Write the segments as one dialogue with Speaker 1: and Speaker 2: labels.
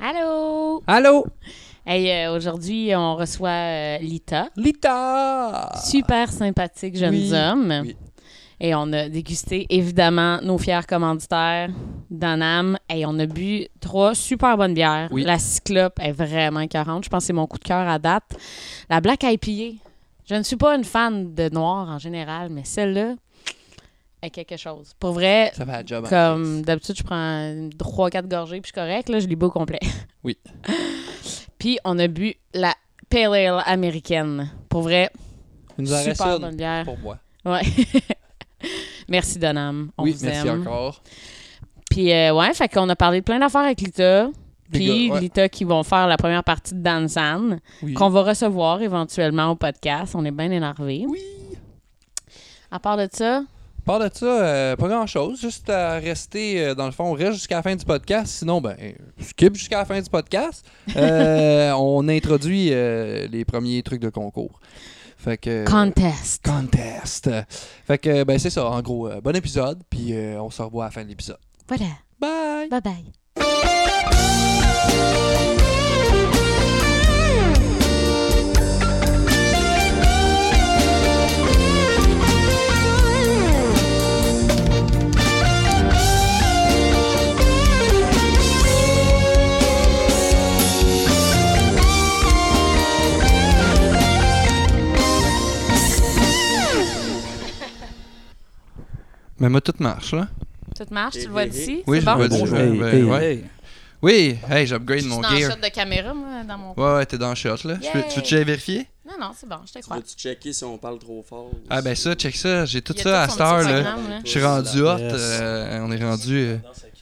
Speaker 1: Allô?
Speaker 2: Allô?
Speaker 1: Hey, aujourd'hui, on reçoit Lita.
Speaker 2: Lita!
Speaker 1: Super sympathique jeune homme.
Speaker 2: Oui.
Speaker 1: Et on a dégusté, évidemment, nos fiers commanditaires d'Anam. Et on a bu 3 super bonnes bières.
Speaker 2: Oui.
Speaker 1: La Cyclope est vraiment écœurante. Je pense que c'est mon coup de cœur à date. La Black IPA. Je ne suis pas une fan de noir en général, mais celle-là est quelque chose. Pour vrai,
Speaker 2: Ça va à job.
Speaker 1: comme d'habitude, je prends 3-4 gorgées puis je suis correct. Là, je l'ai bu au complet.
Speaker 2: Oui.
Speaker 1: Puis on a bu la Pale Ale américaine. Pour vrai,
Speaker 2: Il nous en reste
Speaker 1: super
Speaker 2: une
Speaker 1: bonne bière.
Speaker 2: pour moi.
Speaker 1: Ouais. Merci Donam. On
Speaker 2: Oui,
Speaker 1: vous
Speaker 2: merci
Speaker 1: aime.
Speaker 2: encore.
Speaker 1: Puis ouais, fait qu'on a parlé de plein d'affaires avec Lita. Puis
Speaker 2: gars, ouais.
Speaker 1: Lita qui vont faire la première partie de Dansan,
Speaker 2: Oui.
Speaker 1: qu'on va recevoir éventuellement au podcast. On est bien énervés.
Speaker 2: Oui.
Speaker 1: À part de ça,
Speaker 2: À part de ça, pas grand-chose. Juste à rester, dans le fond, on reste jusqu'à la fin du podcast. Sinon, skip jusqu'à la fin du podcast. On introduit les premiers trucs de concours. Fait que...
Speaker 1: contest.
Speaker 2: Contest. Fait que, c'est ça. En gros, bon épisode. Puis on se revoit à la fin de l'épisode.
Speaker 1: Voilà.
Speaker 2: Bye!
Speaker 1: Bye bye.
Speaker 2: Mais moi, tout marche, là.
Speaker 1: Tout marche, tu le vois d'ici?
Speaker 2: Oui,
Speaker 1: c'est
Speaker 2: je
Speaker 1: bon?
Speaker 2: le vois d'ici. Ouais. Oui, hey, j'upgrade
Speaker 1: Je suis
Speaker 2: mon
Speaker 1: dans le
Speaker 2: gear.
Speaker 1: shot de caméra, moi, dans mon...
Speaker 2: Ouais, t'es dans le shot, là.
Speaker 1: Yay!
Speaker 2: Tu veux-tu vérifier?
Speaker 1: Non, c'est bon, je te crois.
Speaker 3: Veux-tu checker si on parle trop fort?
Speaker 2: Ah, ça, check ça. J'ai tout
Speaker 1: Il y a
Speaker 2: ça à
Speaker 1: tout
Speaker 2: cette
Speaker 1: son
Speaker 2: heure,
Speaker 1: petit
Speaker 2: là.
Speaker 1: programme, là.
Speaker 2: Je suis rendu hot.
Speaker 4: Yes.
Speaker 2: On est rendu...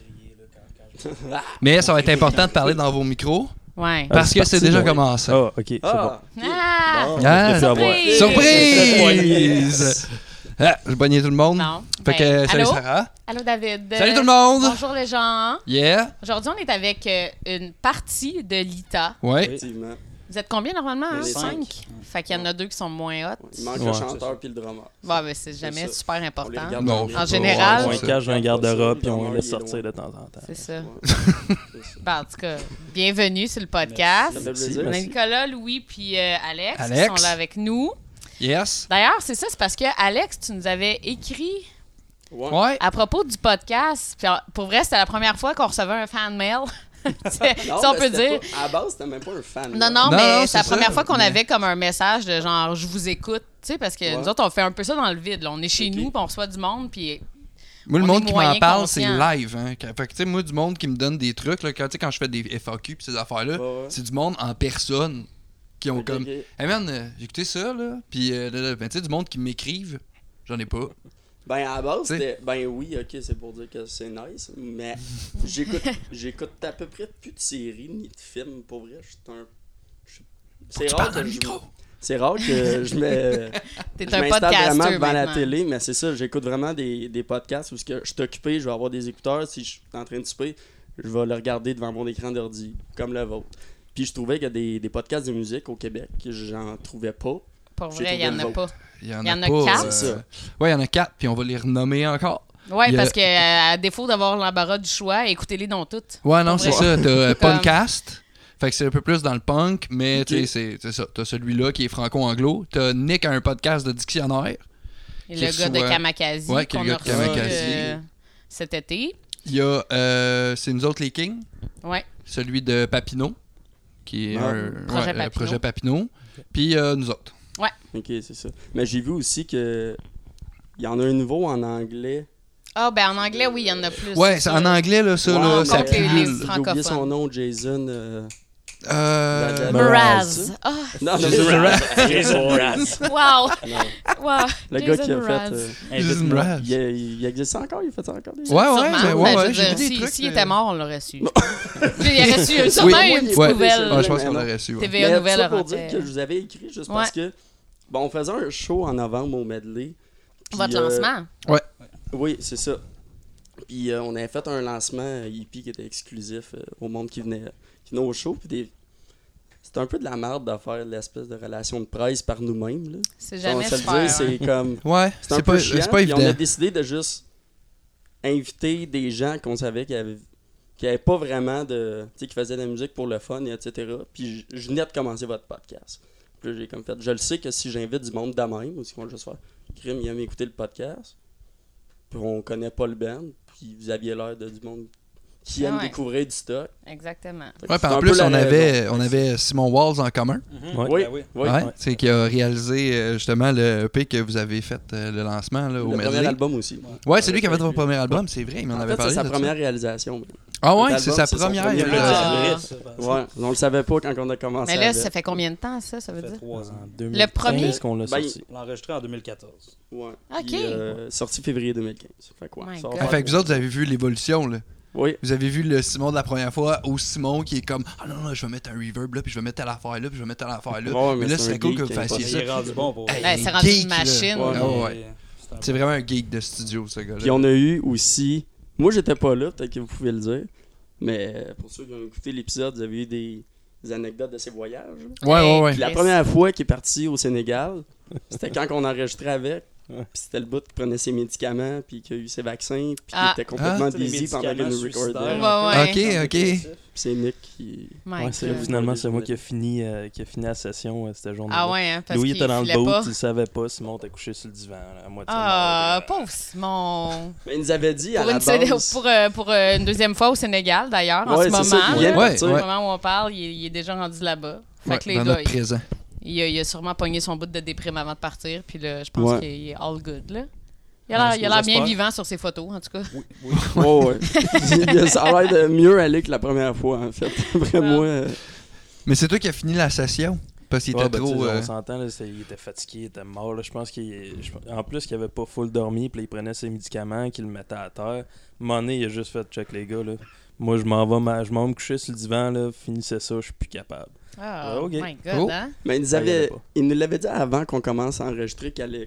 Speaker 2: Mais ça va être important de parler dans vos micros
Speaker 1: Ouais.
Speaker 2: parce
Speaker 4: c'est
Speaker 2: que c'est
Speaker 4: parti,
Speaker 2: déjà
Speaker 4: ouais.
Speaker 2: commencé.
Speaker 4: Ah, ok, c'est bon.
Speaker 3: Ah!
Speaker 1: Ah!
Speaker 3: Bon.
Speaker 2: Ah,
Speaker 1: Surprise!
Speaker 2: surprise! Ah, j'ai pogné tout le monde.
Speaker 1: Non.
Speaker 2: Fait que, salut
Speaker 1: allô?
Speaker 2: Sarah.
Speaker 1: Allô, David.
Speaker 2: Salut tout le monde!
Speaker 1: Bonjour les gens.
Speaker 2: Yeah!
Speaker 1: Aujourd'hui, on est avec une partie de Lita.
Speaker 2: Ouais.
Speaker 3: Effectivement.
Speaker 1: Vous êtes combien normalement?
Speaker 3: On
Speaker 1: Hein?
Speaker 3: est
Speaker 1: 5?
Speaker 3: cinq.
Speaker 1: Fait qu'il y en a 2 qui sont moins hot.
Speaker 3: Il manque
Speaker 4: Ouais.
Speaker 3: le chanteur puis le drummer.
Speaker 1: Bon, ben, c'est jamais
Speaker 3: ça.
Speaker 1: super
Speaker 3: On les
Speaker 1: important.
Speaker 3: regarde
Speaker 2: Non,
Speaker 3: dans
Speaker 2: c'est
Speaker 3: les-
Speaker 1: En général-
Speaker 4: On
Speaker 2: Ouais,
Speaker 4: les
Speaker 2: c'est-
Speaker 4: cache dans un garde-robe puis on
Speaker 3: Le
Speaker 4: les
Speaker 3: drummer,
Speaker 4: laisse
Speaker 3: il est
Speaker 4: sortir
Speaker 3: loin.
Speaker 4: de temps en temps.
Speaker 1: C'est ça.
Speaker 3: Ouais. C'est ça.
Speaker 1: Ben, en tout cas, bienvenue sur le podcast.
Speaker 3: Ça fait
Speaker 4: Merci.
Speaker 3: plaisir.
Speaker 1: On a Nicolas, Louis puis Alex,
Speaker 2: Alex.
Speaker 1: qui sont là avec nous.
Speaker 2: Yes.
Speaker 1: D'ailleurs, c'est ça, c'est parce que Alex, tu nous avais écrit
Speaker 3: Ouais.
Speaker 2: Ouais.
Speaker 1: à propos du podcast. Puis, pour vrai, c'était la première fois qu'on recevait un fan mail. Si
Speaker 3: Non,
Speaker 1: on
Speaker 3: mais
Speaker 1: peut
Speaker 3: c'était
Speaker 1: dire.
Speaker 3: pas- à la base, c'était même pas un fan.
Speaker 1: Non,
Speaker 2: Non,
Speaker 1: mais c'est
Speaker 2: c'est
Speaker 1: la
Speaker 2: ça,
Speaker 1: première fois qu'on
Speaker 2: mais-
Speaker 1: avait comme un message de genre, je vous écoute, tu sais, parce que
Speaker 3: Ouais.
Speaker 1: nous autres, on fait un peu ça dans le vide. Là. On est chez
Speaker 3: Ok.
Speaker 1: nous, puis on reçoit du monde, puis
Speaker 2: Moi, le
Speaker 1: On
Speaker 2: monde
Speaker 1: est
Speaker 2: qui m'en
Speaker 1: moyen
Speaker 2: parle, c'est
Speaker 1: conscient.
Speaker 2: live. Hein. Fait que, tu sais, moi, du monde qui me donne des trucs, là, quand je fais des FAQ pis ces affaires-là,
Speaker 3: Ouais, ouais.
Speaker 2: c'est du monde en personne qui ont
Speaker 3: Ok,
Speaker 2: comme.
Speaker 3: ok.
Speaker 2: Hey man, j'ai écouté ça, là. Puis, tu sais, du monde qui m'écrivent, j'en ai pas.
Speaker 3: Ben, à la base,
Speaker 2: T'sais.
Speaker 3: c'était. Ben oui, ok, c'est pour dire que c'est nice. Mais j'écoute à peu près plus de séries ni de films. Pour vrai, je suis un. C'est
Speaker 2: Tu
Speaker 3: rare
Speaker 2: parles dans
Speaker 3: que
Speaker 2: le
Speaker 3: je.
Speaker 2: micro.
Speaker 3: C'est rare que je me.
Speaker 1: t'es
Speaker 3: Je
Speaker 1: un
Speaker 3: m'installe
Speaker 1: podcaster
Speaker 3: vraiment devant la
Speaker 1: maintenant.
Speaker 3: télé, mais c'est ça, j'écoute vraiment des podcasts où ce que je suis occupé, je vais avoir des écouteurs, si je suis en train de souper, je vais le regarder devant mon écran d'ordi, comme le vôtre. Puis je trouvais qu'il y a des podcasts de musique au Québec que j'en trouvais pas.
Speaker 1: Pour
Speaker 3: J'ai
Speaker 1: vrai, il y en
Speaker 3: trouvé
Speaker 1: a
Speaker 3: le
Speaker 1: pas.
Speaker 2: Il y en
Speaker 1: a
Speaker 2: pas.
Speaker 1: 4?
Speaker 3: C'est ça.
Speaker 2: Ouais, il y en a 4, puis on va les renommer encore.
Speaker 1: Ouais,
Speaker 2: Il y a-
Speaker 1: parce que à défaut d'avoir l'embarras du choix, écoutez-les donc toutes.
Speaker 2: Ouais, non,
Speaker 1: Pour
Speaker 2: c'est
Speaker 1: vrai.
Speaker 2: ça. T'as
Speaker 1: Comme-
Speaker 2: Punkcast. Fait que c'est un peu plus dans le punk, mais
Speaker 3: Ok.
Speaker 2: tu sais, c'est ça. T'as celui-là qui est franco-anglo. T'as Nick a un podcast de dictionnaire.
Speaker 1: Et
Speaker 2: Qui
Speaker 1: le
Speaker 2: est
Speaker 1: gars de
Speaker 2: souvent-
Speaker 1: Kamakazi
Speaker 2: Ouais, qui est
Speaker 1: qu'on
Speaker 2: le
Speaker 1: a
Speaker 2: gars de
Speaker 1: reçu
Speaker 2: Kamakazi.
Speaker 1: cet été.
Speaker 2: Il y a c'est nous autres les Kings.
Speaker 1: Ouais.
Speaker 2: Celui de Papineau, qui est
Speaker 3: Ah.
Speaker 2: un
Speaker 1: Projet Papineau.
Speaker 2: projet Papineau. Puis nous autres.
Speaker 3: Ok, c'est ça. Mais j'ai vu aussi que. Il y en a un nouveau en anglais.
Speaker 1: Ah, ben en anglais, oui, il y en a plus.
Speaker 2: Ouais, c'est en anglais, là, ça,
Speaker 3: Ouais,
Speaker 2: là,
Speaker 3: mais
Speaker 2: ça
Speaker 1: compte les-
Speaker 2: pullule.
Speaker 3: J'ai oublié
Speaker 1: francophones.
Speaker 3: son nom, Jason.
Speaker 2: Euh...
Speaker 1: Mraz. Ah,
Speaker 3: Non,
Speaker 2: Jason Mraz.
Speaker 1: wow.
Speaker 3: Non,
Speaker 1: Wow.
Speaker 3: le gars
Speaker 1: Jason
Speaker 3: qui a
Speaker 1: Mraz.
Speaker 3: fait.
Speaker 2: Jason Mraz.
Speaker 3: Il existe encore, il fait ça encore.
Speaker 2: Ouais,
Speaker 1: Sûrement.
Speaker 2: mais
Speaker 1: Ben, je veux
Speaker 2: j'ai
Speaker 1: dire,
Speaker 2: vu des
Speaker 1: si-
Speaker 2: trucs.
Speaker 1: S'il était mort, on l'aurait su. Il aurait su sûrement
Speaker 2: Oui.
Speaker 1: une petite
Speaker 2: Ouais.
Speaker 1: nouvelle.
Speaker 2: Ah, je pense
Speaker 3: Mais
Speaker 2: qu'on
Speaker 3: non.
Speaker 2: l'aurait su. Ouais.
Speaker 1: TVA
Speaker 3: Mais
Speaker 1: Nouvelle
Speaker 3: ça pour
Speaker 1: rentrée.
Speaker 3: dire que je vous avais écrit juste
Speaker 1: Ouais.
Speaker 3: parce que. Bon, on faisait un show en novembre au Medley. puis,
Speaker 1: Votre lancement.
Speaker 3: Oui, c'est ça. Puis on avait fait un lancement hippie qui était exclusif au monde qui venait au show. Puis c'était un peu de la merde de faire l'espèce de relation de presse par nous-mêmes. Là.
Speaker 1: C'est
Speaker 3: On
Speaker 1: jamais
Speaker 3: va se le
Speaker 1: super.
Speaker 3: dire,
Speaker 1: hein.
Speaker 3: c'est comme.
Speaker 2: Ouais,
Speaker 3: C'est un
Speaker 2: c'est
Speaker 3: peu
Speaker 2: pas,
Speaker 3: chiant.
Speaker 2: c'est pas
Speaker 3: Puis on a
Speaker 2: évident.
Speaker 3: décidé de juste inviter des gens qu'on savait qui qui n'avait pas vraiment de... Tu sais, qui faisait de la musique pour le fun, et etc. Puis je venais de commencer votre podcast. Puis là, j'ai comme fait... Je le sais que si j'invite du monde de même, ou si on va juste faire... Crime, il aime écouter le podcast. Puis on connaît pas le band. Puis vous aviez l'air de du monde qui aime découvrir du stock.
Speaker 1: Exactement.
Speaker 2: Ouais, puis en plus, on avait Simon Walls en commun.
Speaker 3: Oui.
Speaker 2: C'est qui a réalisé justement le EP que vous avez fait le lancement là, au
Speaker 3: Le
Speaker 2: Medley.
Speaker 3: premier album aussi.
Speaker 2: Ouais, c'est lui qui a fait votre premier album, c'est vrai, il m'en avait parlé.
Speaker 3: C'est sa
Speaker 2: de ça.
Speaker 3: première réalisation.
Speaker 2: Ah ouais,
Speaker 3: Cet
Speaker 2: c'est
Speaker 3: album,
Speaker 2: sa première
Speaker 3: son premier
Speaker 2: réalisation.
Speaker 3: Ouais, on le savait pas quand on a commencé.
Speaker 1: Mais là, ça fait combien de temps, ça veut
Speaker 4: Ça fait
Speaker 1: dire?
Speaker 4: 3 ans.
Speaker 1: Le premier?
Speaker 4: qu'on l'a
Speaker 3: Ben,
Speaker 4: sorti. On l'a enregistré en 2014.
Speaker 3: Ouais.
Speaker 1: Ok.
Speaker 3: Puis, sorti février 2015. Fait quoi?
Speaker 1: My
Speaker 3: Ça va
Speaker 1: God.
Speaker 3: faire-
Speaker 2: Fait que vous autres, vous avez vu l'évolution, là.
Speaker 3: Oui.
Speaker 2: Vous avez vu le Simon de la première fois au Simon qui est comme « Ah non, je vais mettre un reverb là, puis je vais mettre telle affaire là, puis je vais mettre telle affaire là.
Speaker 3: Ouais,
Speaker 2: mais là,
Speaker 3: c'est
Speaker 2: c'est
Speaker 3: un
Speaker 2: cool que
Speaker 3: geek,
Speaker 2: vous
Speaker 3: il est
Speaker 2: fassiez
Speaker 4: Il
Speaker 2: ça.
Speaker 4: est rendu bon pour
Speaker 2: Hey,
Speaker 1: Ouais, c'est
Speaker 2: un
Speaker 1: rendu une
Speaker 2: geek, là.
Speaker 1: machine.
Speaker 3: Ouais.
Speaker 2: Ah ouais. C'est vraiment un geek de studio, ce gars-là.
Speaker 3: Puis on a eu aussi... Moi, j'étais pas là, peut-être que vous pouvez le dire. Mais pour ceux qui ont écouté l'épisode, vous avez eu des anecdotes de ses voyages.
Speaker 2: Ouais.
Speaker 3: Puis la première fois qu'il est parti au Sénégal, c'était quand on enregistrait avec. Puis c'était le bout qui prenait ses médicaments, puis qui a eu ses vaccins, puis qui était complètement
Speaker 4: Tu sais, les
Speaker 3: dizzy pendant que nous recordait.
Speaker 1: Ouais.
Speaker 2: Ok.
Speaker 3: Puis c'est Nick qui...
Speaker 1: My
Speaker 4: Ouais, c'est
Speaker 1: God.
Speaker 4: là, finalement, c'est moi qui ai fini la session cette journée-là.
Speaker 1: Ah ouais, hein, parce
Speaker 4: Louis
Speaker 1: qu'il
Speaker 4: était dans le
Speaker 1: filait
Speaker 4: boat,
Speaker 1: pas.
Speaker 4: il savait pas. Simon était couché sur le divan, là, à moitié
Speaker 1: Ah,
Speaker 4: mort.
Speaker 1: pauvre Simon.
Speaker 3: Mais il nous avait dit à
Speaker 1: Pour
Speaker 3: la
Speaker 1: une,
Speaker 3: base...
Speaker 1: pour une deuxième fois au Sénégal, d'ailleurs, en
Speaker 3: Ouais,
Speaker 1: ce
Speaker 3: c'est ça,
Speaker 1: moment.
Speaker 3: il vient de
Speaker 1: là.
Speaker 3: partir.
Speaker 1: Au moment où on parle, il est déjà rendu là-bas. Fait que
Speaker 2: Ouais,
Speaker 1: les
Speaker 2: dans
Speaker 1: gars,
Speaker 2: notre présent.
Speaker 1: il a sûrement pogné son bout de déprime avant de partir, puis là, je pense
Speaker 3: Ouais.
Speaker 1: qu'il est all good, là. Il
Speaker 4: Ouais,
Speaker 1: a l'air bien
Speaker 4: j'espère.
Speaker 1: vivant sur ses photos, en tout cas.
Speaker 3: Oh, ouais. Ça a l'air de mieux aller que la première fois, en fait. Vraiment.
Speaker 2: Mais c'est toi qui as fini la session? Parce qu'il
Speaker 4: Ouais,
Speaker 2: était
Speaker 4: ben,
Speaker 2: trop...
Speaker 4: tu sais, on s'entend, là, il était fatigué, il était mort. Là. Je pense en plus qu'il avait pas full dormi, puis là, il prenait ses médicaments, qu'il le mettait à terre. À un moment donné, il a juste fait check les gars. Là. Moi, je m'en vais me coucher sur le divan, là, finissez ça, je suis plus capable.
Speaker 1: Ah,
Speaker 4: ok.
Speaker 1: my God,
Speaker 2: Oh.
Speaker 1: hein?
Speaker 3: Mais
Speaker 4: il
Speaker 3: nous l'avait dit avant qu'on commence à enregistrer qu'il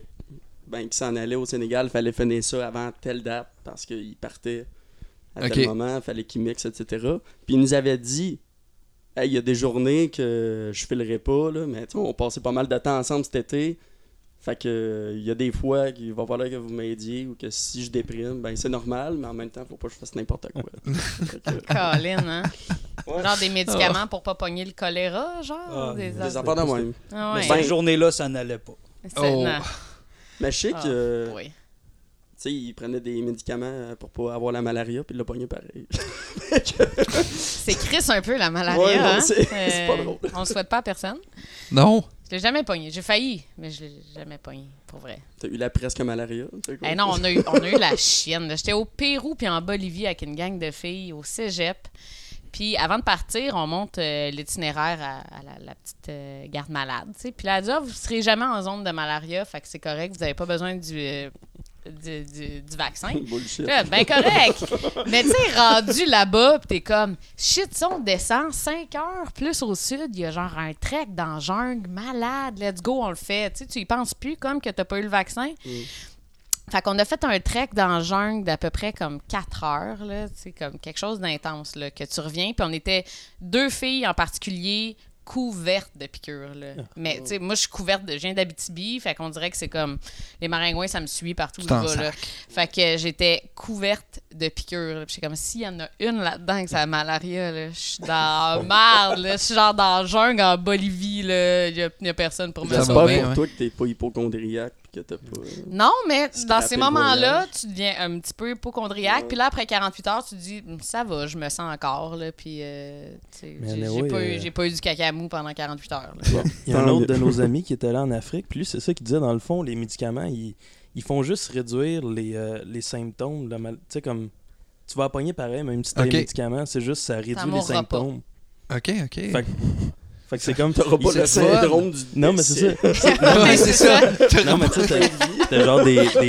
Speaker 3: s'en allait au Sénégal, il fallait finir ça avant telle date parce qu'il partait à tel moment, il fallait qu'il mixe, etc. Puis il nous avait dit, hey, il y a des journées que je filerai pas, là, mais on passait pas mal de temps ensemble cet été. Fait que il y a des fois qu'il va falloir que vous m'aidiez ou que si je déprime, ben c'est normal, mais en même temps, faut pas que je fasse n'importe quoi. Fait que,
Speaker 1: Colin, hein?
Speaker 3: ouais.
Speaker 1: Genre des médicaments pour pas pogner le choléra, genre?
Speaker 4: Ah,
Speaker 1: des
Speaker 3: Des affaires de même.
Speaker 1: Ah
Speaker 4: Mais
Speaker 1: ouais.
Speaker 4: cette journée-là, ça n'allait pas.
Speaker 1: C'est-
Speaker 2: Oh.
Speaker 1: non.
Speaker 3: Mais je sais
Speaker 1: Ah,
Speaker 3: que...
Speaker 1: oui.
Speaker 3: Tu sais, il prenait des médicaments pour pas avoir la malaria, puis il l'a pogné pareil.
Speaker 1: C'est Chris un peu, la malaria,
Speaker 3: Ouais, non,
Speaker 1: hein?
Speaker 3: c'est pas drôle.
Speaker 1: On le souhaite pas à personne.
Speaker 2: Non.
Speaker 1: Je l'ai jamais pogné. J'ai failli, mais je l'ai jamais pogné, pour vrai.
Speaker 3: T'as eu la presque malaria, tu sais quoi?
Speaker 1: Eh non, on a eu la chienne. là. J'étais au Pérou puis en Bolivie avec une gang de filles au cégep. Puis avant de partir, on monte l'itinéraire à la petite garde malade. Tu sais. Puis là, elle dit, ah, vous ne serez jamais en zone de malaria, fait que c'est correct, vous n'avez pas besoin du vaccin.
Speaker 3: Bullshit.
Speaker 1: Là, ben correct. Mais tu sais, rendu là-bas, pis t'es comme, shit, si on descend 5 heures plus au sud, il y a genre un trek dans la jungle, malade, let's go, on le fait. Tu sais, tu y penses plus comme que t'as pas eu le vaccin. Fait qu'on a fait un trek dans la jungle d'à peu près comme 4 heures, là, tu sais, comme quelque chose d'intense, là, que tu reviens. Puis on était 2 filles en particulier couvertes de piqûres, là. Mais, tu sais, moi, je suis couverte je viens d'Abitibi, fait qu'on dirait que c'est comme, les maringouins, ça me suit partout où je vais, là. Fait que j'étais couverte de piqûres, là. Puis j'étais comme, s'il y en a une là-dedans que c'est la malaria, là, je suis dans la merde, là. Je suis genre dans la jungle en Bolivie, là. Il y a personne pour me
Speaker 2: Ça va
Speaker 3: J'espère
Speaker 2: bien,
Speaker 3: pour
Speaker 2: ouais.
Speaker 3: toi que t'es pas hypochondriaque pis que t'as pas...
Speaker 1: Non, mais
Speaker 3: Tu te
Speaker 1: dans
Speaker 3: rappelles
Speaker 1: ces
Speaker 3: le
Speaker 1: moments-là,
Speaker 3: voyage.
Speaker 1: tu deviens un petit peu hypochondriaque.
Speaker 3: Ouais.
Speaker 1: Puis là, après 48 heures, tu te dis, ça va, je me sens encore. Là, puis, tu sais,
Speaker 4: Mais
Speaker 1: j'ai
Speaker 4: anyway,
Speaker 1: j'ai pas eu du caca mou pendant 48 heures. Là.
Speaker 4: Il y a un autre de nos amis qui était là en Afrique, puis lui, c'est ça qu'il disait, dans le fond, les médicaments, ils font juste réduire les symptômes. Tu sais, comme, tu vas pogner pareil, même si tu as
Speaker 2: Ok.
Speaker 4: les médicaments, c'est juste ça réduit les
Speaker 1: mourra pas.
Speaker 4: symptômes.
Speaker 2: OK.
Speaker 4: Fait que c'est comme...
Speaker 3: T'auras pas
Speaker 4: il
Speaker 3: le
Speaker 4: s'est-
Speaker 3: syndrome du...
Speaker 4: Non, mais c'est ça.
Speaker 1: Ouais, c'est ça.
Speaker 4: Non, mais tu sais, t'as genre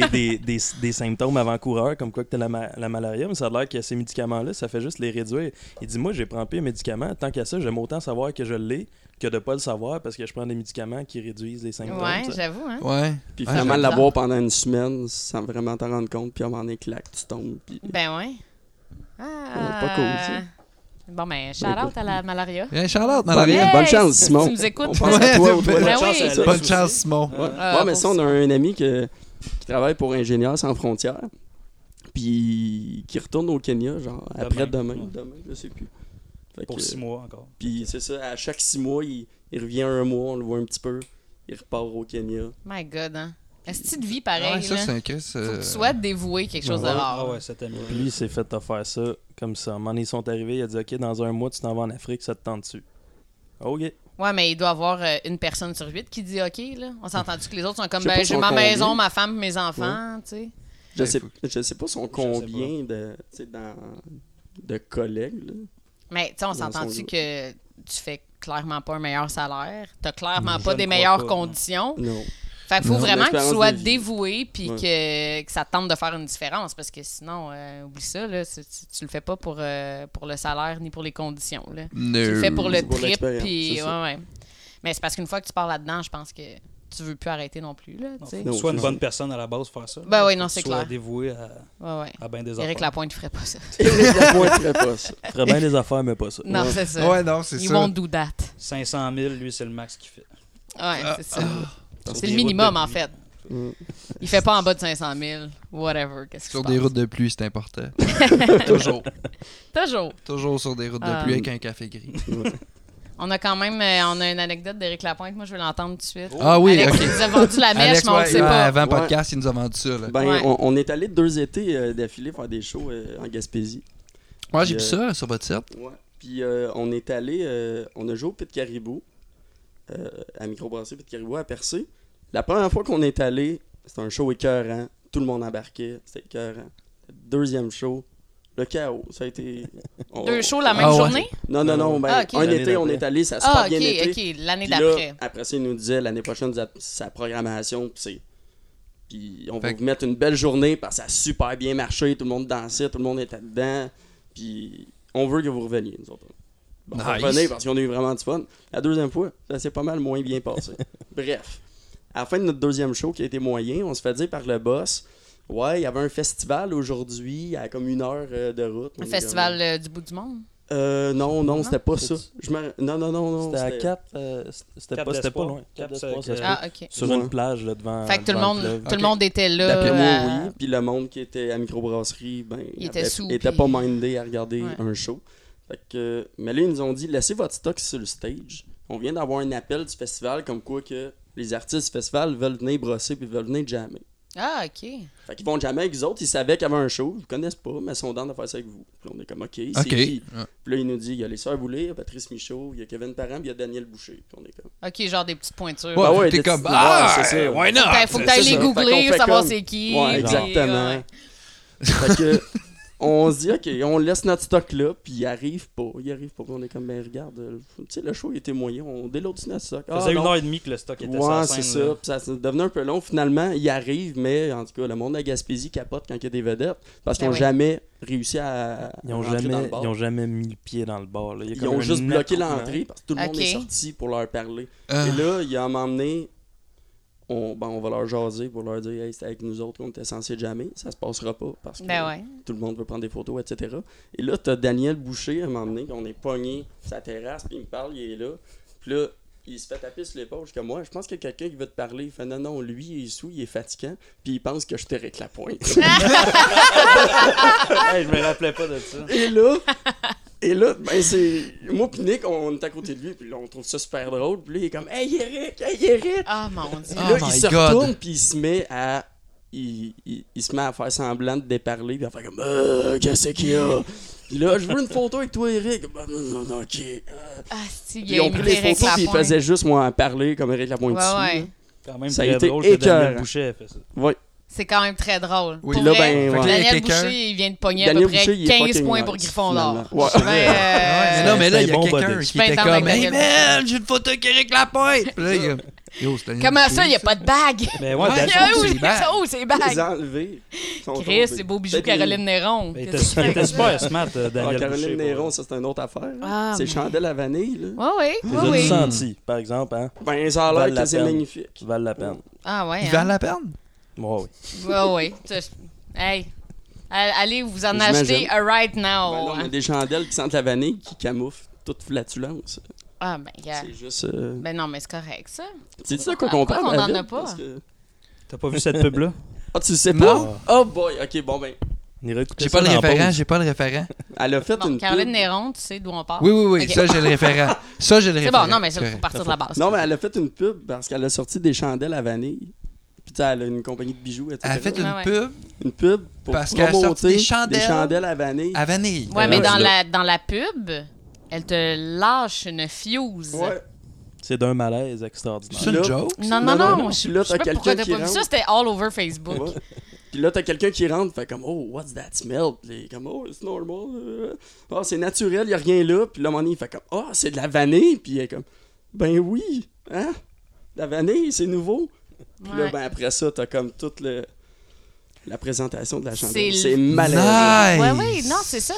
Speaker 4: des symptômes avant-coureurs, comme quoi que t'as la malaria, mais ça a l'air que ces médicaments-là, ça fait juste les réduire. Il dit, moi, j'ai prends plus un médicament, tant qu'à ça, j'aime autant savoir que je l'ai que de pas le savoir, parce que je prends des médicaments qui réduisent les symptômes.
Speaker 1: Ouais,
Speaker 4: tu sais.
Speaker 1: j'avoue. Hein?
Speaker 2: Ouais.
Speaker 3: Puis
Speaker 2: Ouais,
Speaker 3: finalement,
Speaker 1: j'aime
Speaker 3: l'avoir pendant une semaine sans vraiment t'en rendre compte, puis à un moment donné, clac, tu tombes. Puis...
Speaker 1: Ben ouais. Ah,
Speaker 3: pas cool, ça.
Speaker 1: Bon, ben, shout-out à la malaria.
Speaker 2: Bien, Charlotte, Malaria.
Speaker 3: Hey, bonne chance,
Speaker 1: si
Speaker 3: Simon.
Speaker 1: tu nous écoutes.
Speaker 3: On pense à
Speaker 2: Ouais,
Speaker 3: toi aux
Speaker 2: ben
Speaker 3: toilettes.
Speaker 1: oui.
Speaker 3: C'est ça.
Speaker 2: Bonne chance, Simon.
Speaker 3: Ouais,
Speaker 1: Ah,
Speaker 3: ouais, mais
Speaker 1: pour
Speaker 3: ça, on a un ami qui travaille pour Ingénieurs sans frontières. puis qui retourne au Kenya, genre après-demain.
Speaker 5: Ouais.
Speaker 3: Demain, je sais plus. Fait
Speaker 5: Pour
Speaker 3: que,
Speaker 5: 6 mois encore.
Speaker 3: Puis c'est ça, à chaque 6 mois, il revient un mois, on le voit un petit peu. Il repart au Kenya.
Speaker 1: My God, hein. Est-ce que tu vis pareil,
Speaker 2: Ouais, ça,
Speaker 1: là?
Speaker 2: c'est un Chris.
Speaker 1: Faut que tu sois dévoué quelque chose de
Speaker 5: Ouais.
Speaker 1: rare.
Speaker 5: Ah ouais, cet ami.
Speaker 4: Puis lui, il s'est fait faire ça comme ça. À un moment donné, ils sont arrivés, il a dit OK, dans un mois, tu t'en vas en Afrique, ça te tente dessus. OK.
Speaker 1: Ouais, mais il doit y avoir une personne sur 8 qui dit OK, là. On s'entend-tu que les autres sont comme,
Speaker 3: Je sais pas
Speaker 1: j'ai
Speaker 3: son
Speaker 1: ma
Speaker 3: combien.
Speaker 1: maison, ma femme, mes enfants, tu sais.
Speaker 3: Je sais pas son combien de collègues. Là.
Speaker 1: Mais tu sais, on
Speaker 3: Dans
Speaker 1: s'entend-tu
Speaker 3: son-
Speaker 1: que tu fais clairement pas un meilleur salaire? T'as clairement
Speaker 5: Je
Speaker 1: pas
Speaker 5: ne
Speaker 1: des
Speaker 5: crois
Speaker 1: meilleures
Speaker 5: pas, non.
Speaker 1: conditions.
Speaker 3: Non.
Speaker 1: Fait qu'il faut
Speaker 2: Non.
Speaker 1: vraiment que tu
Speaker 3: L'expérience
Speaker 1: sois
Speaker 3: de vie.
Speaker 1: dévoué puis
Speaker 3: Ouais.
Speaker 1: que ça te tente de faire une différence parce que sinon, oublie ça, là, tu le fais pas pour le salaire ni pour les conditions. Là. Tu le fais pour le
Speaker 3: C'est pour
Speaker 1: trip.
Speaker 3: l'expérience,
Speaker 1: Puis,
Speaker 3: c'est ça.
Speaker 1: ouais. Mais c'est parce qu'une fois que tu pars là-dedans, je pense que tu veux plus arrêter non plus. Là, tu sais.
Speaker 3: Non,
Speaker 5: Sois une
Speaker 3: c'est
Speaker 5: bonne
Speaker 3: ça.
Speaker 5: personne à la base pour faire ça.
Speaker 1: Ben oui, non, c'est
Speaker 5: Sois
Speaker 1: clair.
Speaker 5: dévoué
Speaker 1: Ouais.
Speaker 5: à bien des
Speaker 1: Éric
Speaker 5: affaires.
Speaker 1: Lapointe ferait pas ça.
Speaker 3: Éric Lapointe ferait pas ça.
Speaker 4: Ferait bien des affaires, mais pas ça.
Speaker 1: Non,
Speaker 3: Ouais.
Speaker 1: c'est ça.
Speaker 2: Ouais, non, c'est
Speaker 1: You
Speaker 2: ça.
Speaker 1: won't do that.
Speaker 5: 500 000, lui, c'est le max qu'il fait.
Speaker 1: Ouais, c'est ça.
Speaker 5: Sur
Speaker 1: C'est
Speaker 5: des
Speaker 1: le minimum,
Speaker 5: routes de
Speaker 1: en
Speaker 5: pluie.
Speaker 1: fait.
Speaker 3: Mm.
Speaker 1: Il fait pas en bas de 500 000. Whatever. Qu'est-ce que
Speaker 2: Sur
Speaker 1: tu
Speaker 2: des
Speaker 1: penses?
Speaker 2: routes de pluie, c'est important. Toujours.
Speaker 1: Toujours.
Speaker 2: Toujours sur des routes de
Speaker 1: Ah.
Speaker 2: pluie avec un café gris.
Speaker 1: On a quand même on a une anecdote d'Éric Lapointe. Moi, je veux l'entendre tout de suite.
Speaker 2: Ah oui,
Speaker 1: Alex,
Speaker 2: ok.
Speaker 1: il nous a vendu la mèche,
Speaker 2: Alex,
Speaker 1: mais on le
Speaker 2: ouais,
Speaker 1: sait pas.
Speaker 2: avant le
Speaker 3: Ouais.
Speaker 2: podcast, il nous a vendu ça. Là.
Speaker 3: Ben,
Speaker 1: Ouais.
Speaker 3: on est allé 2 étés d'affilée faire des shows en Gaspésie.
Speaker 2: Moi, j'ai
Speaker 3: Puis,
Speaker 2: vu ça sur votre site.
Speaker 3: Ouais. Puis on est allé, on a joué au Pit Caribou, à Microbrasserie Pit Caribou à Percé. La première fois qu'on est allé, c'était un show écœurant. Tout le monde embarquait, c'était écœurant. Deuxième show, le chaos. Ça a été.
Speaker 1: Deux shows la même
Speaker 2: Ah ouais.
Speaker 1: journée?
Speaker 3: Non. Ben,
Speaker 1: Ah, ok.
Speaker 3: un
Speaker 4: L'année
Speaker 3: été, on
Speaker 4: d'après.
Speaker 3: est allé, ça a super
Speaker 1: Ah, OK,
Speaker 3: bien été.
Speaker 1: OK. L'année
Speaker 3: Puis là,
Speaker 1: d'après.
Speaker 3: après ça, il nous disait l'année prochaine, sa programmation, puis on va
Speaker 2: Fait que-
Speaker 3: vous mettre une belle journée parce que ça a super bien marché, tout le monde dansait, tout le monde était dedans, puis on veut que vous reveniez, nous autres. Bon,
Speaker 2: Nice.
Speaker 3: revenez parce qu'on a eu vraiment du fun. La deuxième fois, ça s'est pas mal moins bien passé. Bref, à la fin de notre deuxième show qui a été moyen, on se fait dire par le boss, ouais, il y avait un festival aujourd'hui à comme 1 heure de route. On
Speaker 1: Un
Speaker 3: est
Speaker 1: festival du bout du monde?
Speaker 3: non, c'était pas ça.
Speaker 4: C'est-
Speaker 3: Non.
Speaker 4: C'était à Cap, c'était
Speaker 5: Cap
Speaker 4: pas
Speaker 5: d'Espoir.
Speaker 4: loin. Cap
Speaker 5: Cap
Speaker 4: d'Espoir,
Speaker 5: c'est-
Speaker 4: ça se
Speaker 1: Ah,
Speaker 4: peut.
Speaker 1: OK.
Speaker 4: Sur
Speaker 3: Ouais.
Speaker 4: une plage là, devant.
Speaker 1: Fait que tout le
Speaker 4: devant
Speaker 1: monde,
Speaker 4: fleuve.
Speaker 1: tout le monde était là.
Speaker 3: D'après moi,
Speaker 1: à-
Speaker 3: oui. Puis le monde qui était à microbrasserie, ben,
Speaker 1: Il était sous,
Speaker 3: était
Speaker 1: puis-
Speaker 3: pas mindé à regarder
Speaker 1: Ouais.
Speaker 3: un show. Fait que, mais là, ils nous ont dit, laissez votre stock sur le stage. On vient d'avoir un appel du festival comme quoi que les artistes du festival veulent venir brosser puis veulent venir jammer.
Speaker 1: Ah, OK.
Speaker 3: Fait qu'ils vont jammer avec vous autres. Ils savaient qu'il y avait un show. Ils ne connaissent pas, mais ils sont dans de faire ça avec vous. Puis on est comme, OK, c'est
Speaker 2: Ok.
Speaker 3: qui?
Speaker 2: Ouais.
Speaker 3: Puis là, il nous dit, il y a les Sœurs Boulay, il y a Patrice Michaud, il y a Kevin Parent, puis il y a Daniel Boucher. Puis on est comme...
Speaker 1: OK, genre des petites pointures.
Speaker 2: Ouais,
Speaker 3: ouais,
Speaker 2: t'es
Speaker 3: des
Speaker 2: comme,
Speaker 3: petites-
Speaker 2: ah,
Speaker 3: ouais, c'est ça.
Speaker 2: why not?
Speaker 1: Faut que t'ailles
Speaker 3: c'est
Speaker 1: les
Speaker 3: ça. Fait
Speaker 1: googler,
Speaker 3: qu'on fait
Speaker 1: savoir
Speaker 3: comme-
Speaker 1: c'est qui.
Speaker 3: Ouais,
Speaker 1: puis,
Speaker 3: exactement.
Speaker 1: ouais.
Speaker 3: Fait que, on se dit, OK, on laisse notre stock là, puis il arrive pas. Il arrive pas. Puis on est comme, ben regarde, tu sais, le show il était moyen, on déload notre stock.
Speaker 5: Ça faisait
Speaker 3: non.
Speaker 5: 1h30 que le stock était sur la
Speaker 3: Ouais,
Speaker 5: scène.
Speaker 3: c'est
Speaker 5: là.
Speaker 3: ça. Puis ça devenait un peu long. Finalement, il arrive, mais en tout cas, le monde à Gaspésie capote quand il y a des vedettes. Parce qu'ils
Speaker 1: Ben
Speaker 3: n'ont
Speaker 1: oui.
Speaker 3: jamais réussi à
Speaker 4: Ils ont
Speaker 3: rentrer dans le bar.
Speaker 4: jamais mis le pied dans le bar. Là. Il y a
Speaker 3: Ils
Speaker 4: comme
Speaker 3: ont
Speaker 4: un
Speaker 3: juste bloqué
Speaker 4: attroupement.
Speaker 3: l'entrée parce que tout le monde
Speaker 1: Ok.
Speaker 3: est sorti pour leur parler.
Speaker 2: Ah.
Speaker 3: Et là, il a m'emmené. On va leur jaser pour leur dire, hey, c'était avec nous autres qu'on était censé jammer. Ça se passera pas parce que
Speaker 1: Ben ouais.
Speaker 3: tout le monde veut prendre des photos, etc. Et là, t'as Daniel Boucher à m'emmener, qu'on est pogné sa terrasse, puis il me parle, il est là. Puis là, il se fait taper sur l'épaule. Je suis comme, moi, je pense qu'il y a quelqu'un qui veut te parler. Il fait, non, lui, il est sous, il est fatigant, puis il pense que je t'ai Éric Lapointe.
Speaker 5: Hey, je me rappelais pas de ça.
Speaker 3: Et là, ben c'est. Moi pis Nick, on est à côté de lui, puis là, on trouve ça super drôle. Puis là, il est comme, hey Eric, hey Eric!
Speaker 1: Ah, mon Dieu.
Speaker 3: Puis
Speaker 2: Oh
Speaker 3: là,
Speaker 2: my
Speaker 3: il se
Speaker 2: God.
Speaker 3: retourne, puis il se met à. Il se met à faire semblant de déparler, puis à faire comme, qu'est-ce qu'il y a? Puis là, je veux une photo avec toi, Eric. Non, ok.
Speaker 1: Ah, si, il
Speaker 3: Puis
Speaker 1: a
Speaker 3: ils ont pris
Speaker 1: imité
Speaker 3: les
Speaker 1: Éric
Speaker 3: photos, puis il
Speaker 1: Lapointe.
Speaker 3: faisait juste, moi, en parler comme Éric Lapointe
Speaker 1: Ouais,
Speaker 3: dessus.
Speaker 1: ouais.
Speaker 5: Quand même
Speaker 3: Ça a
Speaker 5: très
Speaker 3: été
Speaker 5: drôle que Daniel
Speaker 3: écœurant.
Speaker 5: Boucher ait fait ça.
Speaker 3: Ouais.
Speaker 1: C'est quand même très drôle.
Speaker 2: Oui.
Speaker 1: Pour
Speaker 3: Puis là,
Speaker 1: vrai,
Speaker 3: ben,
Speaker 2: Fait que là, il y a
Speaker 1: Daniel
Speaker 2: quelqu'un-
Speaker 1: Boucher, il vient de pogner
Speaker 3: Daniel
Speaker 1: à peu près
Speaker 3: Boucher, il est
Speaker 1: 15
Speaker 3: fucking
Speaker 1: points
Speaker 3: nice,
Speaker 1: pour Gryffondor.
Speaker 3: finalement. Ouais.
Speaker 1: Ben,
Speaker 2: Mais non, mais là,
Speaker 4: c'est
Speaker 2: il y a
Speaker 4: un bon
Speaker 2: quelqu'un
Speaker 4: body.
Speaker 2: qui
Speaker 1: Je suis
Speaker 2: était
Speaker 1: bien
Speaker 2: comme,
Speaker 1: tendre
Speaker 2: hey
Speaker 1: avec
Speaker 2: man, j'ai une photo avec Éric Lapointe. Puis là, il y a- Yo, c'est Daniel
Speaker 1: Comment
Speaker 2: Boucher,
Speaker 1: ça, il n'y a pas de bague?
Speaker 5: Mais ouais,
Speaker 2: Ouais,
Speaker 5: Daniel-
Speaker 2: ça,
Speaker 1: Oh,
Speaker 2: c'est bague.
Speaker 1: oh, c'est
Speaker 3: Ils
Speaker 1: bague.
Speaker 3: les ont enlevés. Ils sont
Speaker 1: Chris,
Speaker 3: tombés.
Speaker 1: c'est beau bijou
Speaker 3: Peut-être
Speaker 1: Caroline Néron.
Speaker 5: il
Speaker 1: Qu'est-ce que
Speaker 5: était
Speaker 1: tu fais?
Speaker 5: super smart, Daniel
Speaker 3: Caroline
Speaker 5: Boucher.
Speaker 3: Néron,
Speaker 5: pour-
Speaker 3: ça c'est une autre affaire.
Speaker 1: Ah,
Speaker 3: C'est
Speaker 1: mais-
Speaker 3: chandelle à vanille. Là.
Speaker 1: Ouais, oui,
Speaker 4: Les
Speaker 1: oui,
Speaker 4: as-tu
Speaker 1: oui.
Speaker 4: senti, par exemple, hein?
Speaker 3: Ben, ça a
Speaker 4: Valent
Speaker 3: l'air
Speaker 4: la
Speaker 3: que c'est
Speaker 4: peine.
Speaker 3: magnifique.
Speaker 4: Qui valent la peine.
Speaker 1: Ah, ouais.
Speaker 2: Il
Speaker 1: hein?
Speaker 2: valent la peine?
Speaker 4: Moi, oui.
Speaker 1: Ouais, ouais. Hey, allez vous en
Speaker 3: J'imagine.
Speaker 1: acheter right
Speaker 3: Ben
Speaker 1: now.
Speaker 3: non, mais des chandelles qui sentent la vanille qui camouflent toute flatulence.
Speaker 1: Ah, ben, gars.
Speaker 3: C'est juste.
Speaker 1: Ben non, mais c'est correct, ça.
Speaker 3: C'est ça quoi qu'on
Speaker 1: Pourquoi
Speaker 3: parle?
Speaker 1: qu'on en
Speaker 3: David?
Speaker 1: a pas?
Speaker 3: Parce que-
Speaker 5: T'as pas vu cette pub-là?
Speaker 3: Ah, tu le sais pas?
Speaker 2: Non.
Speaker 3: Oh boy, ok, bon ben.
Speaker 4: On ira écouter
Speaker 2: J'ai
Speaker 4: ça
Speaker 2: pas le
Speaker 4: dans la
Speaker 2: référent,
Speaker 4: pause.
Speaker 2: j'ai pas le référent.
Speaker 3: Elle a fait
Speaker 1: Bon,
Speaker 3: une
Speaker 1: Caroline
Speaker 3: pub.
Speaker 1: Néron, tu sais d'où on part?
Speaker 2: Oui,
Speaker 1: Ok.
Speaker 2: ça j'ai le référent. Ça j'ai le
Speaker 1: C'est
Speaker 2: référent.
Speaker 1: bon, non, mais ça, il faut
Speaker 2: Correct.
Speaker 1: partir de la base.
Speaker 3: Non, mais elle a fait une pub parce qu'elle a sorti des chandelles à vanille. Puis tu sais, elle a une compagnie de bijoux, etc.
Speaker 2: Elle a fait une
Speaker 1: Ouais.
Speaker 2: pub
Speaker 3: une pub pour
Speaker 2: Parce qu'elle a sorti
Speaker 3: promoter
Speaker 2: des chandelles
Speaker 3: à vanille.
Speaker 2: à vanille.
Speaker 1: Ouais, mais
Speaker 3: Ouais,
Speaker 1: dans la pub, elle te lâche une fuse.
Speaker 3: Ouais.
Speaker 4: C'est d'un malaise extraordinaire.
Speaker 2: C'est une
Speaker 3: Là-
Speaker 2: joke?
Speaker 1: Non, je
Speaker 3: Là,
Speaker 1: je sais
Speaker 3: t'as
Speaker 1: pas pourquoi
Speaker 3: quelqu'un
Speaker 1: t'as
Speaker 3: qui
Speaker 1: pas vu
Speaker 3: rentre.
Speaker 1: ça, c'était all over Facebook.
Speaker 3: Ouais. Puis là, t'as quelqu'un qui rentre, fait comme, oh, what's that smell? Puis il est comme, oh, it's normal. Oh, c'est naturel, y a rien là. Puis là, mon il fait comme, oh, c'est de la vanille. Puis il est comme, ben oui, hein? La vanille, c'est nouveau. Puis là,
Speaker 1: Ouais.
Speaker 3: ben après ça, t'as comme toute la présentation de la chandelle.
Speaker 1: C'est
Speaker 3: C'est malaisant.
Speaker 2: Nice.
Speaker 1: Ouais, non, c'est ça,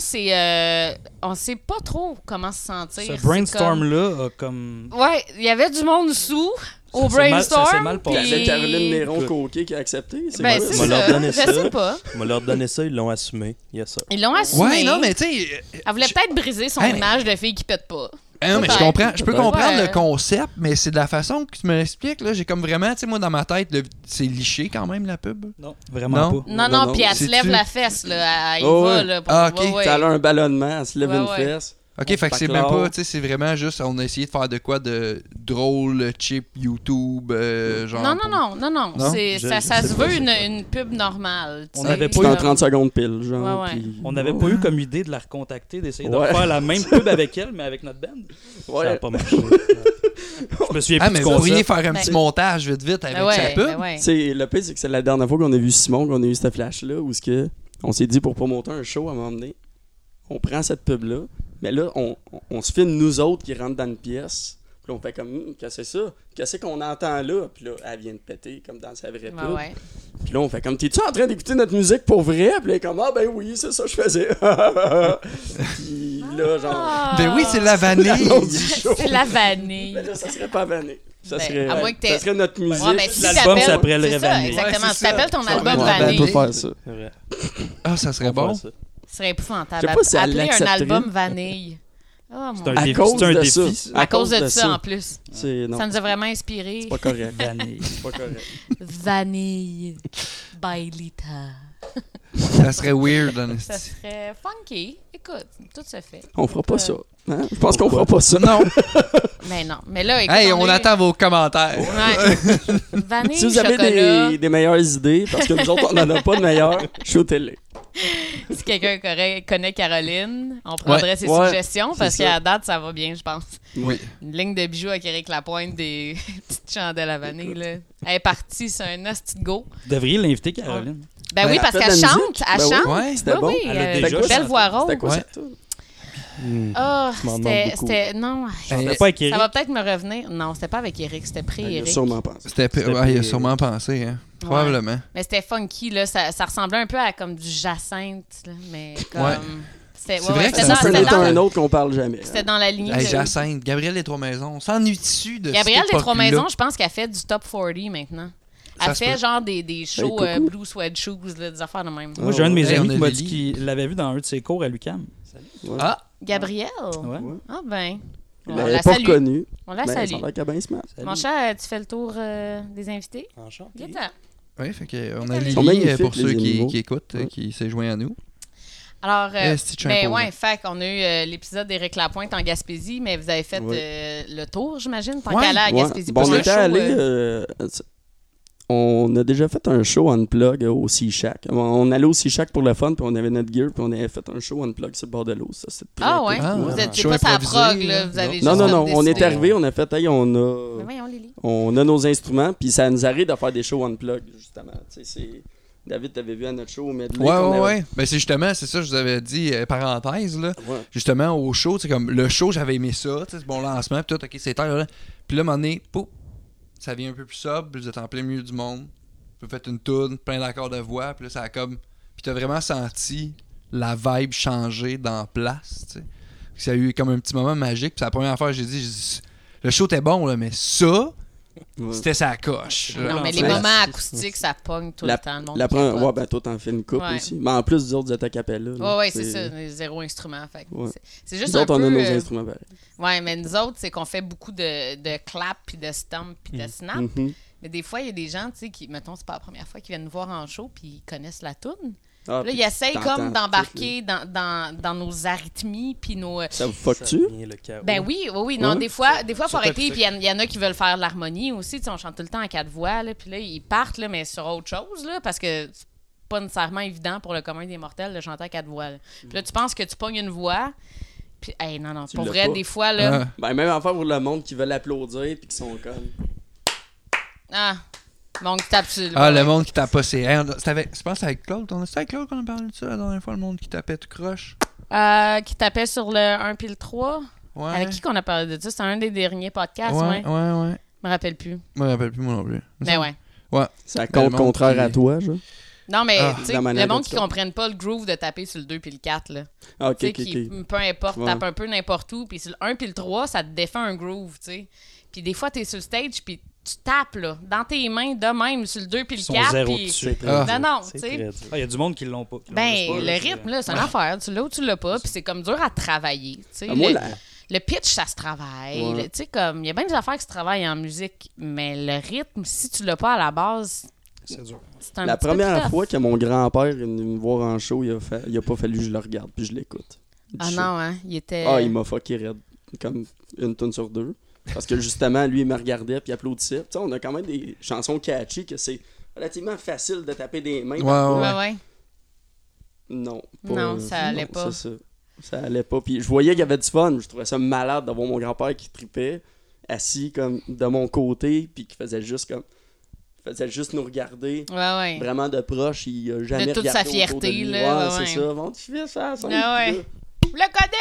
Speaker 1: on sait pas trop comment se sentir.
Speaker 5: Ce
Speaker 1: C'est
Speaker 5: brainstorm-là a comme...
Speaker 1: comme- Ouais, il y avait du monde sous au
Speaker 5: Ça s'est mal-
Speaker 1: brainstorm.
Speaker 5: ça s'est mal
Speaker 3: Puis
Speaker 5: passé.
Speaker 3: avec Caroline Néron
Speaker 4: Écoute.
Speaker 3: Coquet qui a accepté. C'est
Speaker 1: Ben,
Speaker 3: vrai,
Speaker 1: c'est
Speaker 4: On va leur
Speaker 1: ça,
Speaker 4: donner
Speaker 1: je
Speaker 4: ça.
Speaker 1: sais pas.
Speaker 4: On va leur donner ça, ils l'ont assumé. Yes, sir.
Speaker 1: Ils l'ont assumé.
Speaker 2: Ouais, non, mais tu sais.
Speaker 1: Elle voulait peut-être briser son
Speaker 2: Hey, mais-
Speaker 1: image de fille qui pète pas.
Speaker 2: Non, mais je
Speaker 1: Peut-être.
Speaker 2: comprends. Je peux
Speaker 3: Peut-être.
Speaker 2: comprendre
Speaker 1: Ouais.
Speaker 2: le concept, mais c'est de la façon que tu me l'expliques. Là, j'ai comme vraiment, tu sais, moi dans ma tête, c'est liché quand même la pub.
Speaker 5: Non, vraiment
Speaker 2: Non.
Speaker 5: pas.
Speaker 1: Non,
Speaker 3: Non,
Speaker 1: non,
Speaker 3: non.
Speaker 1: puis elle se
Speaker 2: C'est-tu-
Speaker 1: lève la fesse, là. Elle y
Speaker 3: Oh,
Speaker 1: va,
Speaker 3: ouais.
Speaker 1: là. Pour...
Speaker 2: Ah, ok.
Speaker 1: ouais, ouais.
Speaker 3: Ça a un ballonnement, elle se lève
Speaker 1: Ouais,
Speaker 3: une
Speaker 1: ouais.
Speaker 3: fesse.
Speaker 2: Ok, fait que c'est même
Speaker 3: Spaclard.
Speaker 2: pas, tu sais, c'est vraiment juste, on a essayé de faire de quoi de drôle, cheap, YouTube, genre.
Speaker 1: Non,
Speaker 2: Non?
Speaker 1: ça se veut une pub normale. tu
Speaker 5: On
Speaker 1: sais.
Speaker 5: avait
Speaker 3: C'est
Speaker 5: pas
Speaker 3: en
Speaker 5: eu-
Speaker 3: 30 secondes pile, genre.
Speaker 1: Ouais, ouais.
Speaker 3: puis-
Speaker 5: On n'avait pas eu comme idée de la recontacter, d'essayer de
Speaker 3: Ouais.
Speaker 5: refaire la même pub avec elle, mais avec notre band.
Speaker 4: Ça n'a
Speaker 3: Ouais.
Speaker 4: pas marché.
Speaker 5: Je me souviens
Speaker 2: Ah,
Speaker 5: plus
Speaker 2: mais
Speaker 5: du
Speaker 2: vous pourriez
Speaker 5: concept.
Speaker 2: faire un
Speaker 1: Ben-
Speaker 2: petit montage vite avec
Speaker 1: Ben
Speaker 2: sa
Speaker 1: ouais,
Speaker 2: pub.
Speaker 1: ben ouais.
Speaker 3: C'est le pire, c'est que c'est la dernière fois qu'on a vu Simon, qu'on a eu cette flash-là, où ce que on s'est dit pour promoter un show à un moment donné, on prend cette pub-là, mais là, on se filme nous autres qui rentrent dans une pièce, puis on fait comme, qu'est-ce que c'est ça? Qu'est-ce qu'on entend là? Puis là, elle vient de péter, comme dans sa vraie pub.
Speaker 1: Ouais, ouais.
Speaker 3: Puis là, on fait comme, t'es-tu en train d'écouter notre musique pour vrai? Puis là, elle est comme, ah ben oui, c'est ça que je faisais. Puis là, genre,
Speaker 1: Ah.
Speaker 2: Ben oui, c'est la vanille.
Speaker 3: l'annonce du show.
Speaker 1: C'est la vanille.
Speaker 3: Mais là, ça serait pas vanille. Ça
Speaker 1: Ben,
Speaker 3: serait,
Speaker 1: à moins que t'aies-
Speaker 3: ça serait notre musique.
Speaker 1: Ouais, mais si
Speaker 5: L'album
Speaker 1: t'appelles-
Speaker 5: s'appellerait
Speaker 1: c'est ça,
Speaker 5: Vanille.
Speaker 1: exactement.
Speaker 2: Ouais,
Speaker 1: Tu
Speaker 2: c'est ça.
Speaker 1: t'appelles ton
Speaker 2: Ça
Speaker 1: album
Speaker 3: Ouais, ben, on
Speaker 1: Vanille.
Speaker 3: peut faire ça.
Speaker 4: C'est vrai.
Speaker 2: Ah, ça serait
Speaker 4: On va
Speaker 2: bon.
Speaker 4: faire ça.
Speaker 1: Ce serait épouvantable.
Speaker 3: Je sais pas si elle
Speaker 1: Appeler un
Speaker 3: l'accepterait.
Speaker 1: album Vanille. Oh, mon
Speaker 5: C'est un
Speaker 3: À
Speaker 5: défi.
Speaker 3: cause
Speaker 5: C'est un
Speaker 3: de
Speaker 5: défi.
Speaker 3: ça.
Speaker 1: À cause de ça, en plus.
Speaker 3: C'est, non,
Speaker 1: Ça nous a vraiment inspiré.
Speaker 3: c'est pas correct.
Speaker 5: Vanille.
Speaker 3: C'est pas correct.
Speaker 1: Vanille by Lita.
Speaker 2: Ça serait weird,
Speaker 1: Ça
Speaker 2: honesty.
Speaker 1: serait funky. Écoute, tout se fait.
Speaker 3: On fera pas ça. Hein? Je pense qu'on fera pas ça.
Speaker 2: Non.
Speaker 1: Mais non. Mais là, écoute,
Speaker 2: Hey,
Speaker 1: on
Speaker 2: on
Speaker 1: a eu-
Speaker 2: attend vos commentaires.
Speaker 1: Ouais. Vanille,
Speaker 3: Si vous avez
Speaker 1: chocolat.
Speaker 3: des meilleures idées, parce que nous autres, on n'en a pas de meilleures, shootez-les.
Speaker 1: Si quelqu'un connaît Caroline, on prendrait ses
Speaker 3: Ouais,
Speaker 1: suggestions parce
Speaker 3: c'est
Speaker 1: qu'à
Speaker 3: ça.
Speaker 1: date, ça va bien, je pense.
Speaker 2: Oui.
Speaker 1: Une ligne de bijoux avec Éric Lapointe, des petites chandelles à vanille. Là. Elle est partie, c'est un hostie de go.
Speaker 5: Vous devriez l'inviter, Caroline.
Speaker 1: Ben
Speaker 2: Ben,
Speaker 1: oui,
Speaker 3: elle
Speaker 1: parce
Speaker 3: fait de
Speaker 1: qu'elle
Speaker 3: la
Speaker 1: chante.
Speaker 3: musique.
Speaker 1: Elle
Speaker 3: Ben oui.
Speaker 1: chante.
Speaker 2: Ouais.
Speaker 3: C'était bon.
Speaker 1: Oui,
Speaker 5: Elle a déjà
Speaker 1: belle
Speaker 5: chanté.
Speaker 1: voix rauque.
Speaker 3: C'était quoi
Speaker 2: Ouais.
Speaker 3: ça?
Speaker 1: Ah,
Speaker 3: Tu m'en demandes beaucoup.
Speaker 1: c'était. Non,
Speaker 2: Hey,
Speaker 5: C'était pas avec
Speaker 1: ça
Speaker 5: Eric.
Speaker 1: va peut-être me revenir. Non, c'était pas avec Eric, c'était
Speaker 3: Il a
Speaker 1: pré-Eric.
Speaker 3: sûrement pensé.
Speaker 2: C'était,
Speaker 4: C'était
Speaker 2: ouais, il a
Speaker 4: plus-
Speaker 2: sûrement pensé, hein. Probablement.
Speaker 1: Mais c'était funky, là. Ça ressemblait un peu à comme du Jacinthe, là, mais comme.
Speaker 2: Ouais.
Speaker 1: C'était
Speaker 2: C'est vrai que
Speaker 1: c'était
Speaker 2: ça
Speaker 1: dans,
Speaker 2: peut
Speaker 3: C'est
Speaker 1: c'était
Speaker 3: un
Speaker 1: dans-
Speaker 3: autre qu'on parle jamais.
Speaker 1: c'était dans la lignée
Speaker 2: Hey,
Speaker 1: de.
Speaker 2: Jacinthe, Gabriel des Trois-Maisons, on s'ennuie-tu de
Speaker 1: Gabrielle
Speaker 2: cette
Speaker 1: des Trois
Speaker 2: époque-là?
Speaker 1: Maisons, je pense qu'elle fait du top 40 maintenant.
Speaker 2: Ça
Speaker 1: Elle
Speaker 2: se
Speaker 1: fait
Speaker 2: peut.
Speaker 1: genre des shows
Speaker 3: Hey, coucou.
Speaker 1: Blue Sweat Shoes, là, des affaires de même.
Speaker 5: Moi, j'ai un de mes
Speaker 2: Hey, on
Speaker 5: amis
Speaker 2: a
Speaker 5: qui m'a
Speaker 2: Lily.
Speaker 5: dit qu'il l'avait vu dans un de ses cours à l'UQAM.
Speaker 3: Ouais.
Speaker 2: Ah,
Speaker 1: Gabrielle?
Speaker 5: Ouais.
Speaker 3: Ouais.
Speaker 1: Ah ben.
Speaker 3: Mais
Speaker 1: On
Speaker 3: elle
Speaker 1: la
Speaker 3: est pas
Speaker 1: salue.
Speaker 3: reconnue.
Speaker 1: On la
Speaker 3: Ben,
Speaker 1: salue.
Speaker 3: ça a l'air qu'elle a bien smart.
Speaker 1: Mon cher, tu fais le tour des invités?
Speaker 4: Enchanté.
Speaker 1: Viens-t'en.
Speaker 2: oui, fait que on
Speaker 1: Ils
Speaker 2: a
Speaker 3: sont
Speaker 2: Lily,
Speaker 3: magnifiques,
Speaker 2: pour ceux
Speaker 3: les
Speaker 2: qui
Speaker 3: animaux.
Speaker 2: écoutent,
Speaker 3: Ouais.
Speaker 2: qui s'est joint à nous.
Speaker 1: Alors,
Speaker 2: Esti de
Speaker 1: ben
Speaker 2: chimpanzé.
Speaker 1: ouais, fait qu'on a eu l'épisode d'Éric Lapointe en Gaspésie, mais vous avez fait
Speaker 3: Ouais.
Speaker 1: le tour, j'imagine, tant
Speaker 2: Ouais.
Speaker 1: qu'à aller à
Speaker 3: Ouais.
Speaker 1: Gaspésie
Speaker 3: Bon,
Speaker 1: pour
Speaker 3: on
Speaker 1: un
Speaker 3: était
Speaker 1: show.
Speaker 3: allé. On a déjà fait un show unplug au Sea Shack. On allait au Sea Shack pour le fun, puis on avait notre gear, puis on avait fait un show unplug sur le bord de l'eau. Ça, c'était très
Speaker 1: Ah
Speaker 3: cool.
Speaker 1: ouais?
Speaker 2: Ah,
Speaker 1: Vous
Speaker 2: ouais.
Speaker 1: étiez
Speaker 2: Show
Speaker 1: pas sa
Speaker 2: improvisé,
Speaker 1: prog, là.
Speaker 2: là.
Speaker 1: Vous avez
Speaker 2: Non.
Speaker 1: juste
Speaker 3: Non, non,
Speaker 1: comme
Speaker 3: non. On est
Speaker 1: décidé.
Speaker 3: arrivé, on a fait, hey,
Speaker 1: Mais voyons, Lily.
Speaker 3: on a nos instruments, puis ça nous arrive de faire des shows unplug, justement. Tu sais, c'est. David, t'avais vu à notre show au Medley.
Speaker 2: Ouais,
Speaker 3: qu'on
Speaker 2: ouais,
Speaker 3: avait-
Speaker 2: ouais. Ben, c'est justement, c'est ça, je vous avais dit, parenthèse, là.
Speaker 3: Ouais.
Speaker 2: Justement, au show, c'est comme, le show, j'avais aimé ça, tu sais, c'est bon lancement, puis tout, ok, c'est tard, là. Puis là, à un moment donné, pouf, ça vient un peu plus sobre, puis vous êtes en plein milieu du monde. Vous faites une toune, plein d'accords de voix, puis là, ça a comme. Puis t'as vraiment senti la vibe changer dans la place, tu sais. Ça a eu comme un petit moment magique, puis c'est la première fois que j'ai dit, le show était bon, là, mais ça,
Speaker 3: Ouais.
Speaker 2: c'était sa coche. là.
Speaker 1: Non, mais les
Speaker 3: Ouais.
Speaker 1: moments acoustiques, ça pogne tout le temps. Le monde
Speaker 3: La première,
Speaker 1: capote.
Speaker 3: ouais, ben toi, t'en fais une coupe
Speaker 1: Ouais.
Speaker 3: aussi. Mais en plus, nous autres, vous êtes à Capella. là.
Speaker 1: Ouais, ouais, c'est ça, zéro instrument. Fait que
Speaker 3: Ouais.
Speaker 1: c'est juste
Speaker 3: Nous
Speaker 1: un
Speaker 3: autres,
Speaker 1: peu.
Speaker 3: on a nos instruments pareils.
Speaker 1: Ouais, mais nous autres, c'est qu'on fait beaucoup de clap, puis de stomp, puis de snap.
Speaker 3: Mhm.
Speaker 1: Mais des fois, il y a des gens, tu sais, qui, mettons, c'est pas la première fois qu'ils viennent nous voir en show, puis ils connaissent la toune.
Speaker 3: Ah,
Speaker 1: Là,
Speaker 3: puis
Speaker 1: il essaye
Speaker 3: t'entends
Speaker 1: comme
Speaker 3: tout,
Speaker 1: d'embarquer dans nos arythmies, puis nos...
Speaker 3: Ça vous fuck-tu?
Speaker 4: Ça devient le chaos.
Speaker 1: Ben oui, non,
Speaker 3: Ouais.
Speaker 1: des fois, faut
Speaker 5: ça
Speaker 1: arrêter,
Speaker 5: peut être
Speaker 1: puis il y en a qui veulent faire de l'harmonie aussi, tu sais, on chante tout le temps à 4 voix, là, puis là, ils partent, là, mais sur autre chose, là, parce que c'est pas nécessairement évident pour le commun des mortels de chanter à 4 voix, là. Puis là, tu penses que tu pognes une voix, puis, hey, non,
Speaker 3: Tu
Speaker 1: pour
Speaker 3: l'as
Speaker 1: vrai,
Speaker 3: pas.
Speaker 1: des fois, là,
Speaker 3: Ben, même affaire pour le monde qui veut l'applaudir puis qui sont comme.
Speaker 1: bon, tu tapes sur
Speaker 2: Ah, le monde qui tape pas ses. Hey, je pense que c'est avec Claude. C'était avec Claude qu'on a parlé de ça la dernière fois, le monde qui tapait tout croche.
Speaker 1: Qui tapait sur le 1 puis le 3.
Speaker 2: Ouais.
Speaker 1: Avec qui qu'on a parlé de ça? C'était un des derniers podcasts,
Speaker 2: Ouais.
Speaker 1: Je me rappelle plus.
Speaker 2: Je me rappelle plus, moi non plus.
Speaker 1: Mais ouais.
Speaker 3: C'est à
Speaker 2: Ben, le
Speaker 3: compte
Speaker 2: monde
Speaker 3: contraire
Speaker 2: qui-
Speaker 3: à toi, genre.
Speaker 1: Non, mais
Speaker 2: Ah,
Speaker 1: tu sais,
Speaker 3: la manière
Speaker 1: le
Speaker 3: dont
Speaker 1: monde
Speaker 3: tu
Speaker 1: qui comprenne pas le groove de taper sur le 2 puis le 4, là.
Speaker 3: Ah, ok,
Speaker 1: Tu sais,
Speaker 3: ok,
Speaker 1: qui,
Speaker 3: ok.
Speaker 1: peu importe,
Speaker 3: Ouais.
Speaker 1: tape un peu n'importe où. Puis sur le 1 puis le 3, ça te défait un groove, tu sais. Puis des fois, t'es sur le stage, puis tu tapes, là, dans tes mains, de même, sur le 2 puis le
Speaker 5: Ils sont
Speaker 1: 4.
Speaker 5: zéro
Speaker 1: Puis...
Speaker 5: dessus.
Speaker 4: C'est très
Speaker 2: Ah.
Speaker 4: dur.
Speaker 1: Non,
Speaker 4: C'est
Speaker 1: tu sais.
Speaker 4: très dur.
Speaker 5: Ah, il y a du monde qui l'ont pas. qui l'ont
Speaker 1: Ben,
Speaker 5: juste pas,
Speaker 1: le
Speaker 5: là,
Speaker 1: rythme, là, c'est une affaire. Tu l'as ou tu l'as pas. Puis c'est comme dur à travailler, tu sais.
Speaker 3: Ah, moi,
Speaker 1: Le pitch, ça se travaille.
Speaker 3: Ouais.
Speaker 1: Tu sais, comme, il y a bien des affaires qui se travaillent en musique, mais le rythme, si tu l'as pas à la base,
Speaker 5: C'est dur.
Speaker 1: c'est un
Speaker 3: la
Speaker 1: petit peu
Speaker 3: première
Speaker 1: tough.
Speaker 3: fois que mon grand-père est venu me voir en show, il a pas fallu que je le regarde puis je l'écoute.
Speaker 1: Ah non, hein, il était...
Speaker 3: Ah, il m'a fucké raide. Comme une tonne sur deux. Parce que justement, lui, il me regardait puis il applaudissait. Tu sais, on a quand même des chansons catchy que c'est relativement facile de taper des mains.
Speaker 2: Ouais.
Speaker 1: Ouais.
Speaker 3: Non.
Speaker 1: Non, ça allait pas.
Speaker 3: C'est ça. Ça allait pas. Puis je voyais qu'il y avait du fun. Je trouvais ça malade d'avoir mon grand-père qui tripait, assis comme de mon côté, puis qui faisait juste comme. Faisait juste nous regarder.
Speaker 1: Ouais.
Speaker 3: Vraiment de proche. Il a jamais
Speaker 1: De toute
Speaker 3: regardé
Speaker 1: sa fierté,
Speaker 3: autour de lui.
Speaker 1: là,
Speaker 3: Ouais,
Speaker 1: ouais.
Speaker 3: c'est ça. Bon, tu fais ça, ça.
Speaker 1: Ah ouais.
Speaker 3: puis là,
Speaker 1: Je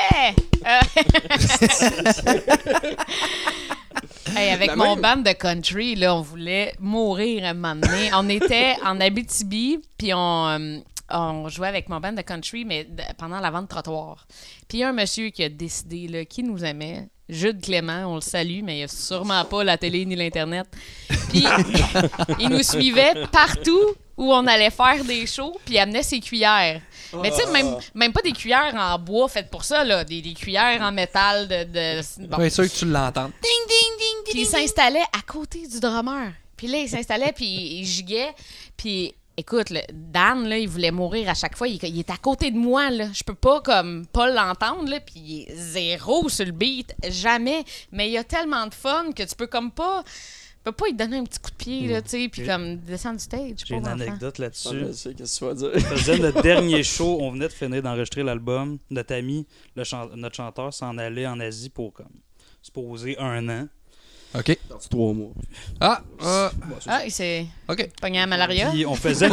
Speaker 1: le connais! Hey, avec
Speaker 3: La
Speaker 1: mon
Speaker 3: même-
Speaker 1: band de country, là, on voulait mourir à un moment donné. On était en Abitibi, puis on jouait avec mon band de country, mais pendant la vente trottoir. Puis il y a un monsieur qui a décidé, là, qui nous aimait, Jude Clément, on le salue, mais il a sûrement pas la télé ni l'Internet. Puis il nous suivait partout où on allait faire des shows, puis il amenait ses cuillères. Mais tu sais, même pas des cuillères en bois faites pour ça, là, des cuillères en métal de bon.
Speaker 2: Ouais, sûr que tu l'entends.
Speaker 1: Puis il s'installait à côté du drummer. Puis là, il s'installait, puis il giguait. Puis écoute, Dan, là, il voulait mourir à chaque fois. Il est à côté de moi, là. Je peux pas, comme, pas l'entendre, là. Puis il est zéro sur le beat. Jamais. Mais il y a tellement de fun que tu peux comme pas... Tu peux pas lui donner un petit coup de pied, là, tu sais, puis comme descendre du stage.
Speaker 5: J'ai une
Speaker 1: pauvre enfant.
Speaker 5: anecdote
Speaker 3: Ah,
Speaker 5: là-dessus.
Speaker 3: je sais, qu'est-ce que tu vas dire.
Speaker 5: On faisait notre dernier show. On venait de finir d'enregistrer l'album. Notre ami, notre chanteur, s'en allait en Asie pour comme se poser 1 an.
Speaker 2: OK.
Speaker 3: Dans 3 mois.
Speaker 2: Ah!
Speaker 5: Bon, c'est
Speaker 1: Ah, il s'est
Speaker 2: OK.
Speaker 1: pogné à malaria.
Speaker 5: Puis on faisait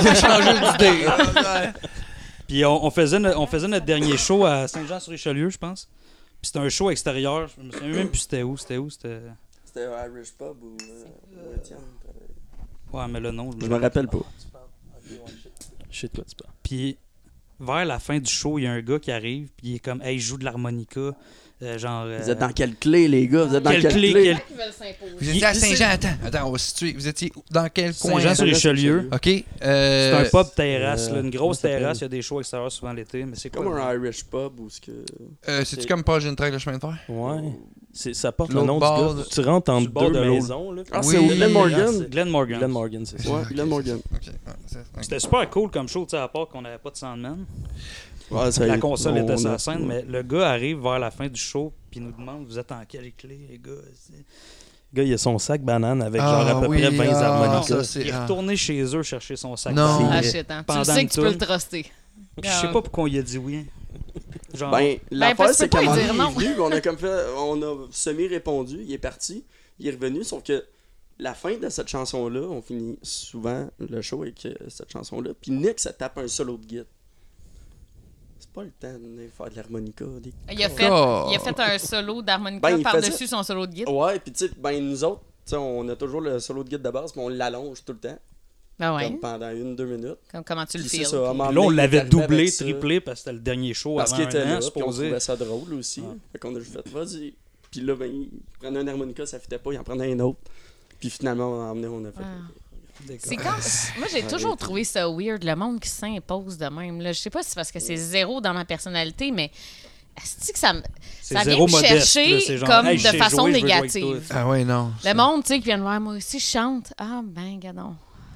Speaker 5: Puis on faisait notre dernier show à Saint-Jean-sur-Richelieu, je pense. Puis c'était un show extérieur. Je me souviens même plus c'était où. C'était
Speaker 3: C'était Irish Pub ou Étienne?
Speaker 5: Ouais, mais le nom.
Speaker 3: Je me rappelle pas.
Speaker 4: Je sais de quoi tu parles.
Speaker 5: Puis vers la fin du show, il y a un gars qui arrive. Puis il est comme, hey, je joue de l'harmonica. Genre.
Speaker 3: Vous êtes dans quelle clé, les gars? Vous êtes dans
Speaker 5: Quelle
Speaker 3: quelle
Speaker 5: clé,
Speaker 3: clé?
Speaker 1: Qui veulent s'imposer.
Speaker 2: Vous étiez à Saint-Jean. Attends, on va se situer. Vous étiez dans quel coin?
Speaker 5: Saint-Jean-sur-Richelieu.
Speaker 2: OK.
Speaker 5: C'est un pub terrasse, là, une grosse
Speaker 3: comment ça
Speaker 5: terrasse. Il y a des shows extérieurs souvent l'été. Mais c'est
Speaker 3: Comme
Speaker 5: quoi?
Speaker 3: un Irish Pub ou ce que.
Speaker 2: C'est-tu comme Paul Gentry, le chemin de fer?
Speaker 4: Ouais. Ça porte le
Speaker 2: L'autre
Speaker 4: nom
Speaker 2: bord
Speaker 4: du gars. Tu rentres entre
Speaker 5: sur le bord
Speaker 4: deux
Speaker 5: de l'eau.
Speaker 4: maisons. Là.
Speaker 3: Ah,
Speaker 2: Oui.
Speaker 3: c'est au Glen Morgan?
Speaker 5: Glenn Morgan.
Speaker 4: Glenn Morgan, c'est ça.
Speaker 3: Ouais, Glen Morgan.
Speaker 2: OK.
Speaker 5: C'était super cool comme show, tu sais, à part qu'on n'avait pas de Sandman.
Speaker 3: Ouais, ça
Speaker 5: La
Speaker 3: y est,
Speaker 5: console
Speaker 3: on
Speaker 5: était sur
Speaker 3: a-
Speaker 5: la scène, mais le gars arrive vers la fin du show puis nous demande, vous êtes en quelle clé, les gars?
Speaker 4: Le gars, il a son sac banane avec
Speaker 2: Ah,
Speaker 4: genre à peu
Speaker 2: oui,
Speaker 4: près 20
Speaker 2: ah,
Speaker 4: harmonicas.
Speaker 2: ça,
Speaker 5: Il est retourné chez eux chercher son sac.
Speaker 2: Non.
Speaker 5: banane.
Speaker 1: Ah,
Speaker 4: C'est-
Speaker 1: shit, hein. Tu
Speaker 5: pendant
Speaker 1: le sais
Speaker 5: une
Speaker 1: que tu peux le
Speaker 5: toune.
Speaker 1: truster.
Speaker 5: Puis je sais pas pourquoi il a dit oui. Genre,
Speaker 3: Ben, l'affaire,
Speaker 1: parce que
Speaker 3: c'est
Speaker 1: tu peux
Speaker 3: qu'à un
Speaker 1: pas
Speaker 3: moment
Speaker 1: lui
Speaker 3: donné,
Speaker 1: dire
Speaker 3: il est venu, on a comme fait, on a semi-répondu, il est parti, il est revenu, sauf que la fin de cette chanson-là, on finit souvent le show avec cette chanson-là, puis Nick, ça tape un solo de guitare. C'est pas le temps de faire de l'harmonica.
Speaker 1: Il a fait un solo d'harmonica
Speaker 3: Ben, il
Speaker 1: par-dessus
Speaker 3: faisait-
Speaker 1: son solo de guitare.
Speaker 3: Ouais, puis tu sais, ben nous autres, tu sais, on a toujours le solo de guitare de base, mais on l'allonge tout le temps,
Speaker 1: Ben ouais.
Speaker 3: comme pendant 1-2 minutes.
Speaker 1: Comment tu le
Speaker 3: Puis c'est
Speaker 1: files.
Speaker 3: ça, à un moment
Speaker 5: Puis là, on
Speaker 3: donné, il est
Speaker 5: l'avait
Speaker 3: arrivé
Speaker 5: doublé,
Speaker 3: avec ça.
Speaker 5: triplé parce que c'était le dernier show
Speaker 3: Parce
Speaker 5: avant
Speaker 3: qu'il était
Speaker 5: un an,
Speaker 3: là, puis on
Speaker 5: supposé.
Speaker 3: trouvait ça drôle aussi.
Speaker 1: Ah.
Speaker 3: Fait qu'on a juste fait, vas-y. Puis là, ben, il prenait un harmonica, ça fitait pas, il en prenait un autre. Puis finalement, on a fait.
Speaker 1: Ah. C'est quand... Moi, j'ai toujours trouvé ça weird, le monde qui s'impose de même. Là. Je sais pas si c'est parce que c'est zéro dans ma personnalité, mais est-ce que ça vient
Speaker 5: zéro
Speaker 1: me
Speaker 5: modeste,
Speaker 1: chercher
Speaker 5: là, c'est genre,
Speaker 1: comme
Speaker 5: hey, je
Speaker 1: de
Speaker 5: sais
Speaker 1: façon
Speaker 5: jouer, je veux jouer avec
Speaker 1: négative.
Speaker 5: toi.
Speaker 2: Ah ouais, non.
Speaker 1: Le monde, tu sais, qui vient de voir, moi aussi, je chante. Ah, ben, gadon.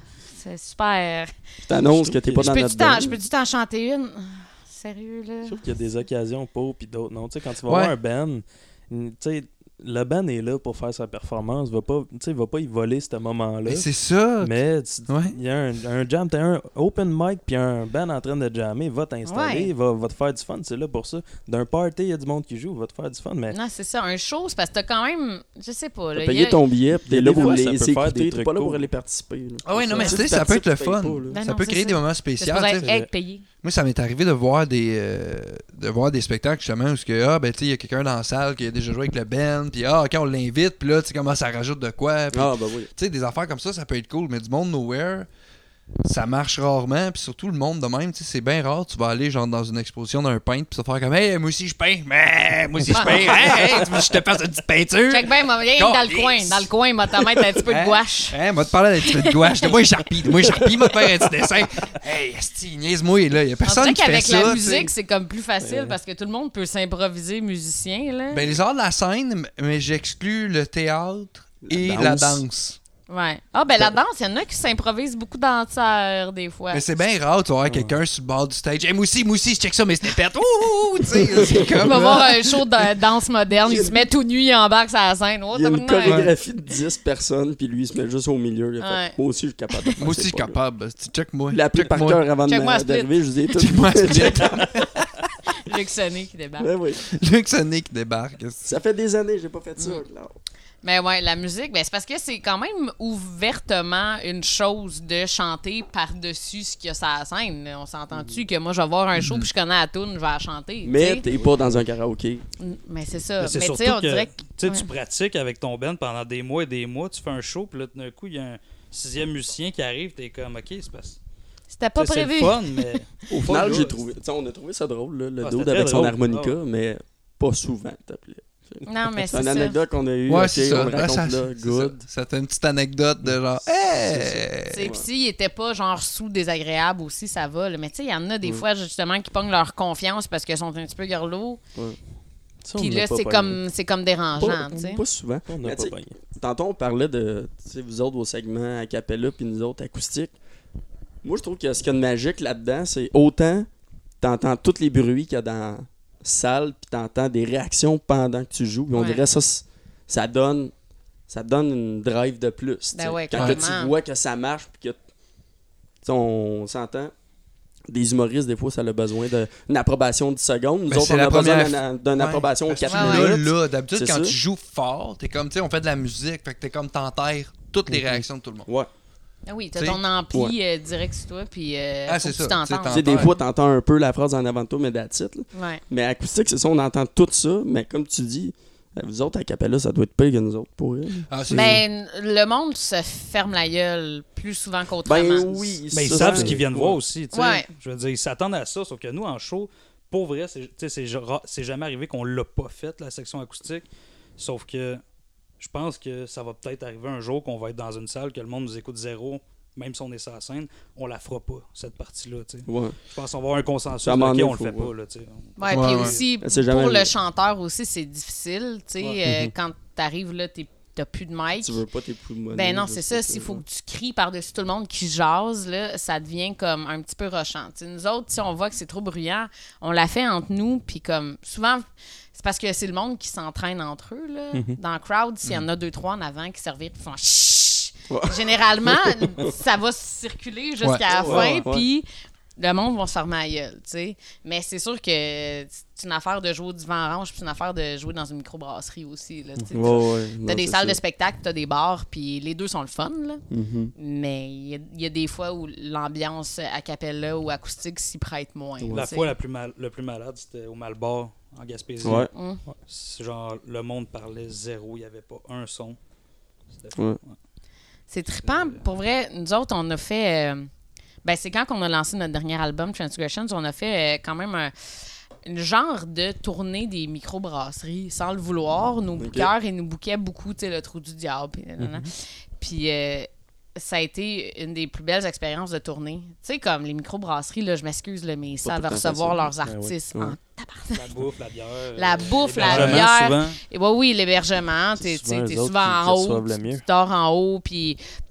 Speaker 1: C'est super.
Speaker 3: Je t'annonce que t'es pas dans notre band.
Speaker 1: Je peux-tu t'en chanter une? Sérieux, là?
Speaker 4: Je trouve qu'il y a des occasions pour puis d'autres non. Tu sais, quand tu vas
Speaker 2: Ouais.
Speaker 4: voir un band, tu sais, le band est là pour faire sa performance. Va pas y voler ce moment-là.
Speaker 2: Mais c'est ça.
Speaker 4: Mais
Speaker 2: Ouais.
Speaker 4: il y a un jam, t'as un open mic puis un band en train de jammer, va t'installer, va te faire du fun, c'est là pour ça. D'un party, il y a du monde qui joue, va te faire du fun, mais
Speaker 1: Non, c'est ça. Un show, c'est parce que t'as quand même... Je sais pas, là.
Speaker 3: T'as payé ton billet, pis t'es là
Speaker 4: des
Speaker 3: pour
Speaker 4: fois,
Speaker 3: les
Speaker 4: ça peut faire
Speaker 3: écouter,
Speaker 4: des
Speaker 3: t'es
Speaker 4: trucs
Speaker 3: pas là pour
Speaker 4: cool.
Speaker 3: aller participer. Là.
Speaker 2: Ah oui, non, mais
Speaker 3: Si
Speaker 2: tu sais,
Speaker 3: tu
Speaker 2: ça peut être le
Speaker 3: participes, tu
Speaker 2: fun.
Speaker 3: payes pas, là.
Speaker 1: Ben
Speaker 2: Ça
Speaker 1: non,
Speaker 2: peut
Speaker 1: c'est
Speaker 2: créer
Speaker 1: ça.
Speaker 2: des moments
Speaker 1: C'est
Speaker 2: spéciaux.
Speaker 1: supposé
Speaker 2: tu sais.
Speaker 1: être payé.
Speaker 2: Moi, ça m'est arrivé de voir des spectacles justement où il y a quelqu'un dans la salle qui a déjà joué avec le band, puis quand on l'invite, puis là, tu sais comment ça rajoute de quoi. Puis,
Speaker 3: Ah, ben oui.
Speaker 2: tu sais, des affaires comme ça peut être cool, mais du monde nowhere, ça marche rarement, puis surtout le monde de même, tu sais, c'est bien rare, tu vas aller genre dans une exposition d'un peintre, puis ça faire comme hey, moi aussi je peins, mais moi aussi je peins, hey, tu veux que je te fasse une petite peinture.
Speaker 1: Check bien, moi, viens dans le coin, m'a te mettre un petit peu de gouache.
Speaker 2: M'a te parler d'un petit peu de gouache, de moi Sharpie, m'a te faire un petit dessin. Hey, esti, niaise-moi là, y a
Speaker 1: On
Speaker 2: personne
Speaker 1: dirait
Speaker 2: qui fait
Speaker 1: qu'avec
Speaker 2: ça.
Speaker 1: la
Speaker 2: tu sais.
Speaker 1: musique, c'est comme plus facile parce que tout le monde peut s'improviser musicien, là.
Speaker 2: Ben les arts de la scène, mais j'exclus le théâtre et
Speaker 3: La
Speaker 2: la
Speaker 3: danse.
Speaker 2: danse.
Speaker 1: Ouais. Ah, ben la danse, il y en a qui s'improvisent beaucoup danseurs, des fois.
Speaker 2: Mais c'est bien rare, tu vas voir quelqu'un sur le bord du stage. Hey, moi aussi, je check ça, mes snippets. Ouh, tu sais, c'est
Speaker 1: On
Speaker 2: comme.
Speaker 1: va voir un show de danse moderne, il se met tout nu, il embarque sur la scène. Oh,
Speaker 3: Il y a une
Speaker 1: tabarnak.
Speaker 3: chorégraphie de 10 personnes, puis lui, il se met juste au milieu. Il a fait,
Speaker 1: Ouais.
Speaker 3: moi aussi, je suis capable de faire
Speaker 2: Moi aussi, je suis
Speaker 3: ces pas-là.
Speaker 2: capable. Tu check-moi.
Speaker 3: Il l'a appris par
Speaker 2: Check-moi.
Speaker 3: cœur avant
Speaker 1: Check-moi Split.
Speaker 3: d'arriver, je vous ai tout
Speaker 2: Check-moi Split.
Speaker 1: Luc Sonné qui débarque.
Speaker 3: Ben oui.
Speaker 2: Luc Sonné qui débarque.
Speaker 3: Ça fait des années que j'ai pas fait ça. là.
Speaker 1: Mais ouais, la musique, ben c'est parce que c'est quand même ouvertement une chose de chanter par-dessus ce qu'il y a sur la scène. là. On s'entend-tu que moi, je vais voir un show puis je connais la tune, je vais la chanter.
Speaker 3: Mais
Speaker 1: tu sais?
Speaker 3: t'es pas dans un karaoké.
Speaker 1: Mais c'est ça.
Speaker 5: Mais c'est
Speaker 1: Mais tu
Speaker 5: surtout
Speaker 1: sais, on
Speaker 5: que
Speaker 1: dirait que...
Speaker 5: tu sais,
Speaker 1: ouais.
Speaker 5: tu pratiques avec ton band pendant des mois et des mois, tu fais un show, puis là, d'un coup, il y a un 6e musicien qui arrive, t'es comme, OK, c'est parce
Speaker 1: C'était pas
Speaker 5: tu sais,
Speaker 1: prévu.
Speaker 5: c'est le fun, mais
Speaker 3: Au
Speaker 5: Pas
Speaker 3: final,
Speaker 5: là,
Speaker 3: j'ai trouvé. Tu sais, on a trouvé ça drôle, là, le
Speaker 5: Ah,
Speaker 3: dude
Speaker 5: c'était
Speaker 3: avec
Speaker 5: très
Speaker 3: son
Speaker 5: drôle.
Speaker 3: harmonica,
Speaker 5: Ah ouais.
Speaker 3: mais pas souvent, s'il te plaît.
Speaker 1: Non, mais
Speaker 3: C'est
Speaker 1: c'est
Speaker 3: une
Speaker 1: ça.
Speaker 3: anecdote qu'on a eue.
Speaker 2: Ouais,
Speaker 3: ok,
Speaker 2: c'est ça.
Speaker 3: on le
Speaker 2: Ouais,
Speaker 3: raconte
Speaker 2: ça,
Speaker 3: là,
Speaker 2: c'est
Speaker 3: good.
Speaker 2: ça. Ça fait une petite anecdote de genre.
Speaker 1: Tu
Speaker 2: Hey!
Speaker 1: sais, Puis s'ils étaient pas genre sous désagréables aussi, ça va. là. Mais tu sais, il y en a des fois justement qui pognent leur confiance parce qu'ils sont un petit peu garlots.
Speaker 4: ça, on
Speaker 1: Puis
Speaker 4: l'a
Speaker 1: là,
Speaker 4: pas
Speaker 1: c'est
Speaker 4: pogné.
Speaker 1: comme dérangeant,
Speaker 3: Pas,
Speaker 1: tu sais.
Speaker 3: pas souvent.
Speaker 4: On
Speaker 3: Mais
Speaker 4: n'a
Speaker 3: tu
Speaker 4: pas
Speaker 3: sais,
Speaker 4: pogné.
Speaker 3: tantôt, on parlait de tu sais, vous autres, vos segments a cappella, puis nous autres, acoustique. Moi, je trouve que ce qu'il y a de magique là-dedans, c'est autant t'entends tous les bruits qu'il y a dans la salle, puis t'entends des réactions pendant que tu joues. Puis on
Speaker 1: Ouais.
Speaker 3: dirait ça donne une drive de plus. tu
Speaker 1: Ben
Speaker 3: sais.
Speaker 1: ouais,
Speaker 3: Quand que tu
Speaker 1: carrément.
Speaker 3: vois que ça marche, puis que tu sais, on s'entend. Des humoristes, des fois, ça a besoin d'une approbation de 10 secondes. Nous
Speaker 2: Ben,
Speaker 3: autres,
Speaker 2: c'est
Speaker 3: on
Speaker 2: la
Speaker 3: a besoin
Speaker 2: première
Speaker 3: d'une approbation
Speaker 2: Parce que
Speaker 3: 4
Speaker 1: Ouais,
Speaker 3: minutes.
Speaker 2: là, d'habitude,
Speaker 3: C'est
Speaker 2: quand
Speaker 3: ça.
Speaker 2: tu joues fort, t'es comme, tu sais, on fait de la musique, fait que t'es comme, t'enterres toutes les réactions de tout le monde.
Speaker 3: Ouais.
Speaker 1: Ah oui, t'as
Speaker 2: T'sais,
Speaker 1: ton ampli direct sur toi, puis
Speaker 2: Ah,
Speaker 1: faut
Speaker 2: c'est
Speaker 1: que
Speaker 2: ça,
Speaker 1: tu
Speaker 2: t'sais,
Speaker 1: t'entendes.
Speaker 3: Tu sais, des fois, t'entends un peu la phrase en avant de toi, mais that's it, là.
Speaker 1: Ouais.
Speaker 3: Mais acoustique, c'est ça, on entend tout ça, mais comme tu dis, vous autres, à Capella, ça doit être pire que nous autres, pour elle.
Speaker 2: Ah, c'est-
Speaker 1: Ben, le monde se ferme la gueule plus souvent qu'autrement.
Speaker 3: Ben oui,
Speaker 5: mais ils
Speaker 3: ça,
Speaker 5: savent ce
Speaker 3: c'est-
Speaker 5: qu'ils viennent
Speaker 3: ouais.
Speaker 5: voir aussi. tu sais.
Speaker 1: Ouais.
Speaker 5: Je veux dire, ils s'attendent à ça, sauf que nous, en show, pour vrai, c'est jamais arrivé qu'on l'a pas fait, la section acoustique. Sauf que je pense que ça va peut-être arriver un jour qu'on va être dans une salle, que le monde nous écoute zéro, même si on est sur la scène, on la fera pas, cette partie-là. tu sais.
Speaker 3: Ouais.
Speaker 5: Je pense qu'on va avoir un consensus.
Speaker 3: Ça, à un moment
Speaker 5: OK,
Speaker 3: donné,
Speaker 5: on le fait
Speaker 3: faut-
Speaker 5: pas. Là, tu sais.
Speaker 1: Ouais,
Speaker 2: Ouais,
Speaker 1: puis
Speaker 2: ouais.
Speaker 1: aussi,
Speaker 3: C'est jamais
Speaker 1: pour le
Speaker 3: arrivé.
Speaker 1: chanteur aussi, c'est difficile. Tu sais,
Speaker 3: Ouais.
Speaker 1: quand t'arrives là, t'as plus de mic.
Speaker 3: Tu veux pas tes poules de
Speaker 1: Ben non, c'est ça. S'il faut que tu cries par-dessus tout le monde qui jase, là, ça devient comme un petit peu rochant. Tu sais, nous autres, si on voit que c'est trop bruyant, on la fait entre nous, puis comme souvent, c'est parce que c'est le monde qui s'entraîne entre eux. Là. Dans le crowd, s'il y en a 2-3 en avant qui servent, puis font chut.
Speaker 3: Ouais.
Speaker 1: Généralement, ça va circuler jusqu'à
Speaker 2: Ouais.
Speaker 1: la fin,
Speaker 3: Ouais.
Speaker 1: puis le monde va se fermer la gueule, tu sais. Mais c'est sûr que c'est une affaire de jouer au divan orange, puis c'est une affaire de jouer dans une microbrasserie aussi. Là, tu sais. T'as des salles de spectacle, t'as des bars, puis les deux sont le fun, là. Mais il y a des fois où l'ambiance a cappella ou acoustique s'y prête moins.
Speaker 5: La
Speaker 1: tu sais.
Speaker 5: fois le plus malade, c'était au Malbar, en Gaspésie.
Speaker 3: Ouais.
Speaker 1: Hum.
Speaker 5: Ouais. C'est genre, le monde parlait zéro, il n'y avait pas un son. C'était
Speaker 3: Ouais.
Speaker 1: C'est trippant. Pour vrai, nous autres, on a fait... ben, c'est quand on a lancé notre dernier album, Transgressions, on a fait quand même une genre de tournée des microbrasseries, sans le vouloir. Nos bookers, ils nous bookaient beaucoup, tu sais, le Trou du Diable. Puis, nanana. Puis ça a été une des plus belles expériences de tournée. Tu sais, comme les microbrasseries, là, je m'excuse, là, mais ils savent
Speaker 3: tout le temps
Speaker 1: recevoir
Speaker 3: facile.
Speaker 1: leurs
Speaker 4: Ben oui.
Speaker 1: artistes
Speaker 3: Ouais.
Speaker 1: en
Speaker 5: La bouffe, la bière.
Speaker 1: La bouffe, la
Speaker 5: l'hébergement,
Speaker 1: bière.
Speaker 5: souvent.
Speaker 1: Et ouais, oui, l'hébergement, t'es
Speaker 4: Souvent, eux
Speaker 1: t'es
Speaker 4: autres
Speaker 1: souvent
Speaker 4: qui
Speaker 1: en haut,
Speaker 4: reçoivent le
Speaker 1: tu
Speaker 4: mieux.
Speaker 1: dors en haut, puis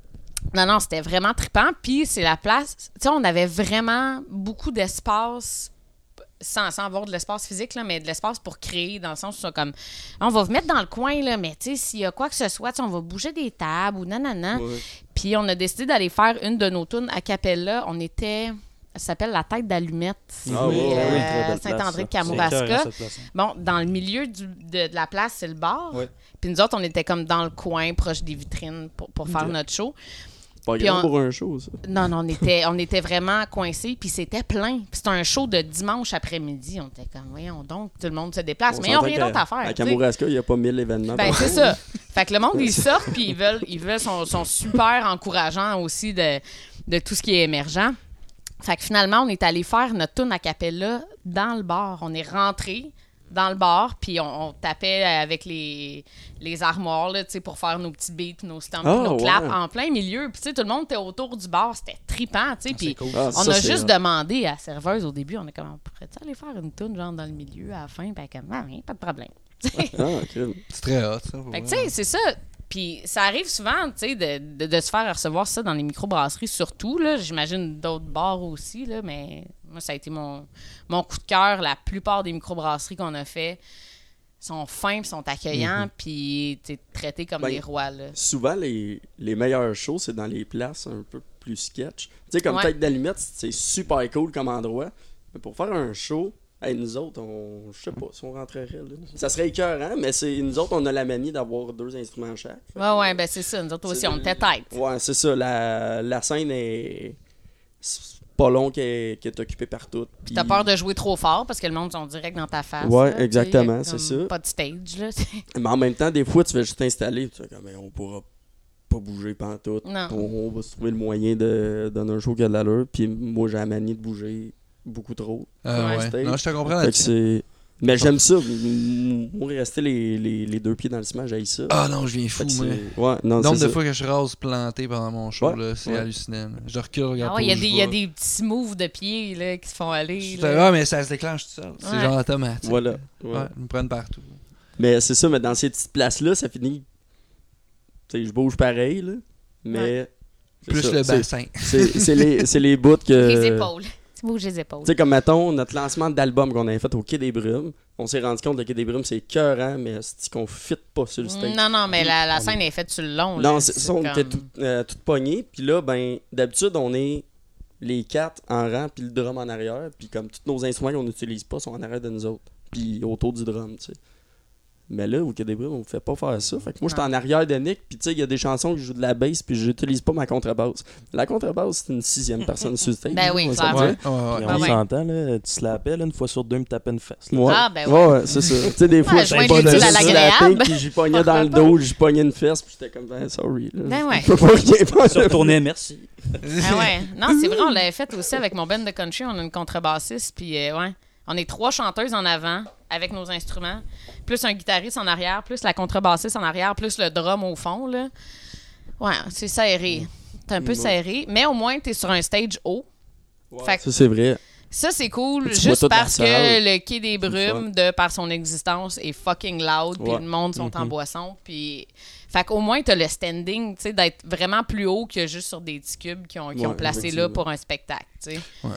Speaker 1: Non, c'était vraiment trippant. Puis c'est la place... Tu sais, on avait vraiment beaucoup d'espace, sans avoir de l'espace physique, là, mais de l'espace pour créer, dans le sens où c'est comme... On va vous mettre dans le coin, là, mais tu sais, s'il y a quoi que ce soit, on va bouger des tables ou nanana.
Speaker 3: Ouais.
Speaker 1: Puis on a décidé d'aller faire une de nos tunes a cappella. On était... Ça s'appelle La Tête d'Allumette. C'est
Speaker 3: Ah oui, très belle
Speaker 1: Saint-André de
Speaker 3: place, ça.
Speaker 5: C'est écœurant,
Speaker 1: Kamouraska.
Speaker 5: cette place-là.
Speaker 1: Bon, dans le milieu de la place, c'est le bar.
Speaker 5: Ouais.
Speaker 1: Puis nous autres, on était comme dans le coin, proche des vitrines pour faire notre show.
Speaker 3: Pas
Speaker 1: Puis
Speaker 3: grand
Speaker 1: on-
Speaker 3: pour un show, ça.
Speaker 1: Non, on était vraiment coincés, puis c'était plein. Puis c'était un show de dimanche après-midi. On était comme, voyons donc, tout le monde se déplace. Mais ils n'ont
Speaker 3: s'entend
Speaker 1: rien d'autre à faire.
Speaker 3: À
Speaker 1: tu sais.
Speaker 3: Kamouraska, il n'y a pas 1000 événements.
Speaker 1: Ben,
Speaker 3: par
Speaker 1: c'est
Speaker 3: jour.
Speaker 1: ça. Fait que le monde, ils sortent, puis ils veulent sont super encourageants aussi de tout ce qui est émergent. Fait que finalement, on est allé faire notre tune a cappella dans le bar. On est rentré dans le bar, puis on tapait avec les armoires là, tu sais, pour faire nos petits beats, nos stamps,
Speaker 3: Ah,
Speaker 1: nos claps
Speaker 3: ouais.
Speaker 1: en plein milieu. Puis tu sais, tout le monde était autour du bar. C'était trippant, tu sais. Puis
Speaker 5: cool.
Speaker 3: Ah,
Speaker 1: on
Speaker 3: ça,
Speaker 1: a
Speaker 3: c'est
Speaker 1: juste
Speaker 3: hot.
Speaker 1: demandé à la serveuse au début, on est comme, on pourrait-tu aller faire une tune genre dans le milieu à la fin? Ben comme, ah, rien, pas de problème.
Speaker 3: Ah, crème.
Speaker 2: C'est très hot, ça.
Speaker 1: Fait que, tu sais, c'est ça. Puis ça arrive souvent, tu sais, de se faire recevoir ça dans les microbrasseries, surtout, là. J'imagine d'autres bars aussi, là, mais moi, ça a été mon coup de cœur. La plupart des microbrasseries qu'on a fait sont fins, puis sont accueillants, puis t'es traités comme
Speaker 3: Ben,
Speaker 1: des rois, là.
Speaker 3: Souvent, les meilleurs shows, c'est dans les places un peu plus sketch. Tu sais, comme
Speaker 1: Ouais.
Speaker 3: Tête d'Allumette, c'est super cool comme endroit. Mais pour faire un show, hey, nous autres, je sais pas si on rentrerait là. Ça serait écœurant, mais nous autres, on a la manie d'avoir 2 instruments chaque. Fait que-
Speaker 1: Ouais, ben c'est ça. Nous autres aussi,
Speaker 3: C'est-
Speaker 1: on était tête.
Speaker 3: Ouais, c'est ça. La scène est. C'est pas long qu'elle est occupée par tout.
Speaker 1: Puis t'as peur de jouer trop fort parce que le monde sont direct dans ta face.
Speaker 3: Ouais,
Speaker 1: là, tu sais,
Speaker 3: exactement,
Speaker 1: comme
Speaker 3: c'est ça.
Speaker 1: Pas de stage, là.
Speaker 3: Mais en même temps, des fois, tu vas juste t'installer. Tu fais comme, on pourra pas bouger pantoute.
Speaker 1: Non.
Speaker 3: On va se trouver le moyen de donner un show qui a de l'allure. Puis moi, j'ai la manie de bouger beaucoup trop.
Speaker 2: Ouais.
Speaker 3: Stage.
Speaker 2: Non, je te comprends
Speaker 3: Fait que
Speaker 2: là-dessus.
Speaker 3: c'est. Mais j'aime ça. Moi, rester les 2 pieds dans le ciment, j'haïs ça.
Speaker 2: Ah non, je viens
Speaker 3: Fait
Speaker 2: fou,
Speaker 3: que
Speaker 2: moi.
Speaker 3: c'est- Ouais, non,
Speaker 2: Le
Speaker 3: c'est
Speaker 2: nombre de
Speaker 3: ça.
Speaker 2: fois que je rase planté pendant mon show,
Speaker 3: Ouais,
Speaker 2: là, c'est
Speaker 3: ouais.
Speaker 2: hallucinant. là. Je recule, regarde.
Speaker 1: Ah ouais, il y a
Speaker 2: pas où
Speaker 1: des-
Speaker 2: je
Speaker 1: il y a
Speaker 2: vais.
Speaker 1: des petits moves de pied là, qui se font aller.
Speaker 2: Je
Speaker 1: là.
Speaker 2: fais, ah, mais ça se déclenche tout seul. C'est
Speaker 1: Ouais.
Speaker 2: genre automatique.
Speaker 3: Voilà.
Speaker 2: Ouais,
Speaker 3: Ouais.
Speaker 2: ils me prennent partout.
Speaker 3: Mais c'est ça, mais dans ces petites places-là, ça finit. Tu sais, je bouge pareil, là. Mais. c'est
Speaker 2: Plus
Speaker 3: ça,
Speaker 2: le
Speaker 3: c'est-
Speaker 2: bassin.
Speaker 3: C'est les bouts que.
Speaker 1: Les épaules. Tu bouges les épaules.
Speaker 3: Tu sais, comme mettons, notre lancement d'album qu'on avait fait au Quai des Brumes, on s'est rendu compte que le Quai des Brumes, c'est écœurant, mais c'est qu'on fit pas sur le stage.
Speaker 1: Non, mais la scène est faite sur le long. là.
Speaker 3: Non, c'est ça, on était tout pognés. Puis là, ben, d'habitude, on est les 4 en rang, puis le drum en arrière. Puis comme tous nos instruments qu'on n'utilise pas sont en arrière de nous autres. Puis autour du drum, tu sais. Mais là, au Quai des Brumes, on ne fait pas faire ça. Fait que moi, j'étais en arrière de Nick, puis tu sais, il y a des chansons que je joue de la bass, puis j'utilise pas ma contrebasse. La contrebasse, c'est une 6e personne sur le stage.
Speaker 1: Ben oui,
Speaker 3: on va se
Speaker 1: clairement.
Speaker 3: le
Speaker 2: Ouais,
Speaker 3: dire.
Speaker 2: ouais, ouais.
Speaker 4: Puis
Speaker 1: Ah
Speaker 4: on
Speaker 1: ouais.
Speaker 4: s'entend, là, tu slappais, là, une fois sur deux, me tapais une fesse. là.
Speaker 3: Ouais.
Speaker 1: Ah, ben ouais.
Speaker 3: Ouais, c'est ça. Tu sais, des fois,
Speaker 1: Ouais, joindre
Speaker 2: pas
Speaker 1: l'utile
Speaker 2: de
Speaker 1: à l'agréable.
Speaker 3: puis j'y pognais dans le dos, j'y pognais une fesse, puis j'étais comme, ben, sorry. Là.
Speaker 1: Ben ouais.
Speaker 3: Je peux pas rien faire.
Speaker 5: Se retourner, merci.
Speaker 1: Ah ouais. Non, c'est vrai, on l'avait fait aussi avec mon band de country. On a une contrebassiste, puis ouais. On est 3 chanteuses en avant avec nos instruments, plus un guitariste en arrière, plus la contrebassiste en arrière, plus le drum au fond, là. Ouais, c'est serré. C'est un peu
Speaker 3: Ouais.
Speaker 1: serré, mais au moins, t'es sur un stage haut. Fait que
Speaker 3: Ça, c'est vrai.
Speaker 1: ça, c'est cool,
Speaker 3: Tu vois
Speaker 1: juste
Speaker 3: toute la
Speaker 1: parce que
Speaker 3: salle.
Speaker 1: le Quai des
Speaker 3: C'est le
Speaker 1: Brumes, de par son existence, est fucking loud, puis
Speaker 3: Ouais.
Speaker 1: le monde sont en boisson, puis... Fait qu'au moins, t'as le standing, tu sais, d'être vraiment plus haut que juste sur des petits cubes qui ont
Speaker 3: Ouais,
Speaker 1: placé là
Speaker 3: effectivement.
Speaker 1: pour un spectacle, tu sais.
Speaker 2: Ouais.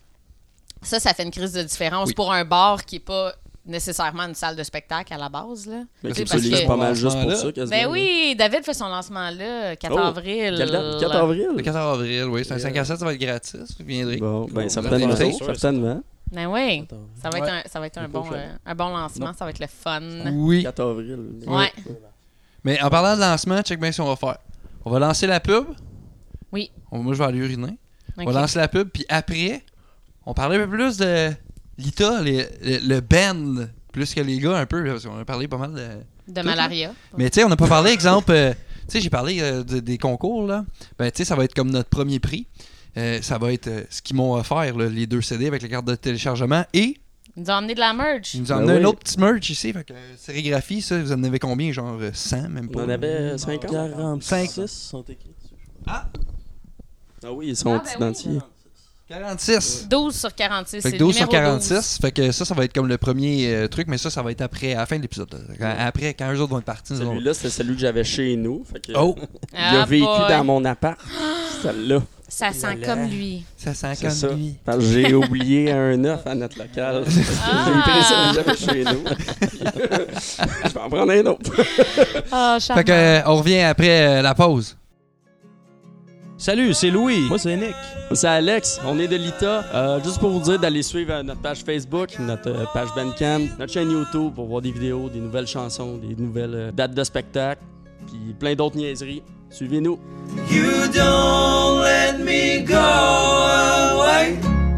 Speaker 1: Ça fait une crise de différence
Speaker 2: Oui.
Speaker 1: pour un bar qui est pas nécessairement une salle de spectacle à la base, là.
Speaker 3: Mais
Speaker 1: Tu sais,
Speaker 3: tu
Speaker 1: parce
Speaker 3: utilises
Speaker 1: que-
Speaker 3: pas mal juste pour
Speaker 2: Lancement-là.
Speaker 3: ça, quasiment.
Speaker 1: Ben oui, David fait son lancement là, 4
Speaker 3: Oh,
Speaker 1: avril.
Speaker 3: Quelle date? 4 avril?
Speaker 2: Le 14 avril, oui. C'est un 5 à 7, ça va être gratis. Vous viendrez.
Speaker 3: Bon, ben
Speaker 2: Bon,
Speaker 3: certainement.
Speaker 2: c'est
Speaker 5: sûr,
Speaker 3: Certainement.
Speaker 1: Ben oui, ça va être
Speaker 2: Ouais.
Speaker 1: ça va être
Speaker 3: C'est
Speaker 1: un bon,
Speaker 3: prochain.
Speaker 1: un bon lancement, ça va être le fun.
Speaker 2: Oui.
Speaker 3: 4 avril.
Speaker 1: Ouais.
Speaker 2: Mais en parlant de lancement, check bien ce qu'on va faire. On va lancer la pub.
Speaker 1: Oui.
Speaker 2: Moi, je vais aller uriner.
Speaker 1: Ok.
Speaker 2: On va lancer la pub, puis après, on parlait un peu plus de l'ITA, le band, plus que les gars un peu, là, parce qu'on a parlé pas mal de...
Speaker 1: De malaria.
Speaker 2: Mais tu sais, on n'a pas parlé, exemple, tu sais, j'ai parlé des concours, là. Ben, tu sais, ça va être comme notre premier prix. Ça va être ce qu'ils m'ont offert, là, les 2 CD avec la carte de téléchargement. Et
Speaker 1: Ils nous ont emmené de la merch.
Speaker 2: ils nous ont
Speaker 3: Ben
Speaker 2: amené
Speaker 3: oui.
Speaker 2: un autre petit merch ici. Fait que sérigraphie, ça, vous en avez combien? Genre 100, même
Speaker 3: On
Speaker 2: pas.
Speaker 3: en avait 50.
Speaker 4: 46 sont écrits dessus.
Speaker 3: Ah oui, ils sont
Speaker 1: Ah, ben oui.
Speaker 3: identifiés.
Speaker 2: 46.
Speaker 1: 12 sur 46.
Speaker 2: Fait
Speaker 1: c'est
Speaker 2: que
Speaker 1: le
Speaker 2: 12 sur
Speaker 1: numéro
Speaker 2: 46.
Speaker 1: 12.
Speaker 2: Fait que ça va être comme le premier truc, mais ça va être après, à la fin de l'épisode. Après, quand eux autres vont être partis. nous autres.
Speaker 3: Celui-là, c'est celui que j'avais chez nous. Fait que,
Speaker 2: Oh,
Speaker 3: il a vécu
Speaker 1: boy.
Speaker 3: dans mon appart. Celle-là.
Speaker 1: Ça sent comme lui.
Speaker 2: ça sent
Speaker 3: C'est ça.
Speaker 2: comme lui.
Speaker 3: Parce que j'ai oublié un œuf à notre local. J'ai pris celui que j'avais chez nous. Je vais en prendre un autre.
Speaker 1: Ah,
Speaker 2: Fait
Speaker 1: charmant.
Speaker 2: que, on revient après la pause.
Speaker 4: Salut, c'est Louis. Moi, c'est Nick.
Speaker 3: C'est Alex, on est de l'ITA. Juste pour vous dire d'aller suivre notre page Facebook, notre page Bandcamp, notre chaîne YouTube pour voir des vidéos, des nouvelles chansons, des nouvelles dates de spectacle, puis plein d'autres niaiseries. Suivez-nous.
Speaker 6: You don't let me go away.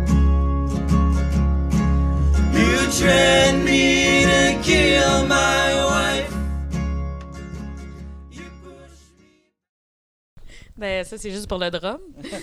Speaker 6: You threaten me to kill my wife. You push me.
Speaker 1: Ben, ça, c'est juste pour le drum.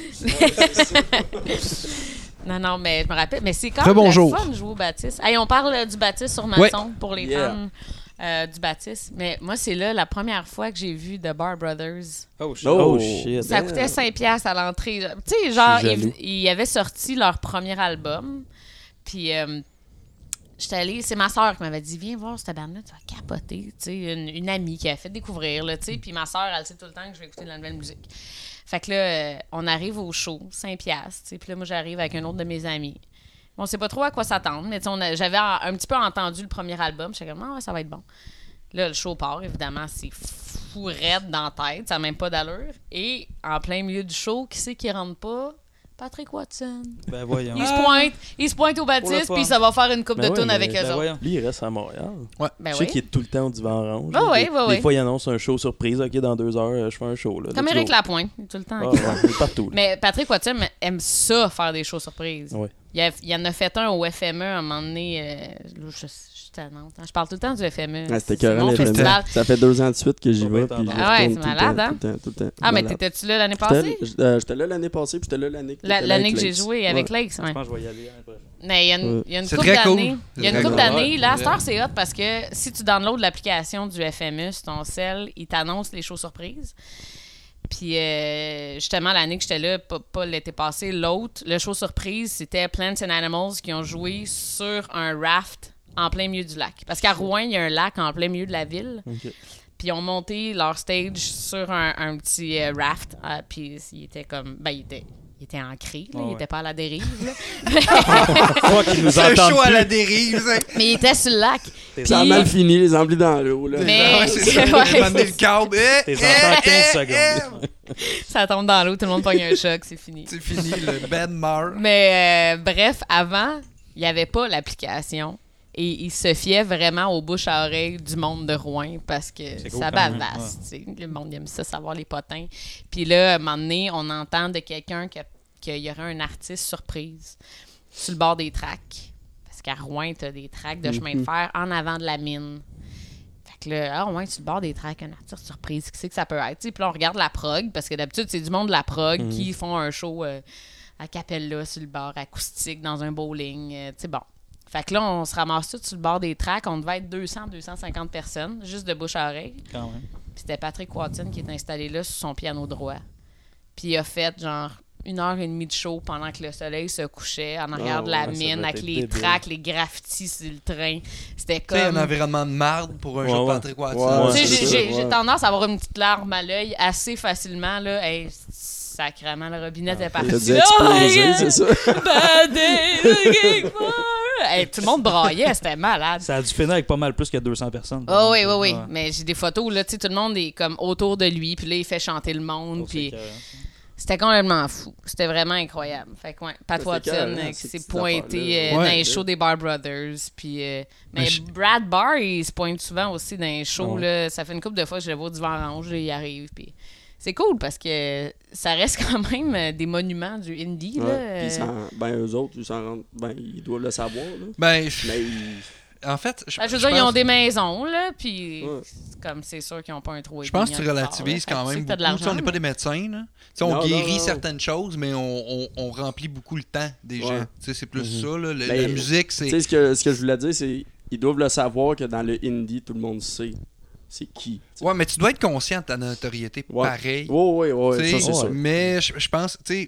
Speaker 1: Non, mais je me rappelle. Mais c'est quand même
Speaker 2: Rebonjour.
Speaker 1: le fun de jouer au Baptiste. Hey, on parle du Baptiste sur Maçon pour les
Speaker 3: Yeah.
Speaker 1: fans du Baptiste. Mais moi, c'est là la première fois que j'ai vu The Bar Brothers.
Speaker 5: Oh, shit.
Speaker 4: Oh, shit.
Speaker 1: Ça coûtait 5$ à l'entrée. Tu sais, genre,
Speaker 4: Je suis jaloux.
Speaker 1: ils avaient sorti leur premier album. Puis, j'étais allée, c'est ma soeur qui m'avait dit, viens voir cette bande-là, tu vas capoter. Tu sais, une amie qui a fait découvrir, là, tu sais. Puis ma soeur, elle sait tout le temps que je vais écouter de la nouvelle musique. Fait que là, on arrive au show, 5$. Tu sais. Puis là, moi, j'arrive avec un autre de mes amis. On sait pas trop à quoi s'attendre, mais tu sais, j'avais un petit peu entendu le premier album. J'étais comme, ah ouais, ça va être bon. Là, le show part, évidemment, c'est fou raide dans la tête, ça n'a même pas d'allure. Et en plein milieu du show, qui c'est qui rentre pas? Patrick Watson.
Speaker 5: Ben voyons.
Speaker 1: Il se pointe au
Speaker 5: Pour le
Speaker 1: Baptiste,
Speaker 5: fun.
Speaker 1: puis ça va faire une coupe
Speaker 4: Ben
Speaker 1: de
Speaker 4: ouais,
Speaker 1: tunes
Speaker 4: mais-
Speaker 1: avec eux
Speaker 5: Ben
Speaker 1: autres.
Speaker 5: voyons.
Speaker 4: Lui, il reste à Montréal.
Speaker 1: Ben
Speaker 4: je sais
Speaker 1: oui.
Speaker 4: qu'il est tout le temps au divan orange.
Speaker 1: Ben
Speaker 4: là.
Speaker 1: oui,
Speaker 4: Des-
Speaker 1: ben oui.
Speaker 4: Des fois, il annonce un show surprise. OK, dans 2 heures, je fais un show. Là.
Speaker 1: Comme
Speaker 4: Let's
Speaker 1: Éric
Speaker 4: go.
Speaker 1: Lapointe, tout le temps.
Speaker 4: Ah, ouais, il est partout. là.
Speaker 1: Mais Patrick Watson aime ça, faire des shows surprises.
Speaker 4: Ouais.
Speaker 1: Il en a fait un au FME à un moment donné. Là, je suis tannante, hein. Je parle tout le temps du FME.
Speaker 3: Ah, c'était
Speaker 1: C'est mon
Speaker 3: écœurant, les
Speaker 1: festival.
Speaker 3: Ça fait 2 ans de suite que j'y
Speaker 4: Ça
Speaker 3: vais.
Speaker 4: va
Speaker 3: Puis
Speaker 4: être
Speaker 3: j'y
Speaker 1: Ah ouais,
Speaker 3: retourne
Speaker 1: c'est
Speaker 3: tout le
Speaker 1: malade,
Speaker 3: temps,
Speaker 1: hein?
Speaker 3: tout le temps.
Speaker 1: Ah, mais
Speaker 3: Malade.
Speaker 1: t'étais-tu là l'année passée?
Speaker 3: J'étais là l'année passée, puis j'étais là l'année que t'étais là
Speaker 1: L'année
Speaker 3: avec
Speaker 1: que j'ai
Speaker 3: Lex.
Speaker 1: joué avec
Speaker 3: Ouais.
Speaker 1: Lakes, ouais.
Speaker 5: Je pense que je vais y aller l'année prochaine.
Speaker 1: Mais il y a une
Speaker 2: C'est
Speaker 1: couple
Speaker 2: très cool.
Speaker 1: d'années. Il y a une
Speaker 2: C'est
Speaker 1: couple
Speaker 2: très
Speaker 1: d'années.
Speaker 2: cool.
Speaker 1: Là, à
Speaker 2: Ouais.
Speaker 1: cette heure, c'est hot parce que si tu downloads l'application du FME sur ton cell, il t'annonce les shows surprises. Puis, justement, l'année que j'étais là, pas l'été passé, l'autre, le show surprise, c'était Plants and Animals qui ont joué sur un raft en plein milieu du lac. Parce qu'à Rouen, il y a un lac en plein milieu de la ville.
Speaker 4: OK.
Speaker 1: Puis ils ont monté leur stage sur un petit raft. Puis il était comme... Ben, il était ancré, là.
Speaker 5: Ah
Speaker 1: Il
Speaker 5: ouais.
Speaker 1: était pas à la dérive, là.
Speaker 4: Toi qui nous
Speaker 2: C'est un
Speaker 4: entends
Speaker 2: show à
Speaker 4: plus.
Speaker 2: la dérive, ça.
Speaker 1: Mais il était sur le lac.
Speaker 3: Ça a
Speaker 1: Puis-
Speaker 3: mal fini, les amplis dans l'eau. Là.
Speaker 1: Mais-
Speaker 2: Ouais, c'est ça.
Speaker 1: Ouais,
Speaker 2: Il a demandé le câble.
Speaker 4: T'es entends 15 secondes.
Speaker 1: Ça tombe dans l'eau, tout le monde pogne un choc, c'est fini.
Speaker 2: C'est fini, le Ben meurt.
Speaker 1: Mais bref, avant, il n'y avait pas l'application. Et il se fiait vraiment aux bouches à oreille du monde de Rouen parce que
Speaker 5: C'est cool
Speaker 1: ça
Speaker 5: quand même,
Speaker 1: bavasse. Tu sais. Le monde aime ça, savoir les potins. Puis là, à un moment donné, on entend de quelqu'un qu'il y aurait un artiste surprise sur le bord des tracks. Parce qu'à Rouen, tu as des tracks de chemin de fer en avant de la mine. Fait que là, ouais, sur le bord des tracks, un artiste surprise, qui c'est que ça peut être? Tu sais, puis là, on regarde la prog, parce que d'habitude, c'est du monde de la prog qui font un show à cappella sur le bord acoustique dans un bowling. Tu sais, bon. Fait que là, on se ramasse tout sur le bord des tracks. On devait être 200-250 personnes, juste de bouche à oreille.
Speaker 5: Quand même.
Speaker 1: Puis c'était Patrick Watson qui est installé là sur son piano droit. Puis il a fait genre 1h30 de show pendant que le soleil se couchait en arrière de la
Speaker 4: ouais, ça
Speaker 1: mine
Speaker 4: doit
Speaker 1: avec
Speaker 4: être
Speaker 1: les
Speaker 4: débile.
Speaker 1: tracks, les graffitis sur le train. C'était
Speaker 2: Tu sais,
Speaker 1: comme...
Speaker 2: un environnement de marde pour un
Speaker 4: Ouais,
Speaker 2: show de
Speaker 4: ouais.
Speaker 2: Patrick Watson.
Speaker 3: Ouais,
Speaker 1: Tu sais,
Speaker 3: c'est ça,
Speaker 1: j'ai
Speaker 3: ouais.
Speaker 1: tendance à avoir une petite larme à l'œil assez facilement. Là. Hey, sacrément, le robinet était
Speaker 3: Il a
Speaker 1: parti.
Speaker 3: dû
Speaker 1: Oh
Speaker 3: exploser,
Speaker 1: my
Speaker 3: c'est ça.
Speaker 1: God, bad day looking for- Hey, tout le monde braillait, c'était malade.
Speaker 5: Ça a dû finir avec pas mal plus que 200 personnes.
Speaker 1: Oh oui, oui, oui.
Speaker 5: Ouais.
Speaker 1: Mais j'ai des photos, là, tu sais, tout le monde est comme autour de lui, puis là, il fait chanter le monde,
Speaker 5: Oh, c'est
Speaker 1: puis
Speaker 5: écœurant.
Speaker 1: c'était complètement fou. C'était vraiment incroyable. Fait que, ouais, Pat
Speaker 3: C'était
Speaker 1: Watson
Speaker 3: écœurant,
Speaker 1: qui
Speaker 3: ces
Speaker 1: s'est
Speaker 3: petites
Speaker 1: pointé
Speaker 3: affaires-là.
Speaker 1: dans
Speaker 2: Ouais.
Speaker 1: les shows des Bar Brothers, puis... mais
Speaker 2: je-
Speaker 1: Brad Barr, il se pointe souvent aussi dans les shows,
Speaker 4: Ouais.
Speaker 1: là. Ça fait une couple de fois que je le vois au divan orange, là, il arrive, puis... C'est cool parce que ça reste quand même des monuments du indie, là.
Speaker 3: Ouais. Puis ben, eux autres, ils s'en rendent. Ben, ils doivent le savoir. Là.
Speaker 2: Ben,
Speaker 3: Mais ils-
Speaker 2: en fait,
Speaker 1: Je veux dire, ils
Speaker 2: pense-
Speaker 1: ont des maisons, là, puis
Speaker 3: Ouais.
Speaker 1: comme c'est sûr qu'ils n'ont pas un trou.
Speaker 2: Je pense que tu relativises quand même beaucoup. Tu sais, on n'est pas des médecins. Là. Tu sais, on
Speaker 3: Non,
Speaker 2: guérit
Speaker 3: non.
Speaker 2: certaines choses, mais on remplit beaucoup le temps des
Speaker 3: Ouais.
Speaker 2: gens. Tu sais, c'est plus ça. Là. La
Speaker 3: Ben,
Speaker 2: musique,
Speaker 3: Tu
Speaker 2: c'est...
Speaker 3: sais, ce que je voulais dire, c'est ils doivent le savoir que dans le indie, tout le monde sait c'est qui.
Speaker 2: Ouais, mais tu dois être conscient de ta notoriété
Speaker 3: Ouais.
Speaker 2: pareil.
Speaker 3: Oui, oui,
Speaker 2: Tu
Speaker 3: oui.
Speaker 2: sais,
Speaker 3: Ça, c'est sûr.
Speaker 2: mais je pense, tu sais,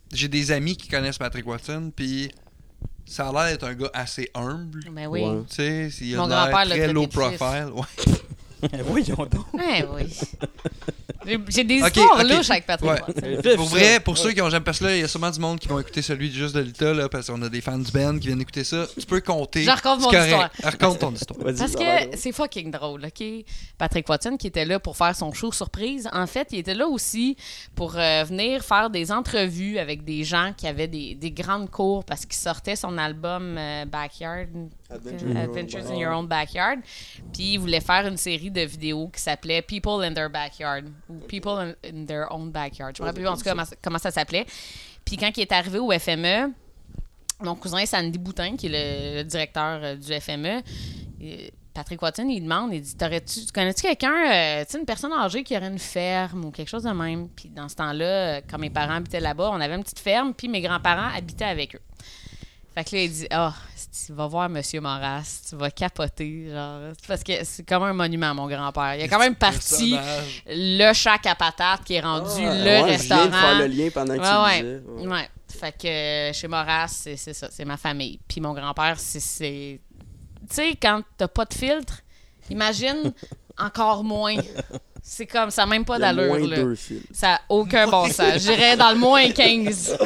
Speaker 2: j'ai des amis qui connaissent Patrick Watson, puis ça a l'air d'être un gars assez humble.
Speaker 1: Ben oui.
Speaker 3: Ouais.
Speaker 2: Tu sais, il a
Speaker 1: Mon
Speaker 2: l'air
Speaker 1: grand-père l'a
Speaker 2: très low
Speaker 1: traité de fif.
Speaker 2: profile. Ouais.
Speaker 5: Voyons donc.
Speaker 1: Ouais, oui. J'ai des
Speaker 2: Ok,
Speaker 1: histoires
Speaker 2: ok.
Speaker 1: louches avec Patrick
Speaker 2: Ouais.
Speaker 1: Watson.
Speaker 2: Pour vrai, pour ceux qui ont jamais... Parce que là, il y a sûrement du monde qui vont écouter celui juste de Lita, là, parce qu'on a des fans du band qui viennent écouter ça. Tu peux compter.
Speaker 1: Je raconte mon
Speaker 2: C'est correct.
Speaker 1: histoire.
Speaker 2: Raconte ton histoire.
Speaker 3: Vas-y,
Speaker 1: Parce
Speaker 3: ça va être
Speaker 1: que c'est fucking drôle, OK? Patrick Watson, qui était là pour faire son show surprise, en fait, il était là aussi pour venir faire des entrevues avec des gens qui avaient des grandes cours parce qu'il sortait son album Backyard, Adventures in Your Own Backyard. Puis il voulait faire une série de vidéos qui s'appelait People in Their Backyard ou People in Their Own Backyard. Je me rappelle plus en tout cas comment ça s'appelait. Puis quand il est arrivé au FME, mon cousin Sandy Boutin, qui est le directeur du FME, Patrick Watson, il demande, il dit, connais-tu quelqu'un, une personne âgée qui aurait une ferme ou quelque chose de même? Puis dans ce temps-là, quand mes parents habitaient là-bas, on avait une petite ferme, puis mes grands-parents habitaient avec eux. Fait que là, il dit, tu vas voir Monsieur Maras, tu vas capoter, genre, parce que c'est comme un monument, mon grand-père. Il a quand même parti
Speaker 2: Personnage.
Speaker 1: le shack à patates qui est rendu le
Speaker 3: Je viens
Speaker 1: restaurant.
Speaker 3: de faire le lien pendant que tu le disais.
Speaker 1: Ouais. Fait que chez Maras, c'est ça, c'est ma famille. Puis mon grand-père, c'est... Tu sais, quand t'as pas de filtre, imagine encore moins. C'est comme, ça n'a même pas
Speaker 3: Il y a
Speaker 1: d'allure,
Speaker 3: moins
Speaker 1: là.
Speaker 3: 2 fils.
Speaker 1: Ça n'a aucun bon sens. J'irais dans le moins 15.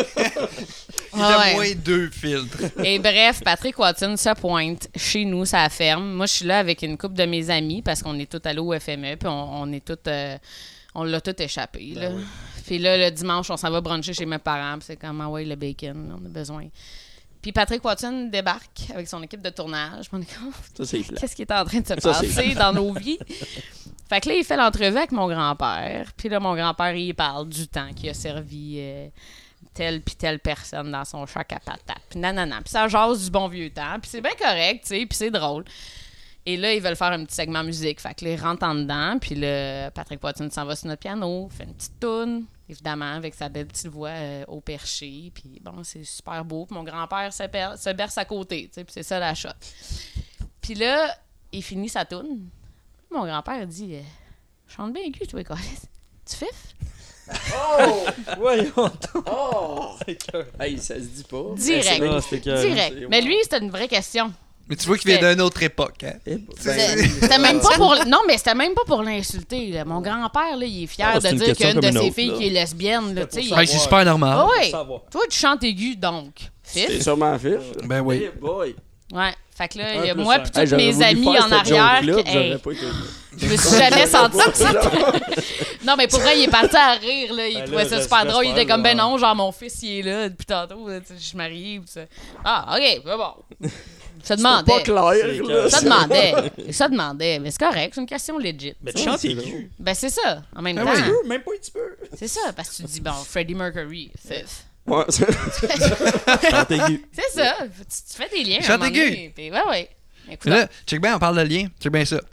Speaker 2: Il a moins 2 filtres.
Speaker 1: Et bref, Patrick Watson se pointe chez nous, ça ferme. Moi, je suis là avec une couple de mes amis parce qu'on est tous allés au FME, puis on est tous... on l'a tout échappé, là.
Speaker 3: oui.
Speaker 1: Puis là, le dimanche, on s'en va bruncher chez mes parents, puis c'est comme, ah ouais, le bacon, on a besoin. Puis Patrick Watson débarque avec son équipe de tournage. On est comme,
Speaker 3: Ça, c'est plat.
Speaker 1: qu'est-ce qui est en train de se
Speaker 3: Ça, c'est
Speaker 1: passer dans nos vies? Fait que là, il fait l'entrevue avec mon grand-père. Puis là, mon grand-père, il parle du temps qu'il a servi telle puis telle personne dans son shack à patates. Puis nanana. Puis ça jase du bon vieux temps. Puis c'est bien correct, tu sais, puis c'est drôle. Et là, ils veulent faire un petit segment musique. Fait que là, ils rentrent en dedans. Puis là, Patrick Watson s'en va sur notre piano, fait une petite toune, évidemment, avec sa belle petite voix au perché. Puis bon, c'est super beau. Puis mon grand-père se berce à côté, tu sais, puis c'est ça la shot. Puis là, il finit sa toune. Mon grand-père dit chante bien aigu, toi, Colis. Tu fifes?
Speaker 5: Voyons donc.
Speaker 3: Oh!
Speaker 5: C'est cœur.
Speaker 3: Hey, ça se dit pas.
Speaker 1: Direct.
Speaker 3: Ben,
Speaker 5: Ah, c'était cœur.
Speaker 1: Direct.
Speaker 3: c'est-
Speaker 1: Mais lui, c'était une vraie question.
Speaker 2: Mais tu vois qu'il vient d'une autre époque. Hein?
Speaker 3: ben,
Speaker 1: C'était même pas pour... Non, mais c'était même pas pour l'insulter, là. Mon grand-père, là, il est fier
Speaker 4: Ah,
Speaker 1: de
Speaker 4: c'est une
Speaker 1: dire
Speaker 4: question
Speaker 1: qu'il y a une
Speaker 4: comme
Speaker 1: de
Speaker 4: une
Speaker 1: ses
Speaker 4: autre,
Speaker 1: filles
Speaker 4: là.
Speaker 1: qui est lesbienne, là, tu sais.
Speaker 2: Ouais, c'est super normal.
Speaker 1: Ah oui.
Speaker 5: Savoir.
Speaker 1: Toi, tu chantes aigu, donc.
Speaker 3: C'est
Speaker 1: Fif.
Speaker 3: sûrement fiche.
Speaker 2: Ben oui.
Speaker 3: Hey boy.
Speaker 1: Ouais. Fait que là,
Speaker 5: Un
Speaker 1: il y a
Speaker 5: plus
Speaker 1: moi
Speaker 5: un.
Speaker 1: puis
Speaker 3: Hey,
Speaker 1: tous
Speaker 3: j'aurais
Speaker 1: mes
Speaker 3: voulu
Speaker 1: amis
Speaker 3: faire
Speaker 1: en
Speaker 3: cette
Speaker 1: arrière.
Speaker 3: joke-là,
Speaker 1: qui-
Speaker 3: j'aurais
Speaker 1: hey,
Speaker 3: pas été-
Speaker 1: je me suis jamais senti Non, mais pour vrai, il est parti à rire, là. Il
Speaker 5: Ben
Speaker 1: trouvait
Speaker 5: là,
Speaker 1: ça super drôle. Il était
Speaker 5: j'espère,
Speaker 1: comme, ben
Speaker 5: là.
Speaker 1: non, genre, mon fils, il est là depuis tantôt. là, tu sais, je suis mariée. Pis ça. Ah, OK, ben bon. Ça
Speaker 3: C'est
Speaker 1: demandait.
Speaker 3: pas clair, là.
Speaker 1: Ça demandait. Ça demandait. Mais c'est correct, c'est une question legit.
Speaker 5: Mais tu chantes aigu.
Speaker 1: Ben, c'est ça. En même
Speaker 2: Ah
Speaker 1: temps.
Speaker 2: oui.
Speaker 5: Même pas un petit peu.
Speaker 1: C'est ça, parce que tu te dis, bon, Freddie Mercury, fif.
Speaker 3: Ouais,
Speaker 4: Chante aigu.
Speaker 1: C'est ça. Tu fais des liens.
Speaker 2: Chante
Speaker 1: à un moment
Speaker 2: aigu.
Speaker 1: donné, puis ouais, ouais. Écoute,
Speaker 2: Mais là, check bien, on parle de lien. Check bien ça.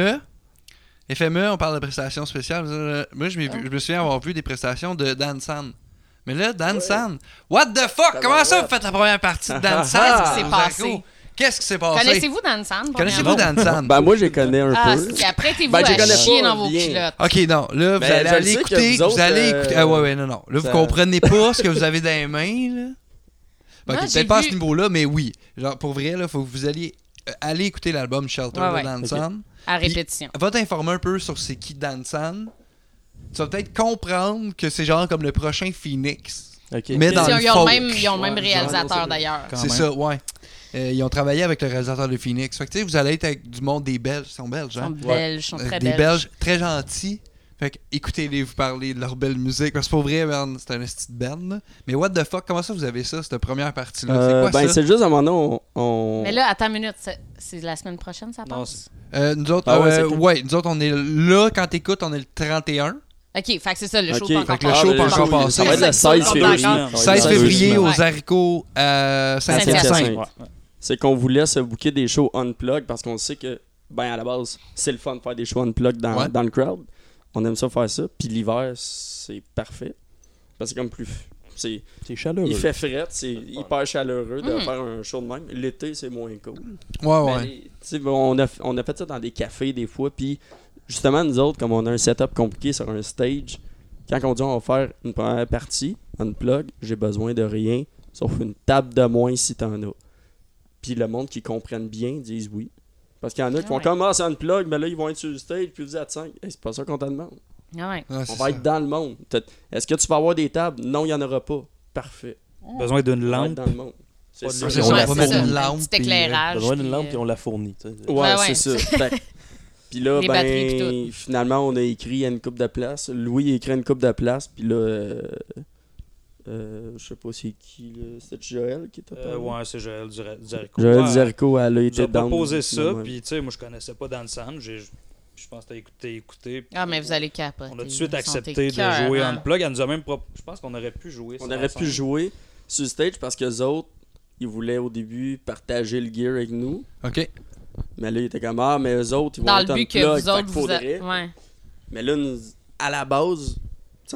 Speaker 2: FME, on parle de prestations spéciales. Moi, je me souviens avoir vu des prestations de Dan San. Mais là, Dan San, what the fuck? Comment ça, vous faites la première partie de Dan San?
Speaker 1: Qu'est-ce qui s'est
Speaker 2: aux
Speaker 1: passé?
Speaker 2: Arcos? Qu'est-ce qui s'est passé?
Speaker 1: connaissez-vous Dan San?
Speaker 2: Connaissez-vous Dan San?
Speaker 3: Ben, moi, je les connais un
Speaker 1: Ah,
Speaker 3: peu.
Speaker 1: puis apprêtez-vous
Speaker 3: Ben, je
Speaker 1: à
Speaker 3: connais
Speaker 1: chier
Speaker 3: pas
Speaker 1: dans vos
Speaker 3: bien.
Speaker 1: culottes.
Speaker 2: Ok, non. Là, vous
Speaker 3: Ben,
Speaker 2: allez
Speaker 3: je
Speaker 2: aller
Speaker 3: sais que
Speaker 2: écouter.
Speaker 3: vous autres,
Speaker 2: Vous allez écouter. Ah, ouais, non. Là, vous
Speaker 3: ça-
Speaker 2: comprenez pas ce que vous avez dans les mains, là. Ben,
Speaker 1: Moi,
Speaker 2: ok,
Speaker 1: j'ai
Speaker 2: peut-être pas à
Speaker 1: vu-
Speaker 2: ce niveau-là, mais oui. Genre, pour vrai, là, faut que vous alliez aller écouter l'album Shelter
Speaker 1: Ouais,
Speaker 2: de
Speaker 1: ouais.
Speaker 2: Dan
Speaker 3: Ok.
Speaker 2: San.
Speaker 1: À répétition.
Speaker 2: Va t'informer un peu sur c'est qui Dan San. Tu vas peut-être comprendre que c'est genre comme le prochain Phoenix.
Speaker 4: Ok.
Speaker 2: Mais dans le
Speaker 1: Ils ont
Speaker 2: folk.
Speaker 1: le même
Speaker 3: Ouais,
Speaker 1: réalisateur,
Speaker 3: genre,
Speaker 1: d'ailleurs.
Speaker 5: Quand
Speaker 2: C'est
Speaker 5: même.
Speaker 2: ça, ouais. Ils ont travaillé avec le réalisateur de Phoenix. Fait que tu sais, vous allez être avec du monde des Belges. Ils sont belges,
Speaker 1: Ils sont
Speaker 2: hein?
Speaker 1: belges, ils sont très
Speaker 2: Des
Speaker 1: belges.
Speaker 2: Belges très gentils. Fait que écoutez-les vous parler de leur belle musique. Parce que pour vrai, man, c'est un esti de band. Là. Mais what the fuck, comment ça vous avez ça, cette première partie-là? C'est quoi
Speaker 3: Ben,
Speaker 2: ça?
Speaker 3: c'est juste à un moment donné, on...
Speaker 1: Mais là, attends une minute, c'est la semaine prochaine, ça
Speaker 5: Non,
Speaker 1: passe?
Speaker 2: Nous autres,
Speaker 3: Ah ouais, c'est quand?
Speaker 2: ouais, nous autres, on est là, quand t'écoutes, on est le 31.
Speaker 1: OK, fait que c'est ça, le show
Speaker 3: Ok.
Speaker 1: pas encore
Speaker 2: Fait que le
Speaker 1: passé.
Speaker 2: show
Speaker 3: ben,
Speaker 2: pas encore
Speaker 3: show,
Speaker 2: passé.
Speaker 3: Ça va être le 16
Speaker 1: Ah,
Speaker 3: février.
Speaker 1: d'accord.
Speaker 2: 16
Speaker 3: Ouais,
Speaker 2: février
Speaker 3: ouais.
Speaker 2: aux haricots à
Speaker 1: Saint-Hyacinthe.
Speaker 2: Saint-Hyacinthe.
Speaker 5: Ouais.
Speaker 3: C'est qu'on voulait se booker des shows unplug parce qu'on sait que, ben, à la base, c'est le fun de faire des shows unplug
Speaker 2: Ouais.
Speaker 3: dans le crowd. On aime ça faire ça. Puis l'hiver, c'est parfait. Parce que c'est comme plus... C'est,
Speaker 4: C'est chaleureux.
Speaker 3: il fait fret, c'est hyper chaleureux de
Speaker 1: Mhm.
Speaker 3: faire un show de même. L'été, c'est moins cool.
Speaker 2: Ouais,
Speaker 3: Mais
Speaker 2: ouais.
Speaker 3: tu sais, on a fait ça dans des cafés des fois. Puis justement, nous autres, comme on a un setup compliqué sur un stage, quand on dit on va faire une première partie, unplug, j'ai besoin de rien, sauf une table de moins si t'en as. Puis le monde qui comprenne bien disent oui. Parce qu'il y en a qui font comme c'est unplug, mais là ils vont être sur le stage, puis vous êtes 5. Hey, c'est pas ça qu'on te demande.
Speaker 1: Ah ouais.
Speaker 2: Ouais, c'est
Speaker 3: On va
Speaker 2: ça.
Speaker 3: être dans le monde. Est-ce que tu vas avoir des tables? Non, il n'y en aura pas. Parfait.
Speaker 5: Besoin d'une
Speaker 3: On va être
Speaker 5: lampe.
Speaker 3: dans le monde. C'est
Speaker 4: Pas de
Speaker 3: ça.
Speaker 4: lampe.
Speaker 2: C'est
Speaker 4: On
Speaker 2: ça,
Speaker 4: l'a
Speaker 2: on va
Speaker 4: fait.
Speaker 2: mettre
Speaker 1: ça.
Speaker 2: une
Speaker 1: Un
Speaker 2: lampe.
Speaker 1: petit
Speaker 2: puis,
Speaker 1: éclairage.
Speaker 4: Besoin d'une
Speaker 1: puis,
Speaker 4: lampe, puis on l'a fournie. tu sais.
Speaker 3: Ouais,
Speaker 1: ouais.
Speaker 3: c'est ça. Puis là,
Speaker 1: Les batteries pis
Speaker 3: ben, finalement, on a écrit à une coupe de place. Louis a écrit à une coupe de place, puis là, je sais pas c'est qui, là. C'était Joël qui était pas
Speaker 5: Ouais, c'est Joël Duzarico.
Speaker 3: Joël
Speaker 5: Ouais.
Speaker 3: Zerko, elle a
Speaker 5: J'ai
Speaker 3: été dans.
Speaker 5: proposé ça,
Speaker 3: Ouais.
Speaker 5: puis tu sais, moi je connaissais pas Dan San. Je pense que t'as écouté.
Speaker 1: Ah, mais vous allez capoter.
Speaker 5: On a tout de suite
Speaker 1: Ils sont
Speaker 5: accepté de
Speaker 1: écœurants.
Speaker 5: jouer Unplug. Elle nous a même je pense qu'on aurait pu jouer
Speaker 3: On
Speaker 5: sur
Speaker 3: aurait
Speaker 5: la
Speaker 3: pu
Speaker 5: scène.
Speaker 3: jouer sur le stage parce que les autres, ils voulaient au début partager le gear avec nous.
Speaker 2: OK.
Speaker 3: Mais là, ils étaient comme mais eux autres, ils vont
Speaker 1: Dans
Speaker 3: être
Speaker 1: le but que
Speaker 3: unplug,
Speaker 1: vous
Speaker 3: fait
Speaker 1: autres,
Speaker 3: qu'il
Speaker 1: vous
Speaker 3: faudrait.
Speaker 1: êtes. Ouais.
Speaker 3: Mais là, à la base, tu sais,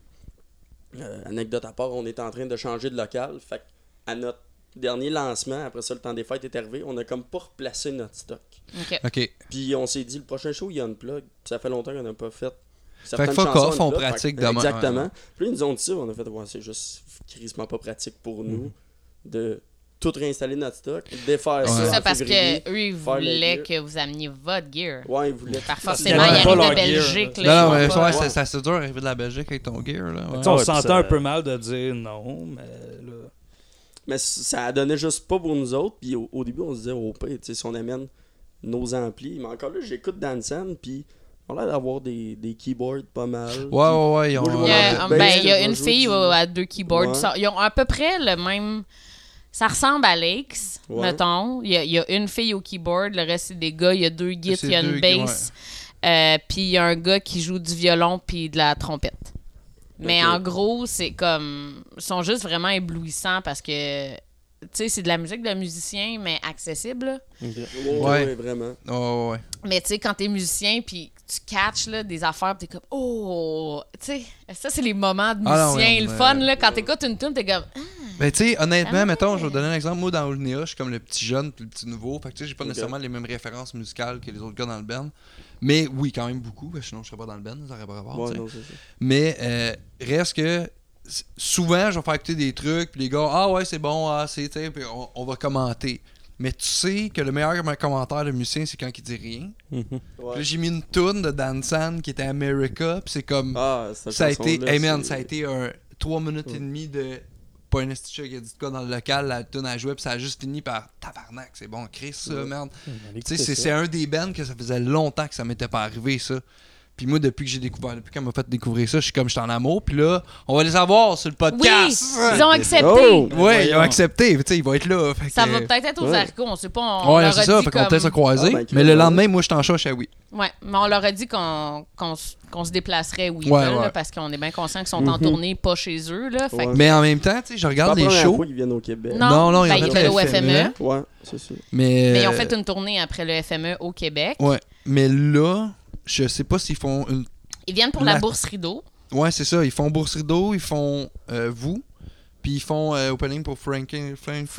Speaker 3: anecdote à part, on était en train de changer de local. Fait à notre dernier lancement, après ça, le temps des fêtes est arrivé, on a comme pas replacé notre stock.
Speaker 1: OK.
Speaker 2: OK.
Speaker 3: Puis on s'est dit, le prochain show, il y a Unplug. Puis ça fait longtemps qu'on n'a pas fait.
Speaker 2: Fait que fuck off, on pratique demain.
Speaker 3: Exactement.
Speaker 2: Ouais.
Speaker 3: Puis là, ils nous ont dit ça, on a fait, c'est juste crissement pas pratique pour nous de tout réinstaller notre stock, défaire ça.
Speaker 1: C'est
Speaker 3: en
Speaker 1: ça, parce
Speaker 3: février.
Speaker 1: que eux, ils
Speaker 3: faire le
Speaker 1: voulaient
Speaker 3: gear.
Speaker 1: que vous ameniez votre gear.
Speaker 3: Ouais, ils voulaient.
Speaker 1: Par
Speaker 5: Parce
Speaker 1: forcément,
Speaker 5: qu'ils
Speaker 1: il
Speaker 5: avaient pas
Speaker 1: arrive de
Speaker 5: leur gear.
Speaker 1: Belgique.
Speaker 2: Non,
Speaker 1: là,
Speaker 2: non,
Speaker 1: je
Speaker 2: mais
Speaker 1: vois pas.
Speaker 2: ouais, c'est assez dur d'arriver de la Belgique avec ton gear. Là.
Speaker 5: Tu
Speaker 2: Ouais.
Speaker 5: sais, on
Speaker 3: Ouais,
Speaker 5: se sentait
Speaker 3: puis ça-
Speaker 5: un peu mal de dire non, mais là.
Speaker 3: Mais ça a donné juste pas pour nous autres. Puis au début, on se disait, oh, pire, tu sais, si on amène nos amplis. Mais encore là, j'écoute Dansen, puis on a l'air d'avoir des keyboards pas mal.
Speaker 2: Ouais, ils ont.
Speaker 3: Moi,
Speaker 1: Il y a,
Speaker 3: Ouais,
Speaker 1: ben, il y a
Speaker 3: je
Speaker 1: une
Speaker 3: vais
Speaker 1: fille
Speaker 3: jouer du-
Speaker 1: à 2 keyboards.
Speaker 3: Ouais.
Speaker 1: Ils ont à peu près le même. Ça ressemble à Lakes,
Speaker 3: Ouais.
Speaker 1: mettons. Il y a une fille au keyboard, le reste, c'est des gars. Il y a 2 guides,
Speaker 2: C'est
Speaker 1: il y a
Speaker 2: deux
Speaker 1: une
Speaker 2: gars,
Speaker 1: bass. Puis il y a un gars qui joue du violon puis de la trompette. Mais
Speaker 3: Ok.
Speaker 1: en gros, c'est comme. Ils sont juste vraiment éblouissants parce que. Tu sais, c'est de la musique de musicien, mais accessible. Là.
Speaker 3: Ouais,
Speaker 2: Ouais.
Speaker 3: vraiment.
Speaker 2: Ouais.
Speaker 1: Mais tu sais, quand t'es musicien, puis tu catches là, des affaires, pis t'es comme, oh, tu sais, ça, c'est les moments de
Speaker 2: Ah non,
Speaker 1: musicien,
Speaker 2: ouais,
Speaker 1: le
Speaker 2: mais-
Speaker 1: fun, là, quand t'écoutes une tune, t'es comme, ah,
Speaker 2: Ben, tu sais, honnêtement,
Speaker 1: Ah.
Speaker 2: mettons, je vais vous donner un exemple. Moi, dans Olnea, je suis comme le petit jeune puis le petit nouveau. Fait que, tu sais, j'ai pas
Speaker 3: Ok.
Speaker 2: nécessairement les mêmes références musicales que les autres gars dans le band. Mais oui, quand même beaucoup. Parce que sinon, je serais pas dans le band. Ça aurait pas rapport.
Speaker 3: Ouais,
Speaker 2: tu sais.
Speaker 3: non, c'est ça.
Speaker 2: Mais reste que souvent, je vais faire écouter des trucs, puis les gars, ah ouais, c'est bon, ah c'est, tu sais, puis on va commenter. Mais tu sais que le meilleur commentaire de musicien, c'est quand il dit rien.
Speaker 3: Ouais.
Speaker 2: Puis là, j'ai mis une toune de Dan San qui était America, puis c'est comme.
Speaker 3: Ah, cette
Speaker 2: ça a été.
Speaker 3: chanson-là,
Speaker 2: Hey man,
Speaker 3: c'est-
Speaker 2: ça a été un 3 minutes et demie de. Pas un esti qui a dit de quoi dans le local, la tune a joué, puis ça a juste fini par tabarnak, c'est bon, Chris, ça, merde. Tu sais, c'est un des bands que ça faisait longtemps que ça m'était pas arrivé, ça. Puis moi, depuis qu'elle m'a fait découvrir ça, je suis en amour. Puis là, on va les avoir sur le
Speaker 1: oui,
Speaker 2: podcast.
Speaker 1: ils ont accepté.
Speaker 3: Oh!
Speaker 2: Ouais, ils ont accepté. Tu sais, ils vont être là. Fait
Speaker 1: Ça
Speaker 2: que-
Speaker 1: va peut-être être aux
Speaker 3: Ouais.
Speaker 1: haricots, on sait pas, on
Speaker 2: Ouais,
Speaker 1: leur
Speaker 2: c'est
Speaker 1: a
Speaker 2: ça.
Speaker 1: dit
Speaker 2: Fait qu'on va peut-être se
Speaker 1: comme...
Speaker 2: croiser.
Speaker 3: Ah, ben,
Speaker 2: mais le
Speaker 3: ouais.
Speaker 2: lendemain, moi, je suis en chat chez Oui.
Speaker 1: Ouais, mais on leur a dit qu'on se déplacerait où ils
Speaker 2: Ouais,
Speaker 1: veulent, là,
Speaker 2: ouais.
Speaker 1: parce qu'on est bien conscients qu'ils sont en tournée, pas chez eux, là, fait que-
Speaker 3: Ouais.
Speaker 2: Mais en même temps, tu sais, je
Speaker 3: C'est pas
Speaker 2: regarde
Speaker 3: la
Speaker 2: les
Speaker 3: première
Speaker 2: shows.
Speaker 3: fois qu'ils viennent au Québec.
Speaker 1: Non,
Speaker 2: Non, ils
Speaker 1: ben,
Speaker 2: ont
Speaker 1: ils
Speaker 2: fait
Speaker 1: étaient au
Speaker 2: le
Speaker 1: FME,
Speaker 3: Ouais, c'est ça.
Speaker 1: mais ils ont fait une tournée après le FME au Québec.
Speaker 2: Ouais. Mais là, je sais pas s'ils font une.
Speaker 1: Ils viennent pour la bourse Rideau.
Speaker 2: Ouais, c'est ça. Ils font Bourse Rideau, ils font vous. Puis ils font opening pour Franklin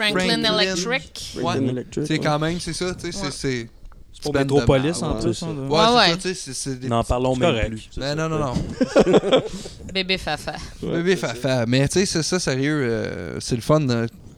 Speaker 1: Electric.
Speaker 2: Ouais.
Speaker 3: Franklin Electric,
Speaker 2: C'est
Speaker 3: ouais.
Speaker 2: quand même, c'est ça. Tu sais,
Speaker 1: Ouais.
Speaker 2: c'est.
Speaker 5: C'est pour
Speaker 2: band de
Speaker 5: Métropolis
Speaker 2: marde,
Speaker 5: en
Speaker 3: ouais,
Speaker 5: plus.
Speaker 3: c'est
Speaker 5: hein,
Speaker 3: ça.
Speaker 5: de-
Speaker 2: Ouais,
Speaker 1: Ouais,
Speaker 2: c'est
Speaker 1: ouais.
Speaker 2: ça, tu sais, c'est des
Speaker 4: N'en parlons
Speaker 5: C'est
Speaker 4: même
Speaker 5: correct.
Speaker 4: plus.
Speaker 2: Mais non.
Speaker 1: Bébé Fafa.
Speaker 3: Ouais,
Speaker 2: Bébé
Speaker 3: c'est ça.
Speaker 2: Fafa. Mais tu sais, c'est ça, sérieux. C'est le fun.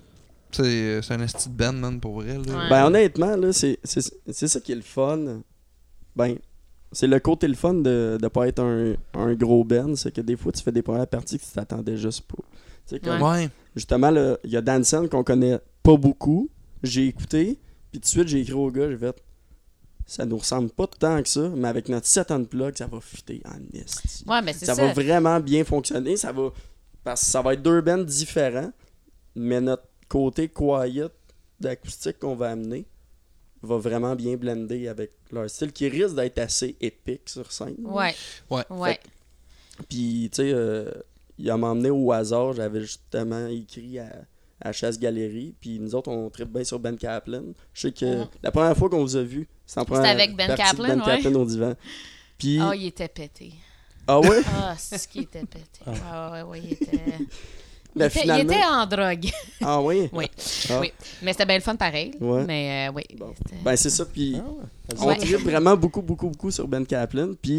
Speaker 2: C'est un esti de band, man, pour vrai. Là.
Speaker 1: Ouais.
Speaker 3: Ben honnêtement, là, c'est ça qui est le fun. Ben, c'est le côté le fun de pas être un gros band, c'est que des fois tu fais des premières parties que tu t'attendais juste pas. Tu sais, comme,
Speaker 2: Ouais.
Speaker 3: justement, là, il y a Dansen qu'on connaît pas beaucoup. J'ai écouté, puis tout de suite j'ai écrit au gars, j'ai fait ça nous ressemble pas tant que ça, mais avec notre set unplug, ça va fitter en esti.
Speaker 1: Ouais, mais c'est
Speaker 3: Ça
Speaker 1: ça.
Speaker 3: va vraiment bien fonctionner, parce que ça va être deux bands différents, mais notre côté quiet d'acoustique qu'on va amener va vraiment bien blender avec leur style qui risque d'être assez épique sur scène.
Speaker 1: Ouais.
Speaker 2: Ouais.
Speaker 1: Ouais.
Speaker 3: Puis, tu sais, il m'a emmené au hasard. J'avais justement écrit à Chasse Galerie. Puis nous autres, on tripe bien sur Ben Kaplan. Je sais que
Speaker 1: Mhm.
Speaker 3: la première fois qu'on vous a vu, c'était en première
Speaker 1: avec Ben
Speaker 3: partie de
Speaker 1: Kaplan,
Speaker 3: Ben Kaplan au divan. Puis,
Speaker 1: Ah, il était pété.
Speaker 3: ah ouais?
Speaker 1: Ah, c'est ce qui était pété. Ah, ouais, il était...
Speaker 3: Mais
Speaker 1: il
Speaker 3: finalement-
Speaker 1: était en drogue.
Speaker 3: Ah oui?
Speaker 1: Oui.
Speaker 3: Ah.
Speaker 1: Oui. Mais c'était bien le fun pareil.
Speaker 3: Ouais.
Speaker 1: Mais oui.
Speaker 3: Bon.
Speaker 1: c'était-
Speaker 3: Ben c'est ça. Puis, on
Speaker 1: Ouais.
Speaker 3: tripe vraiment beaucoup sur Ben Kaplan. Puis,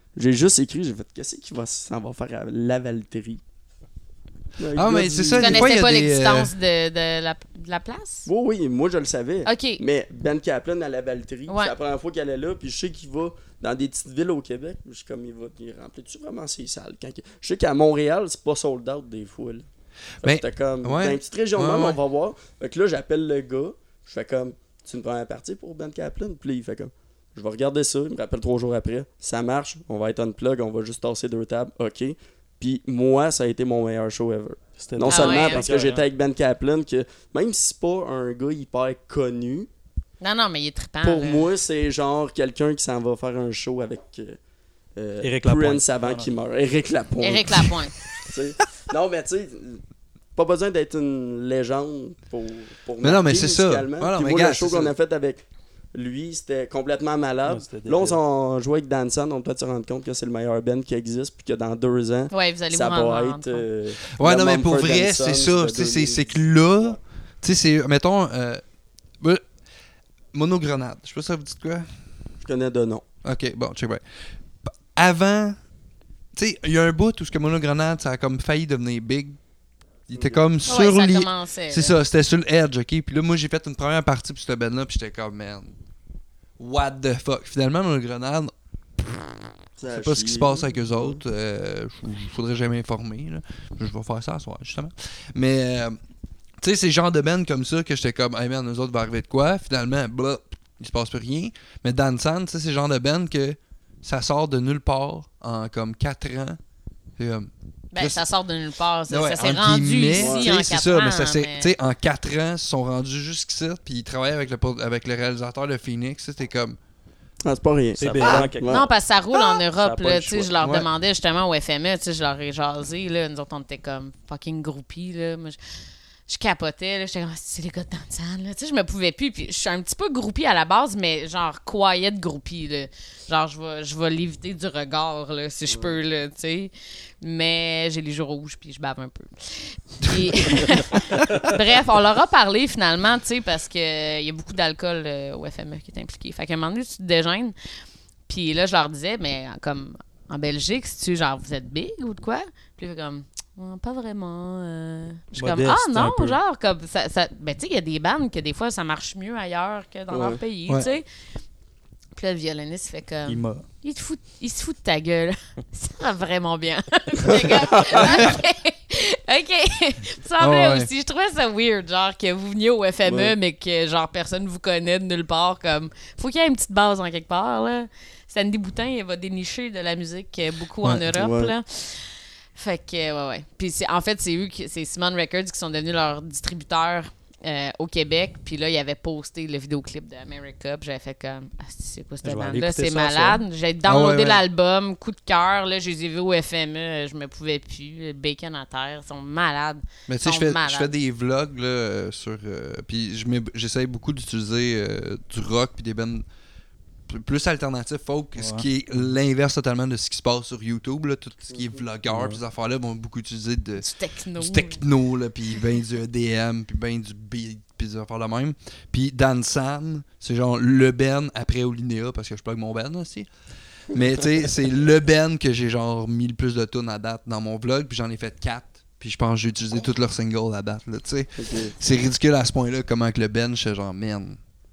Speaker 3: J'ai juste écrit, j'ai fait, qu'est-ce qu'il s'en va faire à Lavaltrie?
Speaker 2: Ah, mais c'est ça,
Speaker 1: Tu
Speaker 2: des fois, il y
Speaker 1: connaissais
Speaker 2: a
Speaker 1: pas
Speaker 2: des...
Speaker 1: l'existence de la place?
Speaker 3: Oui, moi je le savais.
Speaker 1: OK.
Speaker 3: Mais Ben Kaplan à Lavaltrie,
Speaker 1: Ouais.
Speaker 3: c'est la première fois qu'il allait là, puis je sais qu'il va dans des petites villes au Québec. Je suis comme, il remplit-tu vraiment ses salles? Je sais qu'à Montréal, c'est pas sold out des fois. Là.
Speaker 2: Ben,
Speaker 3: C'était comme,
Speaker 2: ouais.
Speaker 3: dans une petite région de
Speaker 2: Ouais,
Speaker 3: même,
Speaker 2: ouais.
Speaker 3: on va voir. Fait que là, j'appelle le gars, je fais comme, c'est une première partie pour Ben Kaplan? Puis là, il fait comme, je vais regarder ça, il me rappelle 3 jours après. Ça marche, on va être unplug, on va juste tasser 2 tables, OK. Puis moi, ça a été mon meilleur show ever.
Speaker 4: C'était
Speaker 3: Non
Speaker 1: Ah
Speaker 3: seulement
Speaker 1: ouais,
Speaker 3: parce
Speaker 4: ok.
Speaker 3: que j'étais avec Ben Kaplan, que même si c'est pas un gars hyper connu,
Speaker 1: Non, mais il est trippant.
Speaker 3: pour
Speaker 1: là.
Speaker 3: moi, c'est genre quelqu'un qui s'en va faire un show avec
Speaker 5: Éric Lapointe.
Speaker 3: Prince avant qu'il meure. Éric Lapointe.
Speaker 1: Éric Lapointe.
Speaker 3: Tu sais. Non, mais tu sais, pas besoin d'être une légende pour
Speaker 2: Mais non, mais
Speaker 3: marquer
Speaker 2: c'est ça.
Speaker 3: musicalement.
Speaker 2: Voilà,
Speaker 3: Puis
Speaker 2: mais
Speaker 3: moi,
Speaker 2: gars,
Speaker 3: le show
Speaker 2: c'est
Speaker 3: qu'on
Speaker 2: ça.
Speaker 3: a fait avec lui, c'était complètement malade.
Speaker 4: Ouais, c'était
Speaker 3: Là, on
Speaker 4: débile.
Speaker 3: s'en jouait avec Danson, on peut se rendre compte que c'est le meilleur band qui existe, puis que dans 2 ans,
Speaker 1: Ouais, vous allez
Speaker 3: ça
Speaker 1: vous rendre
Speaker 3: va
Speaker 1: compte.
Speaker 3: être.
Speaker 2: Ouais,
Speaker 3: le
Speaker 2: non, mais pour
Speaker 3: Mumford
Speaker 2: vrai,
Speaker 3: Sons
Speaker 2: c'est ça.
Speaker 3: de
Speaker 2: C'est que
Speaker 3: 2010.
Speaker 2: là, tu sais, c'est, mettons, Monogrenade. Je sais pas si ça vous dit de quoi?
Speaker 3: Je connais de nom.
Speaker 2: Ok, bon, check bien. Avant, tu sais, il y a un bout où ce que Monogrenade, ça a comme failli devenir big. Il était comme
Speaker 1: Ouais,
Speaker 2: sur
Speaker 1: ça
Speaker 2: les...
Speaker 1: commençait.
Speaker 2: C'est
Speaker 1: là.
Speaker 2: ça, c'était sur le edge, ok? Puis là, moi, j'ai fait une première partie pour cette band-là, puis j'étais comme, man, what the fuck? Finalement, Monogrenade, je sais pas ce qui se passe avec eux autres. Il faudrait jamais m'informer, là. Je vais faire ça ce soir, justement. Mais, tu sais, c'est le genre de band comme ça que j'étais comme, hey man, nous autres, va arriver de quoi? Finalement, il se passe plus rien. Mais Dan San, tu sais, c'est le genre de band que ça sort de nulle part en comme 4 ans. C'est comme...
Speaker 1: Ben,
Speaker 2: Là,
Speaker 1: ça sort de nulle part. Ça,
Speaker 2: Ouais,
Speaker 1: ça s'est
Speaker 2: entre
Speaker 1: rendu
Speaker 2: guillemets,
Speaker 1: ici
Speaker 2: tu sais,
Speaker 1: en
Speaker 2: c'est
Speaker 1: 4
Speaker 2: ça,
Speaker 1: ans.
Speaker 2: mais ça s'est,
Speaker 1: mais-
Speaker 2: tu sais, en 4 ans, ils sont rendus jusqu'ici, puis ils travaillent avec le réalisateur de Phoenix. C'était comme,
Speaker 3: Ah, c'est pas rien.
Speaker 4: C'est
Speaker 3: Ça
Speaker 4: bien,
Speaker 3: va.
Speaker 4: hein, quelque
Speaker 3: Ouais.
Speaker 1: Non, parce que ça roule en
Speaker 4: Ça a
Speaker 1: Europe.
Speaker 4: pas
Speaker 1: Là,
Speaker 4: le
Speaker 1: tu sais,
Speaker 4: choix.
Speaker 1: je leur
Speaker 2: Ouais.
Speaker 1: demandais justement au FME, tu sais, je leur ai jasé. Là, nous autres, on était comme fucking groupies. Là. Moi, je capotais. Là, j'étais comme, c'est les gars de Dansan. Tu sais, je me pouvais plus. Puis je suis un petit peu groupie à la base, mais genre quiet groupie. Là. Genre, je vais l'éviter du regard là, si je peux. Là, tu sais. Mais j'ai les joues rouges, puis je bave un peu. Puis... Bref, on leur a parlé finalement, tu sais, parce qu'il y a beaucoup d'alcool au FME qui est impliqué. Fait qu'à un moment donné, tu te dégênes. Puis là, je leur disais, mais comme en Belgique, si tu genre, vous êtes big ou de quoi? Puis là, comme, pas vraiment. Je suis comme,
Speaker 4: Modeste,
Speaker 1: non,
Speaker 4: un peu.
Speaker 1: genre, comme, ça... Ben, tu sais, il y a des bandes que des fois, ça marche mieux ailleurs que dans
Speaker 3: Ouais.
Speaker 1: leur pays,
Speaker 2: Ouais.
Speaker 1: tu sais. Puis là, le violoniste, il fait comme,
Speaker 5: Il m'a.
Speaker 1: il se fout de ta gueule. Ça va vraiment bien. J'étais comme, OK. Ça semblait
Speaker 2: Ouais.
Speaker 1: aussi. Je trouvais ça weird, genre, que vous veniez au FME,
Speaker 3: Ouais.
Speaker 1: mais que, genre, personne vous connaît de nulle part. Comme, faut qu'il y ait une petite base en quelque part, là. Sandy Boutin, il va dénicher de la musique beaucoup en
Speaker 2: Ouais.
Speaker 1: Europe,
Speaker 3: Ouais.
Speaker 1: là. Fait que, ouais. Puis, en fait, c'est Simon Records qui sont devenus leurs distributeurs au Québec. Puis là, ils avaient posté le vidéoclip de America. Puis j'avais fait comme, ah, c'est quoi cette
Speaker 5: Je vais aller
Speaker 1: bande-là?
Speaker 5: écouter
Speaker 1: C'est
Speaker 5: ça,
Speaker 1: malade. J'ai downloadé
Speaker 2: ouais.
Speaker 1: l'album, coup de cœur. Là, je les ai vus au FME. Je me pouvais plus. Bacon à terre. Ils sont malades.
Speaker 2: mais tu sais,
Speaker 1: Sont
Speaker 2: je
Speaker 1: malades.
Speaker 2: fais des vlogs là, sur. Puis j'essaye beaucoup d'utiliser du rock puis des bands plus alternatifs, folk, ce
Speaker 5: Ouais.
Speaker 2: qui est l'inverse totalement de ce qui se passe sur YouTube. Là, tout ce qui est vlogueur, puis ces affaires-là vont beaucoup utiliser
Speaker 1: Du techno.
Speaker 2: du techno, là, puis ben du EDM, puis ben du beat, puis des affaires de même. Puis Dan San, c'est genre le Ben après Olinéa, parce que je plug mon Ben aussi. Mais tu sais, c'est le Ben que j'ai genre mis le plus de tunes à date dans mon vlog, puis j'en ai fait 4. Puis je pense que j'ai utilisé tous leurs singles à date, là, tu sais.
Speaker 3: Ok.
Speaker 2: C'est ridicule à ce point-là, comment que le Ben, je suis genre, man.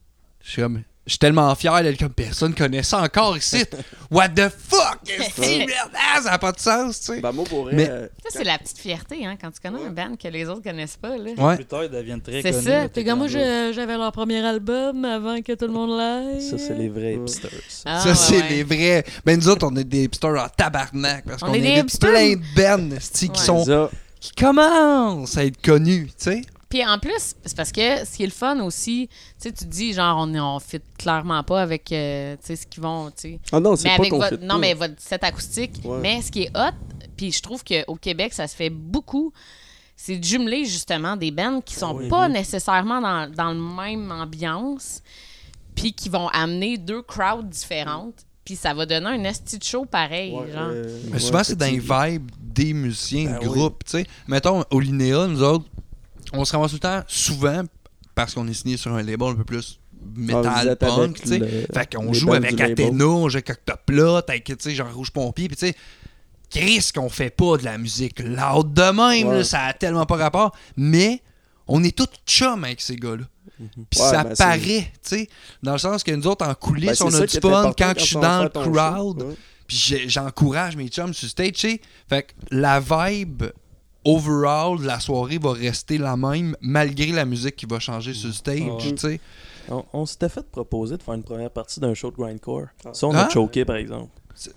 Speaker 2: Je suis tellement fier d'être comme personne connaît ça encore ici. What the fuck? Est-ce merde? Ah, ça n'a pas de sens, tu sais.
Speaker 3: Ben, moi, pour vrai,
Speaker 2: Mais-
Speaker 1: Ça, c'est la petite fierté, hein, quand tu connais un band que les autres connaissent pas, là.
Speaker 2: Ouais.
Speaker 5: Plus tard, ils deviennent très
Speaker 1: C'est
Speaker 5: connus.
Speaker 1: ça.
Speaker 5: là,
Speaker 1: Puis
Speaker 5: t'es
Speaker 1: comme moi,
Speaker 5: comme,
Speaker 1: j'avais leur premier album avant que tout le monde l'aille.
Speaker 4: Ça, c'est les vrais hipsters.
Speaker 1: Ah,
Speaker 2: Ça,
Speaker 1: ouais,
Speaker 2: c'est
Speaker 1: ouais.
Speaker 2: les vrais. Ben, nous autres, on est des hipsters en tabarnak. Parce
Speaker 1: On
Speaker 2: qu'on
Speaker 1: est des
Speaker 2: est
Speaker 1: hipsters.
Speaker 2: plein de bands esti, qui
Speaker 1: Ouais.
Speaker 2: sont
Speaker 3: ça,
Speaker 2: qui commencent à être connus, tu sais.
Speaker 1: Puis en plus, c'est parce que ce qui est le fun aussi, tu sais, tu te dis, genre, on fit clairement pas avec, tu sais, ce qu'ils vont, tu sais.
Speaker 3: Ah non, c'est
Speaker 1: Mais
Speaker 3: pas
Speaker 1: avec
Speaker 3: qu'on
Speaker 1: votre,
Speaker 3: fait
Speaker 1: non,
Speaker 3: pas.
Speaker 1: mais votre set acoustique.
Speaker 3: Ouais.
Speaker 1: Mais ce qui est hot, puis je trouve qu'au Québec, ça se fait beaucoup, c'est de jumeler justement des bands qui sont
Speaker 4: Oui,
Speaker 1: pas
Speaker 4: oui.
Speaker 1: nécessairement dans le même ambiance, puis qui vont amener 2 crowds différentes, puis ça va donner un esti de show pareil,
Speaker 3: Ouais,
Speaker 1: genre.
Speaker 2: Mais
Speaker 3: ouais,
Speaker 2: souvent, c'est dans les
Speaker 3: effectivement.
Speaker 2: vibes des musiciens,
Speaker 4: Ben
Speaker 2: de groupe, tu sais. Mettons, au Linéa, nous autres, on se ramasse tout le temps, souvent, parce qu'on est signé sur un label un peu plus metal punk, tu sais. Fait qu'on joue avec Athéna, on joue avec Octoplot, avec, tu sais, genre Rouge Pompier, puis tu sais, Chris, qu'on fait pas de la musique loud de même, là, ça a tellement pas rapport, mais on est tous chums avec ces gars-là. Puis ça paraît, tu sais, dans le sens que nous autres, en coulisses, on a du fun quand je suis dans le crowd, puis j'encourage mes chums sur stage, tu sais. Fait que la vibe overall de la soirée va rester la même, malgré la musique qui va changer sur stage, tu sais.
Speaker 4: On s'était fait proposer de faire une première partie d'un show de grindcore. Ça, on a choqué, par exemple.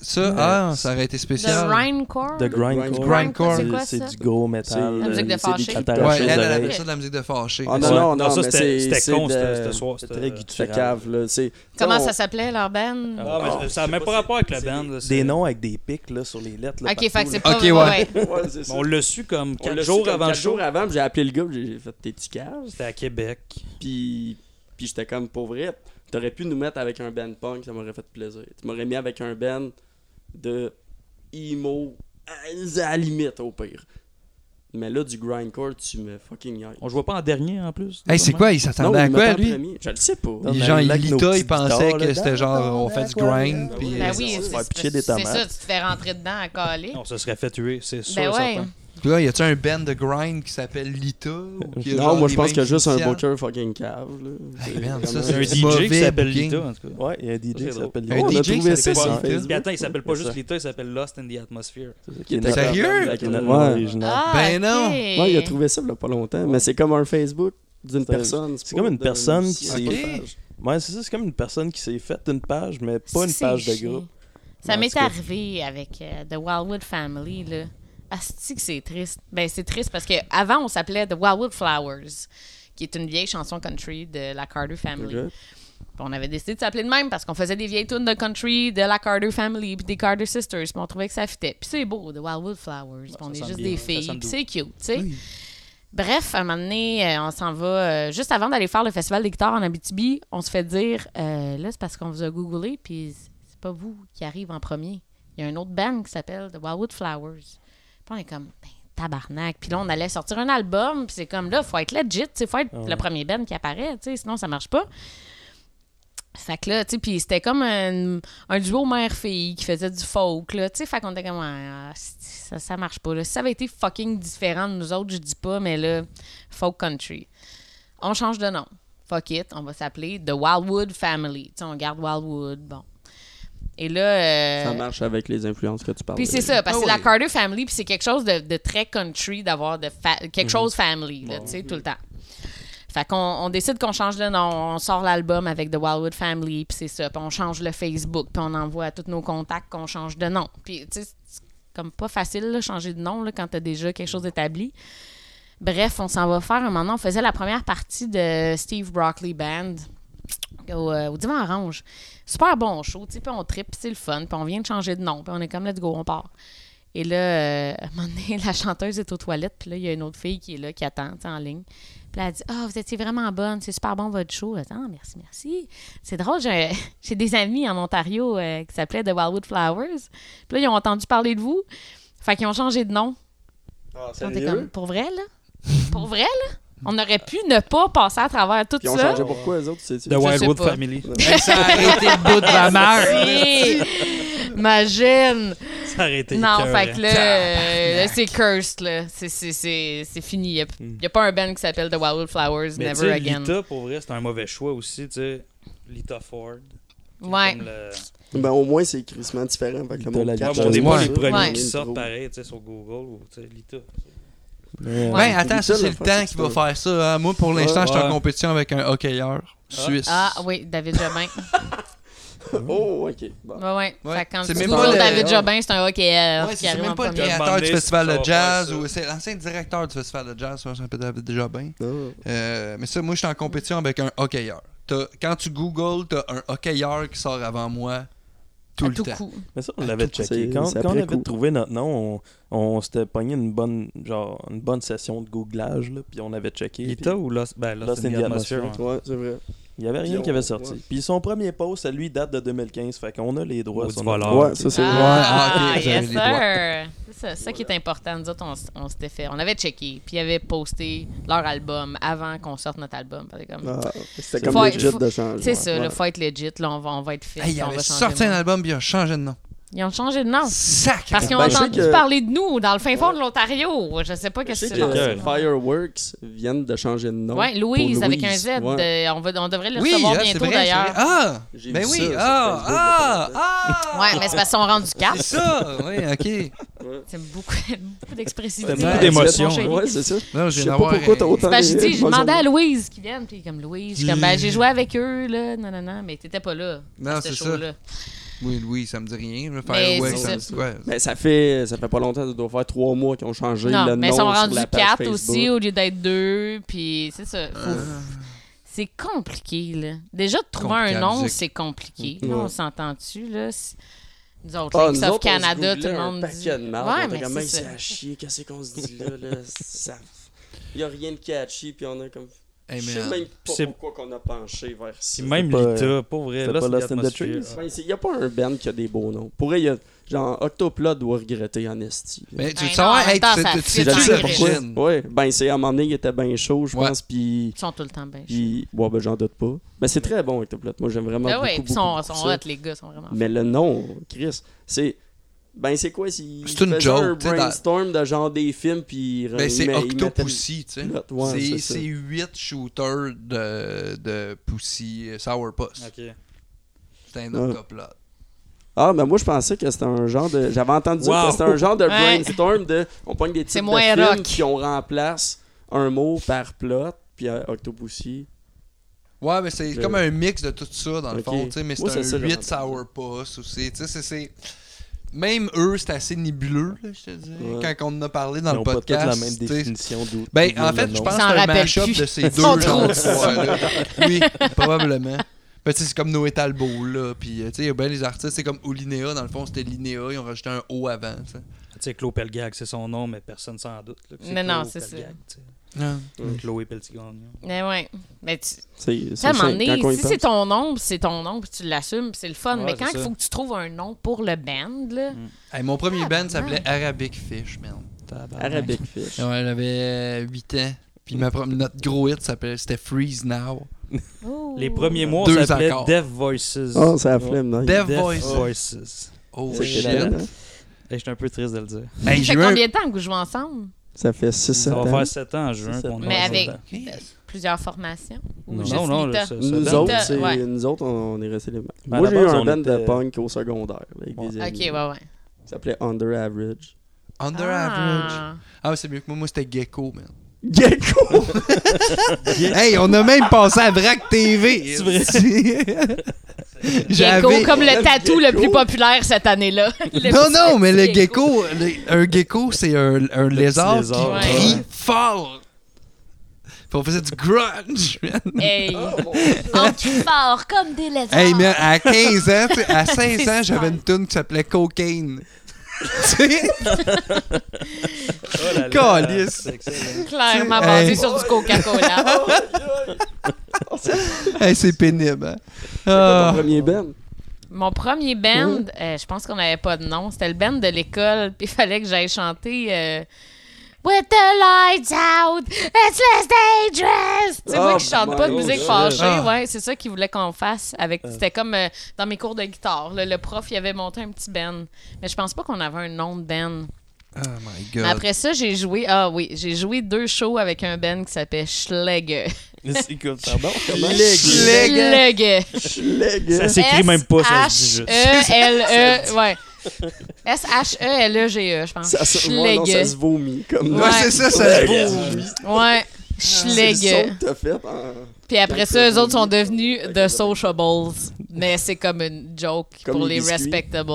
Speaker 2: Ça aurait été spécial.
Speaker 1: The grindcore?
Speaker 4: The grindcore.
Speaker 2: Grindcore.
Speaker 1: C'est quoi, ça?
Speaker 4: C'est du gros métal.
Speaker 1: La musique de fâché.
Speaker 2: Ouais, elle appelle ça de la musique de fâché.
Speaker 3: Non,
Speaker 5: ça,
Speaker 3: mais
Speaker 5: c'était con, cette soir.
Speaker 4: C'était très
Speaker 3: C'était
Speaker 4: guttural.
Speaker 3: cave, là.
Speaker 1: Comment ça s'appelait, leur band?
Speaker 5: Ça n'a même pas rapport avec la band.
Speaker 4: Des noms avec des pics là, sur les lettres. Là,
Speaker 1: Ok, fait que
Speaker 4: partout,
Speaker 1: c'est
Speaker 4: là.
Speaker 1: pas...
Speaker 2: Ok, ouais.
Speaker 3: Ouais, c'est ça.
Speaker 5: On l'a su comme
Speaker 3: On
Speaker 5: 4
Speaker 3: l'a su
Speaker 5: jours
Speaker 3: comme
Speaker 5: avant le
Speaker 3: 4
Speaker 5: show.
Speaker 3: jours avant, puis j'ai appelé le gars, puis j'ai fait tes petits caves.
Speaker 5: C'était à Québec.
Speaker 3: Puis j'étais comme, pour vrai, t'aurais pu nous mettre avec un band punk, ça m'aurait fait plaisir. Tu m'aurais mis avec un band de emo à la limite, au pire. Mais là, du grindcore, tu me fucking niaises.
Speaker 5: On jouait pas en dernier en plus.
Speaker 2: Hey, c'est quoi? Il s'attendait à quoi, lui?
Speaker 3: Je le sais pas.
Speaker 4: Non, mais
Speaker 2: Genre,
Speaker 4: avec nos
Speaker 2: Lita, il
Speaker 4: petites
Speaker 2: pensait
Speaker 4: guitares,
Speaker 2: que
Speaker 4: là,
Speaker 2: c'était genre, on fait du grind, puis...
Speaker 1: Ben oui,
Speaker 4: on se
Speaker 1: c'est
Speaker 4: fait pitcher des
Speaker 1: ça,
Speaker 4: tomates.
Speaker 1: tu te fais rentrer dedans à caler.
Speaker 5: On se serait fait tuer, c'est sûr.
Speaker 1: Ben ouais.
Speaker 5: certain.
Speaker 2: Puis là, y a-tu un band de grind qui s'appelle Lita? Ou qui a
Speaker 3: Non,
Speaker 2: genre
Speaker 3: moi
Speaker 2: les
Speaker 3: je pense
Speaker 2: mêmes
Speaker 3: qu'il y a juste un
Speaker 2: initiales?
Speaker 3: booker fucking cave. Là.
Speaker 2: Hey, man, ça,
Speaker 3: vraiment-
Speaker 5: C'est un
Speaker 2: C'est
Speaker 5: DJ
Speaker 2: mauvais
Speaker 5: qui s'appelle
Speaker 2: booking.
Speaker 5: Lita, en tout cas.
Speaker 4: Ouais, il y a un DJ qui
Speaker 5: C'est
Speaker 4: s'appelle
Speaker 2: Un
Speaker 3: On a
Speaker 2: DJ
Speaker 3: trouvé
Speaker 2: qui
Speaker 3: ça
Speaker 2: s'appelle
Speaker 3: sur
Speaker 2: Lita.
Speaker 3: Facebook.
Speaker 5: Puis attends, il s'appelle pas
Speaker 3: C'est
Speaker 5: juste
Speaker 3: ça.
Speaker 5: Lita, il s'appelle Lost in the Atmosphere.
Speaker 3: Qui était
Speaker 2: Sérieux?
Speaker 3: capable
Speaker 4: Avec
Speaker 3: de-
Speaker 4: notre
Speaker 3: Ouais.
Speaker 4: nom original.
Speaker 1: Ah,
Speaker 2: Ben non.
Speaker 1: ok.
Speaker 3: Ouais, il a trouvé ça il y a pas longtemps. Mais c'est comme un Facebook d'une
Speaker 4: C'est-
Speaker 3: personne.
Speaker 4: c'est comme une
Speaker 3: pas
Speaker 4: personne
Speaker 3: d'un
Speaker 4: qui
Speaker 3: musicien.
Speaker 2: s'est-
Speaker 3: Ok.
Speaker 4: Ouais, c'est ça, c'est comme une personne qui s'est faite une page, mais pas une
Speaker 1: C'est
Speaker 4: page de
Speaker 1: chiant.
Speaker 4: groupe.
Speaker 1: Ça
Speaker 4: En
Speaker 1: m'est
Speaker 4: tout cas.
Speaker 1: arrivé avec The Wildwood Family, là. Asti que c'est triste. Ben, c'est triste parce qu'avant, on s'appelait The Wildwood Flowers, qui est une vieille chanson country de la Carter Family.
Speaker 3: Ok.
Speaker 1: Puis on avait décidé de s'appeler de même parce qu'on faisait des vieilles tunes de country de la Carter Family puis des Carter Sisters. Puis on trouvait que ça fitait. Puis c'est beau, The Wildwood Flowers. Puis on est
Speaker 5: sonne
Speaker 1: juste
Speaker 5: bien,
Speaker 1: des
Speaker 5: ça
Speaker 1: filles.
Speaker 5: sonne
Speaker 1: Puis
Speaker 5: doux.
Speaker 1: c'est cute, tu sais. Bref, à un moment donné, on s'en va. Juste avant d'aller faire le festival des guitares en Abitibi, on se fait dire là, c'est parce qu'on vous a googlé, puis c'est pas vous qui arrive en premier. Il y a un autre band qui s'appelle The Wildwood Flowers. Puis on est comme, ben, tabarnak. Puis là, on allait sortir un album, puis c'est comme là, faut être legit, il faut être le premier band qui apparaît, tu sais, sinon ça marche pas. Fait que là, tu sais, puis c'était comme un duo mère-fille qui faisait du folk, là, tu sais, fait qu'on était comme, ça marche pas, là. Si ça avait été fucking différent de nous autres, je dis pas, mais là, folk country. On change de nom. Fuck it, on va s'appeler The Wildwood Family. Tu sais, on garde Wildwood, bon. Et là...
Speaker 3: Ça marche avec les influences que tu parles.
Speaker 1: Puis c'est ça, parce que
Speaker 2: Ah
Speaker 1: c'est la
Speaker 2: oui.
Speaker 1: Carter Family, puis c'est quelque chose de très country, d'avoir quelque chose family, là, tu sais, tout le temps. Fait qu'on décide qu'on change de nom, on sort l'album avec The Wildwood Family, puis c'est ça, puis on change le Facebook, puis on envoie à tous nos contacts qu'on change de nom. Puis, tu sais, c'est comme pas facile, là, changer de nom, là, quand t'as déjà quelque chose d'établi. Bref, on s'en va faire un moment. On faisait la première partie de Steve Broccoli Band au Divan Orange. Super bon show, tu sais, puis on tripe, puis c'est le fun, puis on vient de changer de nom, puis on est comme, let's go, on part. Et là, à un moment donné, la chanteuse est aux toilettes, puis là, il y a une autre fille qui est là, qui attend, tu sais, en ligne. Puis là, elle dit, « Ah, vous étiez vraiment bonne, c'est super bon votre show. » Attends, merci. C'est drôle, j'ai des amis en Ontario qui s'appelaient The Wildwood Flowers. Puis là, ils ont entendu parler de vous. Fait qu'ils ont changé de nom.
Speaker 3: Ah,
Speaker 1: On était comme, pour vrai, là? Pour vrai, là? On aurait pu ne pas passer à travers tout
Speaker 3: Puis on
Speaker 1: ça.
Speaker 3: changeait pourquoi, les autres, c'est
Speaker 5: The Wildwood
Speaker 1: pas.
Speaker 5: Family.
Speaker 2: Ça a été le bout de ma mère.
Speaker 1: Oui! Imagine!
Speaker 5: Ça aurait été
Speaker 1: Non,
Speaker 5: écœurant.
Speaker 1: fait que là, c'est cursed, là. C'est fini. Il n'y a pas un band qui s'appelle The Wildwood Flowers,
Speaker 5: Mais tu
Speaker 1: Never
Speaker 5: sais,
Speaker 1: Again.
Speaker 5: Lita, pour vrai, c'est un mauvais choix aussi, tu sais. Lita Ford. C'est
Speaker 1: Ouais.
Speaker 5: comme le-
Speaker 3: Ben, au moins, c'est crissement différent. Fait que le
Speaker 4: De
Speaker 3: monde
Speaker 4: la
Speaker 3: catch
Speaker 5: Ouais, mais on n'est
Speaker 3: ça.
Speaker 5: pas
Speaker 2: Ouais.
Speaker 5: les premiers
Speaker 1: Ouais.
Speaker 5: qui sortent pareil, tu sais, sur Google ou, tu sais, Lita.
Speaker 4: Mais,
Speaker 2: Ben, attends, ça,
Speaker 3: Lita,
Speaker 2: c'est
Speaker 3: le
Speaker 2: le
Speaker 3: fun,
Speaker 2: temps
Speaker 3: c'est
Speaker 2: qui
Speaker 3: que
Speaker 2: va
Speaker 3: c'est
Speaker 2: faire ça. Hein. Moi, pour l'instant, je suis en
Speaker 5: Ouais.
Speaker 2: compétition avec un hockeyeur suisse.
Speaker 1: Ah oui, David Jobin.
Speaker 3: Oh, ok. Bon.
Speaker 1: Ouais.
Speaker 2: Ouais.
Speaker 1: Fait que quand
Speaker 2: C'est
Speaker 1: tu
Speaker 2: même
Speaker 1: googles
Speaker 2: pas le-
Speaker 1: David Jobin, c'est un hockeyeur
Speaker 2: Ouais,
Speaker 1: qui
Speaker 2: c'est
Speaker 1: arrive
Speaker 2: même
Speaker 1: en
Speaker 2: pas le
Speaker 1: premier.
Speaker 2: créateur du
Speaker 5: Demander
Speaker 2: festival
Speaker 5: si ça
Speaker 2: de
Speaker 5: va
Speaker 2: jazz,
Speaker 5: faire ça.
Speaker 2: ou c'est l'ancien directeur du festival de jazz, ça s'appelle David Jobin.
Speaker 3: Non.
Speaker 2: Mais ça, moi, je suis en compétition avec un hockeyeur. Quand tu googles, t'as un hockeyeur qui sort avant moi tout
Speaker 1: À
Speaker 2: le
Speaker 1: tout
Speaker 2: temps.
Speaker 1: coup.
Speaker 4: mais ça, on l'avait
Speaker 3: C'est-
Speaker 4: checké. Quand
Speaker 3: c'est
Speaker 4: on
Speaker 3: après
Speaker 4: avait
Speaker 3: coup.
Speaker 4: trouvé notre nom, on s'était pogné une bonne session de googlage, là, puis on avait checké.
Speaker 5: Lita
Speaker 4: puis-
Speaker 5: ou Lost, ben, Lost
Speaker 4: Lost
Speaker 5: in the Atmosphere.
Speaker 4: Atmosphere.
Speaker 5: ouais.
Speaker 3: Ouais, c'est vrai.
Speaker 4: Il n'y avait rien
Speaker 3: Puis
Speaker 4: qui avait
Speaker 3: on-
Speaker 4: sorti.
Speaker 3: ouais.
Speaker 4: Puis son premier post, à lui, date de 2015. Fait qu'on a les droits
Speaker 5: Au
Speaker 4: sur
Speaker 5: du
Speaker 4: notre-
Speaker 5: voleur.
Speaker 3: Ouais, ça c'est
Speaker 1: Ah,
Speaker 2: ok, vous avez
Speaker 1: yes
Speaker 2: les droits.
Speaker 1: sir. C'est ça qui est important. Nous autres, on s'était fait. On avait checké, puis ils avaient posté leur album avant qu'on sorte notre album. Fait comme-
Speaker 3: C'était
Speaker 1: Faut
Speaker 3: comme
Speaker 1: être-
Speaker 3: legit
Speaker 1: faut-
Speaker 3: de changer.
Speaker 1: C'est ça,
Speaker 3: ouais.
Speaker 1: le faut être legit. Là, on va être fait.
Speaker 2: Hey, il
Speaker 1: on
Speaker 2: avait
Speaker 1: va changer
Speaker 2: sorti
Speaker 1: de
Speaker 2: un
Speaker 1: nom.
Speaker 2: album puis il a changé de nom.
Speaker 1: Ils ont changé de nom.
Speaker 2: Sac!
Speaker 1: Parce qu'ils ont
Speaker 3: Ben, je sais
Speaker 1: entendu
Speaker 3: que-
Speaker 1: parler de nous dans le fin fond de l'Ontario. Je sais pas
Speaker 3: Je
Speaker 1: qu'est-ce
Speaker 3: sais
Speaker 1: que
Speaker 3: que
Speaker 1: c'est.
Speaker 3: Fireworks viennent de changer de nom.
Speaker 1: Ouais, Louise
Speaker 3: pour
Speaker 1: avec un Z.
Speaker 3: Ouais.
Speaker 1: On devrait le
Speaker 2: Oui,
Speaker 1: recevoir
Speaker 2: c'est
Speaker 1: bientôt
Speaker 2: vrai,
Speaker 1: d'ailleurs.
Speaker 2: c'est vrai. Ah!
Speaker 3: J'ai
Speaker 2: Ben
Speaker 3: vu
Speaker 2: oui,
Speaker 3: ça sur
Speaker 2: ah!
Speaker 3: Facebook,
Speaker 2: Ah!
Speaker 3: là,
Speaker 2: Ah!
Speaker 1: Ouais, mais c'est parce qu'ils sont rendus
Speaker 2: C'est
Speaker 1: 4.
Speaker 2: ça! Oui, ok.
Speaker 3: ouais.
Speaker 1: C'est beaucoup d'expressivité.
Speaker 5: C'était
Speaker 2: beaucoup
Speaker 1: mon
Speaker 5: d'émotion.
Speaker 1: chéri.
Speaker 3: Ouais, c'est ça.
Speaker 2: Non,
Speaker 3: Je
Speaker 2: j'ai
Speaker 3: sais pas pourquoi t'as autant
Speaker 1: Ben, j'ai dit, j'ai demandé à
Speaker 3: d'émotions.
Speaker 1: Louise qui vienne, puis comme Louise, je suis comme, ben, j'ai joué avec eux, là, non, mais t'étais pas là.
Speaker 2: Non,
Speaker 1: à ce
Speaker 2: c'est ça.
Speaker 1: show-là.
Speaker 2: Oui, ça me dit rien. Le
Speaker 1: Mais
Speaker 2: Fireworks,
Speaker 1: c'est
Speaker 2: ça me
Speaker 1: ça.
Speaker 2: dit quoi?
Speaker 3: Mais ça fait pas longtemps, ça doit faire 3 mois qu'ils ont changé
Speaker 1: Non,
Speaker 3: le
Speaker 1: mais
Speaker 3: nom
Speaker 1: ils sont
Speaker 3: sur
Speaker 1: rendus
Speaker 3: la page
Speaker 1: 4
Speaker 3: Facebook.
Speaker 1: aussi au lieu d'être 2, puis c'est ça. C'est compliqué, là. Déjà, de trouver
Speaker 2: Compliqué
Speaker 1: un
Speaker 2: la
Speaker 1: nom,
Speaker 2: musique.
Speaker 1: c'est compliqué.
Speaker 3: Ouais.
Speaker 1: Là, on s'entend-tu, là? Nous autres,
Speaker 3: Ah,
Speaker 1: Lakes
Speaker 3: nous
Speaker 1: of
Speaker 3: autres, on se
Speaker 1: Canada, tout
Speaker 3: googlait
Speaker 1: le
Speaker 3: un
Speaker 1: monde dit.
Speaker 3: paquet de marde,
Speaker 1: Ouais,
Speaker 3: on était
Speaker 1: mais
Speaker 3: comme,
Speaker 1: c'est
Speaker 3: hey, c'est
Speaker 1: ça.
Speaker 3: à chier, qu'est-ce qu'on se dit là? Il y a rien de catchy, puis on a comme...
Speaker 2: Hey,
Speaker 3: Je
Speaker 2: mais,
Speaker 3: sais même pas
Speaker 5: c'est-
Speaker 3: pourquoi qu'on a penché vers ça.
Speaker 5: Puis même
Speaker 4: pas-
Speaker 5: Lita, pour vrai,
Speaker 4: c'est
Speaker 5: là,
Speaker 4: pas
Speaker 5: c'est
Speaker 4: Lost in the
Speaker 5: l'atmosphère.
Speaker 4: Trees?
Speaker 3: Il n'y a pas un band qui a des beaux noms. Pour vrai, il y a... Genre, Octoplot doit regretter en esti.
Speaker 2: mais tu
Speaker 1: Ben
Speaker 2: veux savoir,
Speaker 1: non, en même
Speaker 2: hey,
Speaker 1: temps,
Speaker 2: tu
Speaker 1: ça
Speaker 2: sais
Speaker 1: fit
Speaker 3: Je
Speaker 1: en
Speaker 3: le sais
Speaker 1: Chris.
Speaker 2: l'origine.
Speaker 3: pourquoi. Ouais, ben c'est à un moment donné, il était bien chaud, je
Speaker 2: Ouais.
Speaker 3: pense, puis...
Speaker 1: Ils sont tout le temps bien chauds.
Speaker 3: Ouais, ben j'en doute pas. Mais c'est très bon, Octoplot. Moi, j'aime vraiment
Speaker 1: Ah
Speaker 3: beaucoup,
Speaker 1: ouais, puis
Speaker 3: beaucoup,
Speaker 1: ils sont
Speaker 3: beaucoup ça.
Speaker 1: hot, les gars, sont vraiment.
Speaker 3: Mais le nom, Chris, c'est... Ben c'est quoi?
Speaker 2: C'est une joke,
Speaker 3: un
Speaker 2: tu sais, dans-
Speaker 3: brainstorm de genre des films, puis...
Speaker 2: Ben, c'est
Speaker 3: il met- il mettait le-
Speaker 2: Octopussy, tu sais.
Speaker 3: Ouais, c'est ça.
Speaker 2: C'est 8 shooters de Pussy Sourpuss.
Speaker 5: Ok.
Speaker 2: C'est un
Speaker 3: Ouais.
Speaker 2: octoplot.
Speaker 3: Ah, mais moi, je pensais que c'était un genre de... J'avais entendu dire
Speaker 5: Wow.
Speaker 3: que c'était un genre de
Speaker 1: Ouais.
Speaker 3: brainstorm de... On pogne des
Speaker 1: C'est
Speaker 3: titres de
Speaker 1: moins
Speaker 3: films,
Speaker 1: rock.
Speaker 3: puis on remplace un mot par plot, puis Octopussy.
Speaker 2: Ouais, mais c'est
Speaker 3: Je-
Speaker 2: comme un mix de tout ça, dans le
Speaker 3: Ok.
Speaker 2: fond, tu sais, mais
Speaker 3: Moi,
Speaker 2: c'est
Speaker 3: c'est ça,
Speaker 2: un
Speaker 3: j'ai
Speaker 2: 8
Speaker 3: entendu.
Speaker 2: Sourpuss aussi, tu sais, c'est... Même eux, c'est assez nébuleux, là, je te dis,
Speaker 3: Ouais.
Speaker 2: quand on en a parlé dans
Speaker 4: Ils
Speaker 2: le
Speaker 4: ont pas
Speaker 2: podcast.
Speaker 4: toutes la même
Speaker 2: tu sais.
Speaker 4: définition d'où.
Speaker 2: Ben,
Speaker 4: d'où
Speaker 2: en
Speaker 4: vient
Speaker 2: fait,
Speaker 4: le
Speaker 2: je
Speaker 4: nom.
Speaker 2: pense que
Speaker 1: Ils s'en
Speaker 2: c'est un
Speaker 1: rappellent
Speaker 2: mash-up
Speaker 1: plus.
Speaker 2: de ces
Speaker 1: Ils
Speaker 2: deux
Speaker 1: sont
Speaker 2: genres
Speaker 1: trop
Speaker 2: d'histoires-là. Oui, probablement. Ben, tu sais, c'est comme Noé Talbot, là. Puis, tu sais, il y a bien les artistes, c'est comme Olinéa, dans le fond, c'était Linéa, ils ont rajouté un O avant, tu sais.
Speaker 5: Tu sais, Chloé Pelgag, c'est son nom, mais personne s'en doute. Là, que
Speaker 1: Non, non,
Speaker 5: Chloé
Speaker 1: c'est ça.
Speaker 5: Pelgag, tu sais.
Speaker 3: Ouais.
Speaker 5: Chloé Peltigagnon.
Speaker 1: Mais ouais. Mais tu
Speaker 3: C'est
Speaker 1: à un moment
Speaker 3: simple,
Speaker 1: donné,
Speaker 3: quand on y
Speaker 1: si
Speaker 3: pense.
Speaker 1: c'est ton nom, puis c'est ton nom, puis tu l'assumes, puis c'est le fun.
Speaker 5: Ouais,
Speaker 1: mais
Speaker 5: c'est
Speaker 1: quand il
Speaker 5: ça.
Speaker 1: faut que tu trouves un nom pour le band, là,
Speaker 2: Hey, mon premier band
Speaker 1: Tabarnak.
Speaker 2: s'appelait Arabic Fish, man.
Speaker 3: Arabic Fish.
Speaker 2: Ouais, j'avais 8 ans. Puis notre gros hit c'était Freeze Now.
Speaker 1: ouh.
Speaker 5: Les premiers mois,
Speaker 2: Deux
Speaker 5: ça s'appelait
Speaker 2: accords.
Speaker 5: Deaf Voices.
Speaker 3: Oh, c'est la flemme, non?
Speaker 2: Deaf
Speaker 5: Deaf
Speaker 2: Voices.
Speaker 5: Voices.
Speaker 2: Oh
Speaker 3: C'est
Speaker 2: shit.
Speaker 3: excellent, hein?
Speaker 5: Hey, J'étais un peu triste de le dire.
Speaker 2: Hey,
Speaker 1: Ça
Speaker 2: j'ai
Speaker 1: fait
Speaker 2: eu un...
Speaker 1: combien de temps que vous jouez ensemble?
Speaker 3: Ça fait 6-7
Speaker 5: Ça va
Speaker 3: ans.
Speaker 5: faire 7 ans en juin.
Speaker 3: C'est
Speaker 5: qu'on
Speaker 3: sept
Speaker 5: a
Speaker 1: Mais
Speaker 5: fait
Speaker 1: avec
Speaker 5: ça.
Speaker 1: plusieurs formations? Ou
Speaker 5: Non,
Speaker 1: juste
Speaker 5: non,
Speaker 1: Lita?
Speaker 5: ça-
Speaker 3: Nous
Speaker 5: ça-
Speaker 3: autres,
Speaker 1: Lita, ouais.
Speaker 3: nous autres, on est restés les mêmes.
Speaker 4: Ben, à
Speaker 3: Moi,
Speaker 4: la
Speaker 3: j'ai eu
Speaker 4: base,
Speaker 3: un
Speaker 4: on
Speaker 3: band de
Speaker 4: était-
Speaker 3: punk au secondaire avec
Speaker 5: Ouais.
Speaker 3: des
Speaker 1: Ok,
Speaker 3: amis.
Speaker 1: ouais, ouais.
Speaker 3: Ça s'appelait Under Average.
Speaker 2: Under
Speaker 1: Ah.
Speaker 2: Average. Ah, ouais, c'est mieux que moi. Moi, c'était Gecko, man.
Speaker 3: Gecko!
Speaker 2: Hey, on a même passé à Vrac TV.
Speaker 5: C'est vrai?
Speaker 1: Gecko, comme le
Speaker 3: Gecko.
Speaker 1: tatou le plus populaire cette année-là.
Speaker 2: Non, mais le gecko, un gecko, c'est un lézard qui
Speaker 5: lézard,
Speaker 2: crie
Speaker 1: ouais.
Speaker 2: fort. Puis on faisait du grunge, man.
Speaker 1: Hey,
Speaker 3: Oh,
Speaker 1: on crie fort comme des lézards.
Speaker 2: Hey, man, à 15 ans, tu sais, à 16
Speaker 1: C'est
Speaker 2: ans, j'avais
Speaker 1: ça.
Speaker 2: une tune qui s'appelait Cocaine. Tu sais?
Speaker 5: Oh là là,
Speaker 2: Calice.
Speaker 5: c'est excellent.
Speaker 1: Clairement basé
Speaker 2: Hey.
Speaker 1: sur du Coca-Cola.
Speaker 2: Hey, c'est pénible, hein?
Speaker 3: Ton
Speaker 2: Ah.
Speaker 3: premier band?
Speaker 1: Mon premier band, je pense qu'on n'avait pas de nom. C'était le band de l'école. Puis il fallait que j'aille chanter With the lights out, it's less dangerous. Tu sais, moi
Speaker 3: Oh
Speaker 1: qui chante pas de
Speaker 3: my
Speaker 1: musique
Speaker 3: God.
Speaker 1: fâchée,
Speaker 2: Ah.
Speaker 1: ouais, c'est ça qu'ils voulaient qu'on fasse. Avec, c'était comme dans mes cours de guitare. Là, le prof, il avait monté un petit band. Mais je pense pas qu'on avait un nom de band.
Speaker 2: Oh my God.
Speaker 1: Mais après ça, j'ai joué 2 shows avec un band qui s'appelle Schlegge.
Speaker 4: C'est quoi, pardon? Comment?
Speaker 1: Schlegge.
Speaker 3: Schlegge.
Speaker 5: Ça s'écrit même pas, ça se dit juste.
Speaker 1: S-H-E-L-E, ouais. S-H-E-L-E-G-E, je pense.
Speaker 3: Ça, ouais, non, ça se vomit comme
Speaker 2: Ouais,
Speaker 1: Ouais.
Speaker 2: c'est ça, ça se
Speaker 3: Schlegge.
Speaker 2: vomit.
Speaker 1: Ouais.
Speaker 3: C'est le son
Speaker 1: Schlegge.
Speaker 3: que t'as fait en...
Speaker 1: Puis après ça, eux autres sont devenus The Sociables. Mais c'est comme une joke
Speaker 3: Comme
Speaker 1: pour
Speaker 3: les
Speaker 1: les
Speaker 3: biscuits.
Speaker 1: Respectables.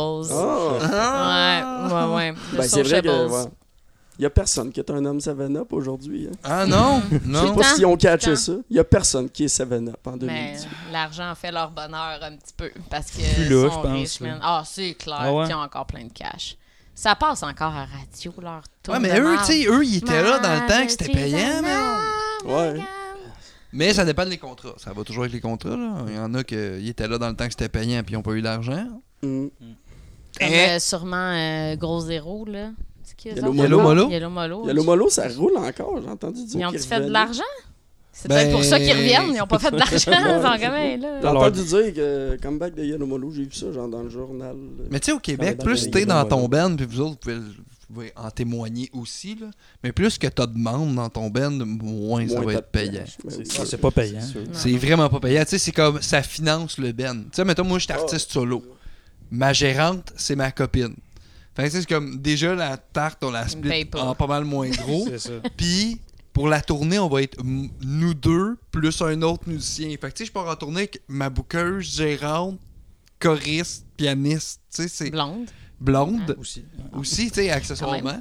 Speaker 3: Ah.
Speaker 1: Ouais. The
Speaker 3: Ben, c'est vrai que...
Speaker 1: Sociables.
Speaker 3: ouais. Y a personne qui est un homme 7-Up aujourd'hui. Hein.
Speaker 2: Ah non,
Speaker 3: Je sais
Speaker 2: non.
Speaker 3: pas
Speaker 1: Temps.
Speaker 3: si on catché
Speaker 1: Temps.
Speaker 3: ça. Y a personne qui est 7-Up en
Speaker 1: Mais
Speaker 3: 2018.
Speaker 1: l'argent fait leur bonheur un petit peu. Parce que
Speaker 5: Plus là,
Speaker 1: sont
Speaker 5: je pense,
Speaker 1: riches,
Speaker 5: là.
Speaker 1: man. Ah, c'est clair.
Speaker 5: Ah ouais?
Speaker 1: Ils ont encore plein de cash. Ça passe encore à radio, leur tour.
Speaker 2: Ouais, mais eux, tu sais, eux, ils étaient là dans le temps que c'était payant, man.
Speaker 3: Ouais.
Speaker 2: Mais ça dépend des contrats. Ça va toujours avec les contrats. Là. Il y en a qui étaient là dans le temps que c'était payant puis ils n'ont pas eu d'argent.
Speaker 3: Mm.
Speaker 1: Comme sûrement Gros Zéro, là. C'est qui, eux
Speaker 3: Yellow
Speaker 1: autres?
Speaker 2: Yellow Molo?
Speaker 1: Yellow Molo.
Speaker 3: Yellow Molo, ça roule encore, j'ai entendu dire.
Speaker 1: Ils ont-tu
Speaker 3: qu'ils
Speaker 1: fait de
Speaker 3: revenaient.
Speaker 1: l'argent? C'est
Speaker 2: Ben-
Speaker 1: peut-être pour ça qu'ils reviennent. Ils n'ont pas fait de l'argent. Ils sont quand même là.
Speaker 3: J'ai entendu dire que comeback de Yellow Molo, j'ai vu ça genre dans le journal.
Speaker 2: Mais tu sais, au Québec,
Speaker 3: Dans
Speaker 2: plus
Speaker 3: les
Speaker 2: t'es dans
Speaker 4: Yellow
Speaker 2: ton
Speaker 4: Molo.
Speaker 2: band, puis vous autres, vous pouvez en témoigner aussi, là. Mais plus que t'as de membres dans ton band, moins ça
Speaker 3: Moins
Speaker 2: va
Speaker 3: t'as
Speaker 2: être
Speaker 3: de
Speaker 2: payant.
Speaker 3: cash. Ben oui.
Speaker 5: C'est pas payant.
Speaker 4: C'est sûr.
Speaker 2: C'est vraiment pas payant. Tu sais, c'est comme ça finance le band. Tu sais, mettons, moi, je suis artiste solo. Ma gérante, c'est ma copine. Fait que tu sais, c'est comme déjà la tarte, on la
Speaker 1: me paye
Speaker 2: split
Speaker 1: pas.
Speaker 2: en pas mal moins gros.
Speaker 5: C'est ça.
Speaker 2: Puis pour la tournée, on va être nous deux plus un autre musicien. Fait que tu sais, je pars en tournée avec ma bookeuse, gérante, choriste, pianiste. Tu sais, c'est
Speaker 1: Blonde.
Speaker 2: blonde.
Speaker 5: Aussi.
Speaker 2: Aussi, tu sais, accessoirement.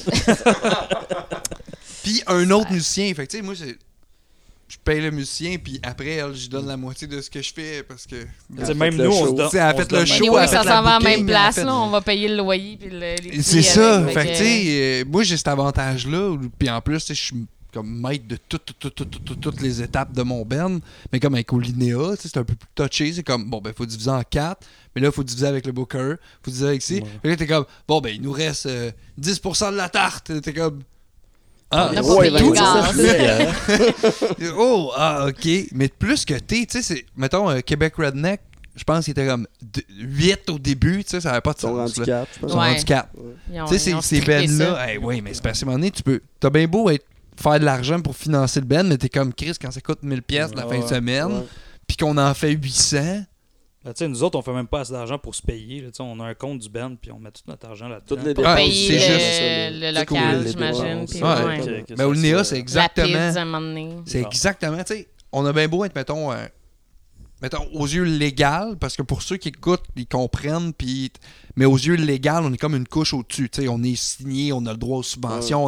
Speaker 2: Puis un autre musicien. Fait que tu sais, moi, je paye le musicien, puis après, elle, je donne la moitié de ce que je fais parce que.
Speaker 5: Tu sais, même nous, on se donne.
Speaker 2: Tu sais, elle a
Speaker 5: on
Speaker 2: fait
Speaker 5: se donne
Speaker 2: le
Speaker 5: même-
Speaker 2: show,
Speaker 1: Anyway,
Speaker 2: elle a
Speaker 1: ça
Speaker 2: fait la
Speaker 1: s'en va à la même
Speaker 2: booking,
Speaker 1: place.
Speaker 2: elle a fait-
Speaker 1: Là, on va payer le loyer puis les
Speaker 2: C'est
Speaker 1: prix
Speaker 2: ça.
Speaker 1: avec,
Speaker 2: Fait que, tu sais, moi, j'ai cet avantage-là. Puis en plus, tu sais, je suis comme maître de toutes les étapes de mon band. Mais comme avec Olinéa, tu sais, c'est un peu plus touché. C'est comme, bon, ben, faut diviser en 4. Mais là, faut diviser avec le booker. Faut diviser avec ci.
Speaker 4: Ouais.
Speaker 2: Fait que là, t'es comme, bon, ben, il nous reste 10% de la tarte. T'es comme. Ah,
Speaker 1: On a pas
Speaker 3: Ouais,
Speaker 1: payé le
Speaker 3: ben,
Speaker 1: gaz.
Speaker 2: oh, ah, ok. Mais plus que tu sais, c'est, mettons, Québec Redneck, je pense qu'il était comme 8 au début, tu sais, ça n'avait pas de
Speaker 3: Ils sont
Speaker 2: sens.
Speaker 3: rendus
Speaker 2: là.
Speaker 3: 4, je
Speaker 2: Ils
Speaker 3: pense.
Speaker 2: sont
Speaker 1: Ouais.
Speaker 2: rendus 4.
Speaker 1: Ils ont-
Speaker 2: Tu sais,
Speaker 1: ils ont
Speaker 2: ces
Speaker 1: strippé ça.
Speaker 2: bands-là, oui, mais c'est parce qu'à un moment donné, t'as bien beau faire de l'argent pour financer le band, mais t'es comme Chris quand ça coûte 1000$ pièces la fin de semaine,
Speaker 3: Ouais.
Speaker 2: puis qu'on en fait 800.
Speaker 5: Ben, tu sais, nous autres, on fait même pas assez d'argent pour se payer. Là. Tu sais, on a un compte du band, puis on met tout notre argent là-dedans.
Speaker 3: Toutes les
Speaker 2: Ah,
Speaker 3: dépenses.
Speaker 1: Payer
Speaker 2: c'est
Speaker 1: le,
Speaker 2: juste
Speaker 3: ça,
Speaker 1: le
Speaker 2: C'est cool,
Speaker 1: local,
Speaker 3: les
Speaker 1: j'imagine.
Speaker 3: dépenses.
Speaker 1: Puis,
Speaker 2: Ouais.
Speaker 1: ouais.
Speaker 2: Mais Olinéa, c'est
Speaker 1: La
Speaker 2: exactement.
Speaker 1: pizza, à un moment donné.
Speaker 2: C'est exactement, tu sais, on a bien beau être, mettons, aux yeux légal, parce que pour ceux qui écoutent, ils comprennent, puis mais aux yeux légal, on est comme une couche au-dessus, tu sais, on est signé, on a le droit aux subventions,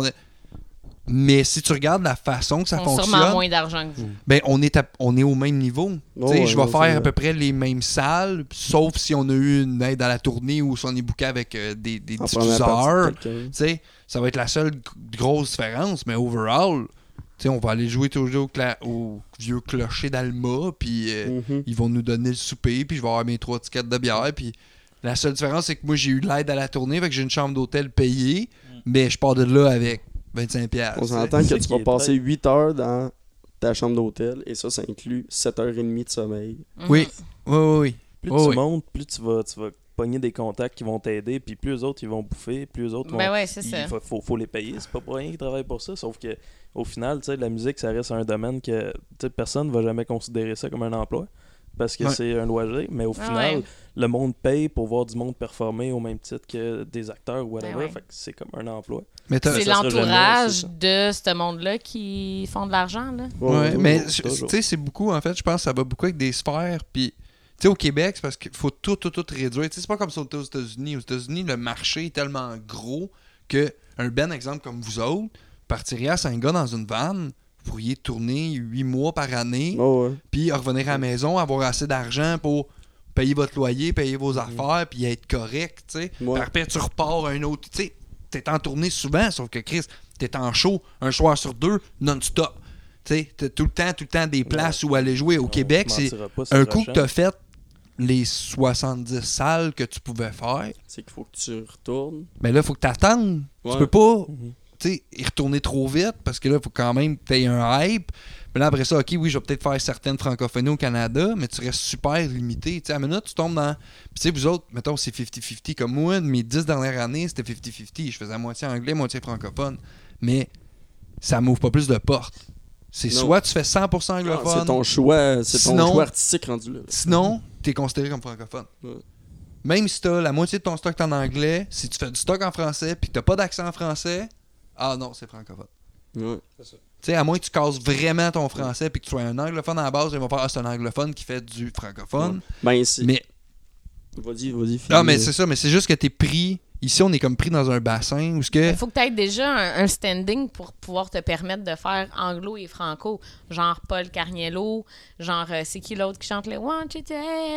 Speaker 2: mais si tu regardes la façon que ça
Speaker 1: Ils ont sûrement
Speaker 2: fonctionne,
Speaker 1: moins d'argent que vous.
Speaker 2: ben on est au même niveau. Tu sais,
Speaker 3: ouais,
Speaker 2: je vais
Speaker 3: ouais,
Speaker 2: faire
Speaker 3: c'est
Speaker 2: à
Speaker 3: vrai.
Speaker 2: peu près les mêmes salles, sauf si on a eu une aide à la tournée ou si on est booké avec des
Speaker 3: En première partie
Speaker 2: diffuseurs.
Speaker 3: de quelqu'un.
Speaker 2: Tu sais, ça va être la seule grosse différence, mais overall, tu sais, on va aller jouer toujours au vieux clocher d'Alma, puis
Speaker 3: Mhm.
Speaker 2: ils vont nous donner le souper, puis je vais avoir mes 3 tickets de bière, puis la seule différence, c'est que moi, j'ai eu l'aide à la tournée, fait que j'ai une chambre d'hôtel payée, mais je pars de là avec 25$.
Speaker 3: On s'entend que
Speaker 4: C'est
Speaker 3: tu
Speaker 4: qui
Speaker 3: vas
Speaker 4: est
Speaker 3: passer 8 heures dans ta chambre d'hôtel et ça inclut 7h30 de sommeil.
Speaker 2: Oui, oui.
Speaker 4: Plus
Speaker 2: Oh,
Speaker 4: tu
Speaker 2: oui.
Speaker 4: montes, plus tu vas pogner des contacts qui vont t'aider, puis plus eux autres, ils vont bouffer, plus eux autres vont...
Speaker 1: Ben ouais, c'est
Speaker 4: il
Speaker 1: ça.
Speaker 4: faut les payer, c'est pas pour rien qu'ils travaillent pour ça, sauf que au final, tu sais, la musique, ça reste un domaine que tu sais, personne va jamais considérer ça comme un emploi, parce que
Speaker 2: Ouais.
Speaker 4: c'est un loisir, mais au
Speaker 1: Ah
Speaker 4: final,
Speaker 1: ouais.
Speaker 4: le monde paye pour voir du monde performer au même titre que des acteurs ou whatever,
Speaker 1: Ben ouais.
Speaker 4: fait que c'est comme un emploi.
Speaker 2: Mais t'as-
Speaker 1: C'est
Speaker 4: ça sera
Speaker 1: l'entourage
Speaker 4: jamais,
Speaker 1: de ce monde-là qui font de l'argent, là.
Speaker 2: Ouais,
Speaker 3: toujours,
Speaker 2: mais
Speaker 3: toujours.
Speaker 2: tu sais, c'est beaucoup, en fait, je pense que ça va beaucoup avec des sphères, puis tu sais, au Québec, c'est parce qu'il faut tout réduire. Tu sais, c'est pas comme ça aux États-Unis. Aux États-Unis, le marché est tellement gros que un band, exemple, comme vous autres, partirait à Saint-Gars dans une van, vous pourriez tourner 8 mois par année,
Speaker 3: Oh, ouais.
Speaker 2: puis revenir à la maison, avoir assez d'argent pour payer votre loyer, payer vos affaires, puis être correct, tu sais.
Speaker 3: Ouais.
Speaker 2: Puis après, tu repars un autre. Tu sais, t'es en tournée souvent, sauf que Chris, t'es en show un soir sur 2, non-stop. Tu sais, t'as tout le temps des places où aller jouer. Au
Speaker 4: On
Speaker 2: Québec,
Speaker 4: se
Speaker 2: c'est
Speaker 4: mentira pas, c'est
Speaker 2: un coup que
Speaker 4: rushant.
Speaker 2: t'as fait les 70 salles que tu pouvais faire,
Speaker 3: C'est qu'il faut que tu retournes.
Speaker 2: ben là, il faut que t'attendes. Tu
Speaker 3: Ouais.
Speaker 2: peux pas
Speaker 4: Mhm.
Speaker 2: tu sais, y retourner trop vite parce que là, il faut quand même que t'aies un hype. Mais là, après ça, ok, oui, je vais peut-être faire certaines francophonies au Canada, mais tu restes super limité. Tu sais, à la minute, tu tombes dans. Puis, tu sais, vous autres, mettons, c'est 50-50 comme moi. Mes 10 dernières années, c'était 50-50. Je faisais moitié anglais, moitié francophone. Mais ça m'ouvre pas plus de portes. C'est
Speaker 3: Non.
Speaker 2: soit tu fais 100%
Speaker 3: Ah,
Speaker 2: anglophone,
Speaker 3: c'est ton choix, c'est ton
Speaker 2: Sinon-
Speaker 3: choix artistique rendu là.
Speaker 2: sinon, t'es considéré comme francophone.
Speaker 3: Ouais.
Speaker 2: Même si t'as la moitié de ton stock en anglais, si tu fais du stock en français puis que t'as pas d'accent en français, ah non, c'est francophone.
Speaker 3: Ouais.
Speaker 2: Tu sais, à moins que tu casses vraiment ton français puis que tu sois un anglophone à la base, ils vont faire c'est un anglophone qui fait du francophone.
Speaker 3: Ben, c'est.
Speaker 2: Mais
Speaker 3: Vas-y,
Speaker 2: non,
Speaker 3: finis.
Speaker 2: mais c'est ça, mais c'est juste que t'es pris. Ici, on est comme pris dans un bassin où ce que.
Speaker 1: Il faut que tu aies déjà un standing pour pouvoir te permettre de faire anglo et franco. Genre Paul Carniello, genre c'est qui l'autre qui chante le Won't you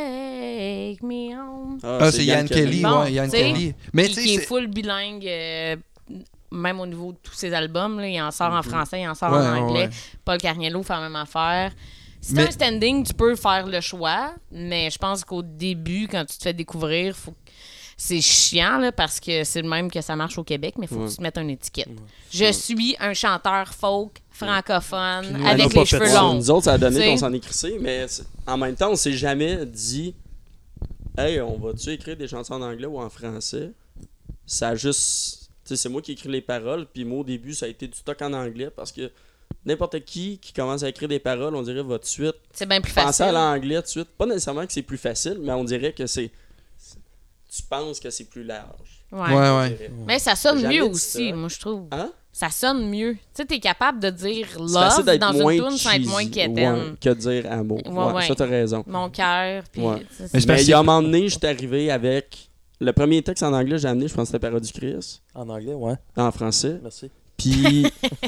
Speaker 1: take me home?
Speaker 2: Ah, c'est Yann Kelly,
Speaker 1: Bon,
Speaker 2: ouais, Yann
Speaker 1: tu sais,
Speaker 2: Kelly. Mais
Speaker 1: qui
Speaker 2: tu
Speaker 1: est
Speaker 2: sais,
Speaker 1: full bilingue même au niveau de tous ses albums, là, il en sort en français, il en sort en
Speaker 2: Ouais,
Speaker 1: anglais.
Speaker 2: ouais.
Speaker 1: Paul Carniello fait la même affaire. Si
Speaker 2: Mais-
Speaker 1: t'as un standing, tu peux faire le choix, mais je pense qu'au début, quand tu te fais découvrir, c'est chiant là, parce que c'est le même que ça marche au Québec, mais il faut que tu te mettes une étiquette. Je suis un chanteur folk francophone
Speaker 5: Puis nous,
Speaker 1: avec
Speaker 5: on a
Speaker 1: les
Speaker 5: pas
Speaker 1: cheveux
Speaker 5: fait ça.
Speaker 1: longs.
Speaker 3: Nous autres, ça a donné
Speaker 1: T'sais.
Speaker 3: qu'on s'en est crissé, mais en même temps, on s'est jamais dit hey, on va-tu écrire des chansons en anglais ou en français? Ça a juste. Tu sais, c'est moi qui écris les paroles, puis moi, au début, ça a été du stock en anglais parce que n'importe qui commence à écrire des paroles, on dirait va tout de suite
Speaker 1: C'est bien plus
Speaker 3: penser à
Speaker 1: facile.
Speaker 3: l'anglais tout de suite. Pas nécessairement que c'est plus facile, mais on dirait que c'est. Tu penses que c'est plus large.
Speaker 1: Ouais.
Speaker 2: Ouais,
Speaker 3: on
Speaker 2: ouais.
Speaker 3: dirait.
Speaker 1: Mais ça sonne
Speaker 3: Jamais
Speaker 1: mieux
Speaker 3: dit
Speaker 1: aussi,
Speaker 3: ça.
Speaker 1: moi, je trouve.
Speaker 3: Hein?
Speaker 1: Ça sonne mieux. Tu sais, t'es capable de dire
Speaker 3: C'est facile
Speaker 1: love
Speaker 3: d'être
Speaker 1: dans
Speaker 3: moins
Speaker 1: une tune sans être moins
Speaker 3: cheesy,
Speaker 1: quétaine.
Speaker 3: ouais, que de dire amour.
Speaker 1: Ouais, ouais.
Speaker 3: Ça, t'as raison.
Speaker 1: Mon cœur, puis...
Speaker 3: Ouais.
Speaker 1: tu sais,
Speaker 2: Mais
Speaker 1: c'est-
Speaker 2: c'est parce
Speaker 3: Mais il y a
Speaker 2: que-
Speaker 3: un moment donné, j'étais arrivé avec. Le premier texte en anglais que j'ai amené, je pense que c'était Parodie Chris.
Speaker 4: En anglais, ouais.
Speaker 3: En français.
Speaker 4: Merci.
Speaker 3: Puis.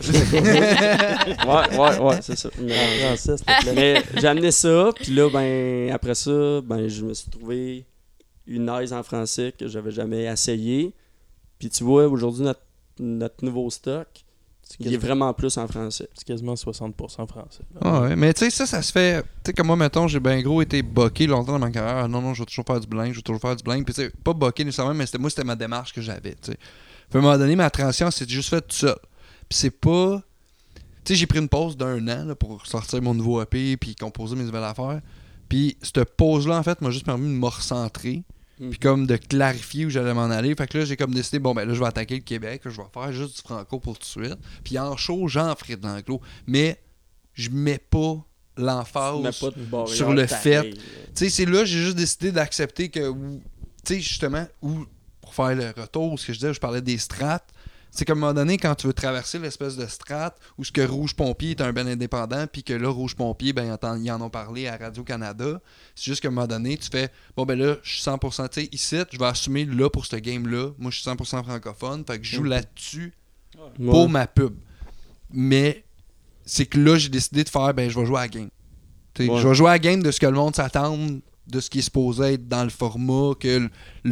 Speaker 3: ouais, c'est ça.
Speaker 4: En
Speaker 3: Mais,
Speaker 4: français, s'il te plaît.
Speaker 3: mais j'ai amené ça, puis là, ben, après ça, ben, je me suis trouvé une aise en français que j'avais jamais essayé. Puis tu vois, aujourd'hui, notre nouveau stock, il est vraiment plus en français.
Speaker 4: C'est quasiment 60% français. là.
Speaker 2: Ah ouais, mais tu sais, ça se fait. Tu sais, comme moi, mettons, j'ai bien gros été boqué longtemps dans ma carrière. Ah, non, je vais toujours faire du bling, je vais toujours faire du bling. Puis tu sais, pas boqué nécessairement, mais c'était ma démarche que j'avais, tu sais. Puis à un moment donné, ma transition, c'est juste fait tout seul. Puis c'est pas. Tu sais, j'ai pris une pause d'1 an là, pour sortir mon nouveau EP puis composer mes nouvelles affaires. Puis cette pause-là, en fait, m'a juste permis de me recentrer. Puis comme de clarifier où j'allais m'en aller. Fait que là, j'ai comme décidé, bon, ben là, je vais attaquer le Québec. Je vais faire juste du franco pour tout de suite. Puis en show, j'en ferai de l'anglo. Mais je mets pas l'emphase
Speaker 3: Mais pas de barrière
Speaker 2: sur le
Speaker 3: pareille,
Speaker 2: fait.
Speaker 3: là.
Speaker 2: Tu sais, c'est là, j'ai juste décidé d'accepter que, tu sais, justement, pour faire le retour, ce que je disais, je parlais des strates. C'est qu'à un moment donné, quand tu veux traverser l'espèce de strate où ce que Rouge Pompier est un band indépendant, puis que là, Rouge Pompier, ben, ils en ont parlé à Radio-Canada, c'est juste qu'à un moment donné, tu fais, bon, ben là, je suis 100%, tu sais, ici, je vais assumer là pour ce game-là. Moi, je suis 100% francophone, fait que je joue là-dessus pour ma pub. Mais c'est que là, j'ai décidé de faire, ben, je vais jouer à la game. Tu sais,
Speaker 3: Ouais.
Speaker 2: je vais jouer à la game de ce que le monde s'attend, de ce qui est supposé être dans le format que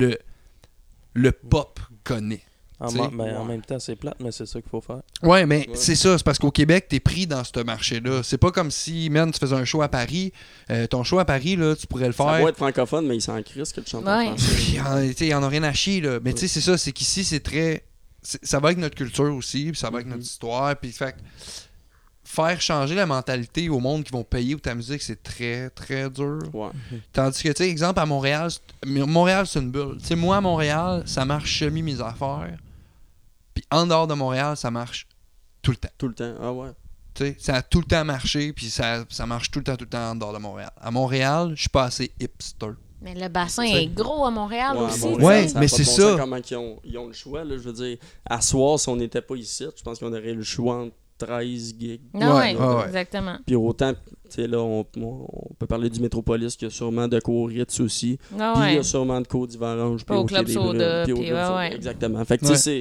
Speaker 2: le pop connaît.
Speaker 4: En,
Speaker 2: T'sais.
Speaker 4: en même temps, c'est plate, mais c'est ça qu'il faut faire.
Speaker 2: Ouais, mais
Speaker 3: Ouais.
Speaker 2: c'est ça. C'est parce qu'au Québec, t'es pris dans ce marché-là. C'est pas comme si, man, tu faisais un show à Paris. Ton show à Paris, là, tu pourrais le
Speaker 3: Ça
Speaker 2: faire.
Speaker 3: doit être francophone, mais ils s'en crissent que tu chantes
Speaker 1: Ouais.
Speaker 3: en français.
Speaker 2: Ils en ont rien à chier, là. Mais tu sais, c'est ça. C'est qu'ici, c'est très... ça va avec notre culture aussi, puis ça va avec notre histoire. Puis fait que faire changer la mentalité au monde qui vont payer pour ta musique, c'est très, très dur.
Speaker 3: Ouais.
Speaker 2: Tandis que, tu sais, exemple, à Montréal, Montréal, c'est une bulle. Tu sais, moi, à Montréal, ça marche semi mes affaires. Puis en dehors de Montréal, ça marche tout le temps.
Speaker 3: Tout le temps. Ah ouais.
Speaker 2: Tu sais, ça a tout le temps marché, puis ça marche tout le temps en dehors de Montréal. À Montréal, je suis pas assez hipster.
Speaker 1: Mais le bassin est gros à Montréal
Speaker 3: Ouais, à
Speaker 1: aussi.
Speaker 3: Montréal,
Speaker 2: Ouais,
Speaker 3: ça a
Speaker 2: mais
Speaker 3: pas de
Speaker 2: c'est
Speaker 3: bon
Speaker 2: ça.
Speaker 3: sens comment ils ont le choix. Là, je veux dire, à soir, si on n'était pas ici, je pense qu'on aurait le choix entre 13 gigs.
Speaker 1: Ah
Speaker 2: Ouais,
Speaker 1: ouais,
Speaker 2: ouais.
Speaker 1: exactement.
Speaker 3: Puis autant, tu sais, là, on peut parler du Métropolis qui a sûrement de quoi au Ritz aussi.
Speaker 1: Ah
Speaker 3: Puis il y
Speaker 1: ouais.
Speaker 3: a sûrement de quoi au Divarange. Puis
Speaker 1: Au
Speaker 3: Quai
Speaker 1: Club
Speaker 3: des
Speaker 1: Soda,
Speaker 3: Brumes, puis au
Speaker 1: puis
Speaker 3: Club
Speaker 1: ouais,
Speaker 3: Soda.
Speaker 1: ouais.
Speaker 3: Exactement. Fait que tu sais,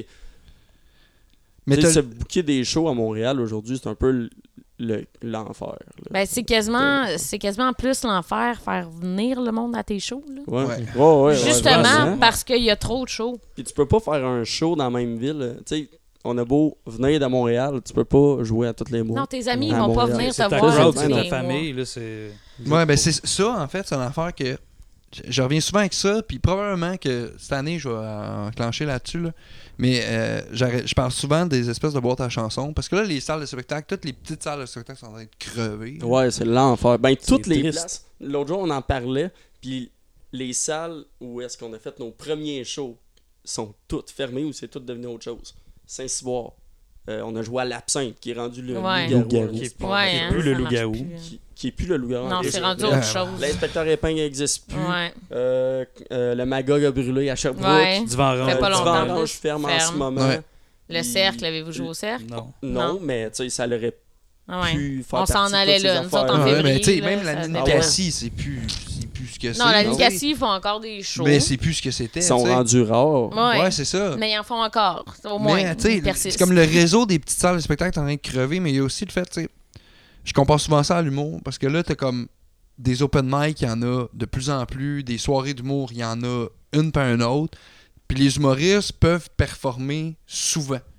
Speaker 2: Ouais.
Speaker 3: c'est.
Speaker 2: Mais
Speaker 3: Tu sais,
Speaker 2: t'as-
Speaker 3: se booker des shows à Montréal aujourd'hui, c'est un peu l'enfer. là.
Speaker 1: Ben, c'est quasiment plus l'enfer faire venir le monde à tes shows. Là.
Speaker 3: Ouais.
Speaker 2: Ouais.
Speaker 3: Ouais,
Speaker 1: Justement
Speaker 3: vraiment.
Speaker 1: parce qu'il y a trop de shows.
Speaker 3: Puis tu peux pas faire un show dans la même ville. Tu sais, on a beau venir de Montréal, tu peux pas jouer à tous les mois.
Speaker 1: Non, tes amis, ils
Speaker 3: À
Speaker 1: vont pas
Speaker 3: Montréal.
Speaker 1: venir te
Speaker 5: C'est ta
Speaker 1: voir.
Speaker 5: crowd,
Speaker 1: tous
Speaker 5: c'est ta
Speaker 1: les
Speaker 5: famille. Là, c'est...
Speaker 2: Ouais, ben c'est ça, en fait, c'est une affaire que. Je reviens souvent avec ça, puis probablement que cette année, je vais enclencher là-dessus. Là. Mais je parle souvent des espèces de boîtes à chansons, parce que là, les salles de spectacle, toutes les petites salles de spectacle sont en train de crever. là.
Speaker 3: Ouais, c'est l'enfer. Ben, toutes les
Speaker 4: triste.
Speaker 3: places. L'autre jour, on en parlait, puis les salles où est-ce qu'on a fait nos premiers shows sont toutes fermées ou c'est tout devenu autre chose. Saint-Cyboire. On a joué à l'Absinthe, qui est rendu le
Speaker 1: Ouais.
Speaker 3: loup-garou.
Speaker 4: Qui
Speaker 5: Qui
Speaker 4: est
Speaker 5: est
Speaker 4: pas-
Speaker 1: Ouais,
Speaker 4: qui est
Speaker 1: hein,
Speaker 4: plus le
Speaker 1: ça marche
Speaker 4: loup-garou.
Speaker 1: plus, hein.
Speaker 3: Qui est plus le loup-garou.
Speaker 1: Non,
Speaker 3: Et
Speaker 1: c'est rendu
Speaker 3: le-
Speaker 1: autre chose.
Speaker 3: L'inspecteur épingle n'existe plus.
Speaker 1: Ouais.
Speaker 3: Le Magog a brûlé à Sherbrooke.
Speaker 1: Ouais.
Speaker 5: Divan
Speaker 1: Fait
Speaker 5: Orange.
Speaker 1: pas longtemps.
Speaker 3: Divan Orange ferme en ce
Speaker 1: Ferme.
Speaker 3: moment.
Speaker 2: Ouais.
Speaker 1: Le cercle, avez-vous joué au cercle?
Speaker 5: Non.
Speaker 3: Non,
Speaker 1: Non.
Speaker 3: mais tu sais, ça l'aurait
Speaker 1: Ah ouais.
Speaker 3: pu faire
Speaker 1: On s'en
Speaker 3: partie de
Speaker 1: allait
Speaker 3: toutes
Speaker 1: là,
Speaker 3: ces
Speaker 1: nous autres, en
Speaker 3: affaires.
Speaker 2: Ouais,
Speaker 1: février,
Speaker 2: mais tu sais,
Speaker 1: là,
Speaker 2: même la
Speaker 1: ça
Speaker 2: Nicasie, c'est plus ce que c'est.
Speaker 1: Non, la
Speaker 2: tu sais.
Speaker 1: Nicasie, ils font encore des shows.
Speaker 2: Mais c'est plus ce que c'était.
Speaker 3: Ils sont
Speaker 2: tu sais.
Speaker 3: rendus rares.
Speaker 1: Ouais.
Speaker 2: Ouais, c'est ça.
Speaker 1: Mais ils en font encore. Au moins.
Speaker 2: Mais tu sais,
Speaker 1: ils persistent.
Speaker 2: c'est comme le réseau des petites salles de spectacle est en train de crever, mais il y a aussi le fait, tu sais, je compare souvent ça à l'humour, parce que là, t'as comme des open mic, il y en a de plus en plus, des soirées d'humour, il y en a une par une autre, puis les humoristes peuvent performer souvent.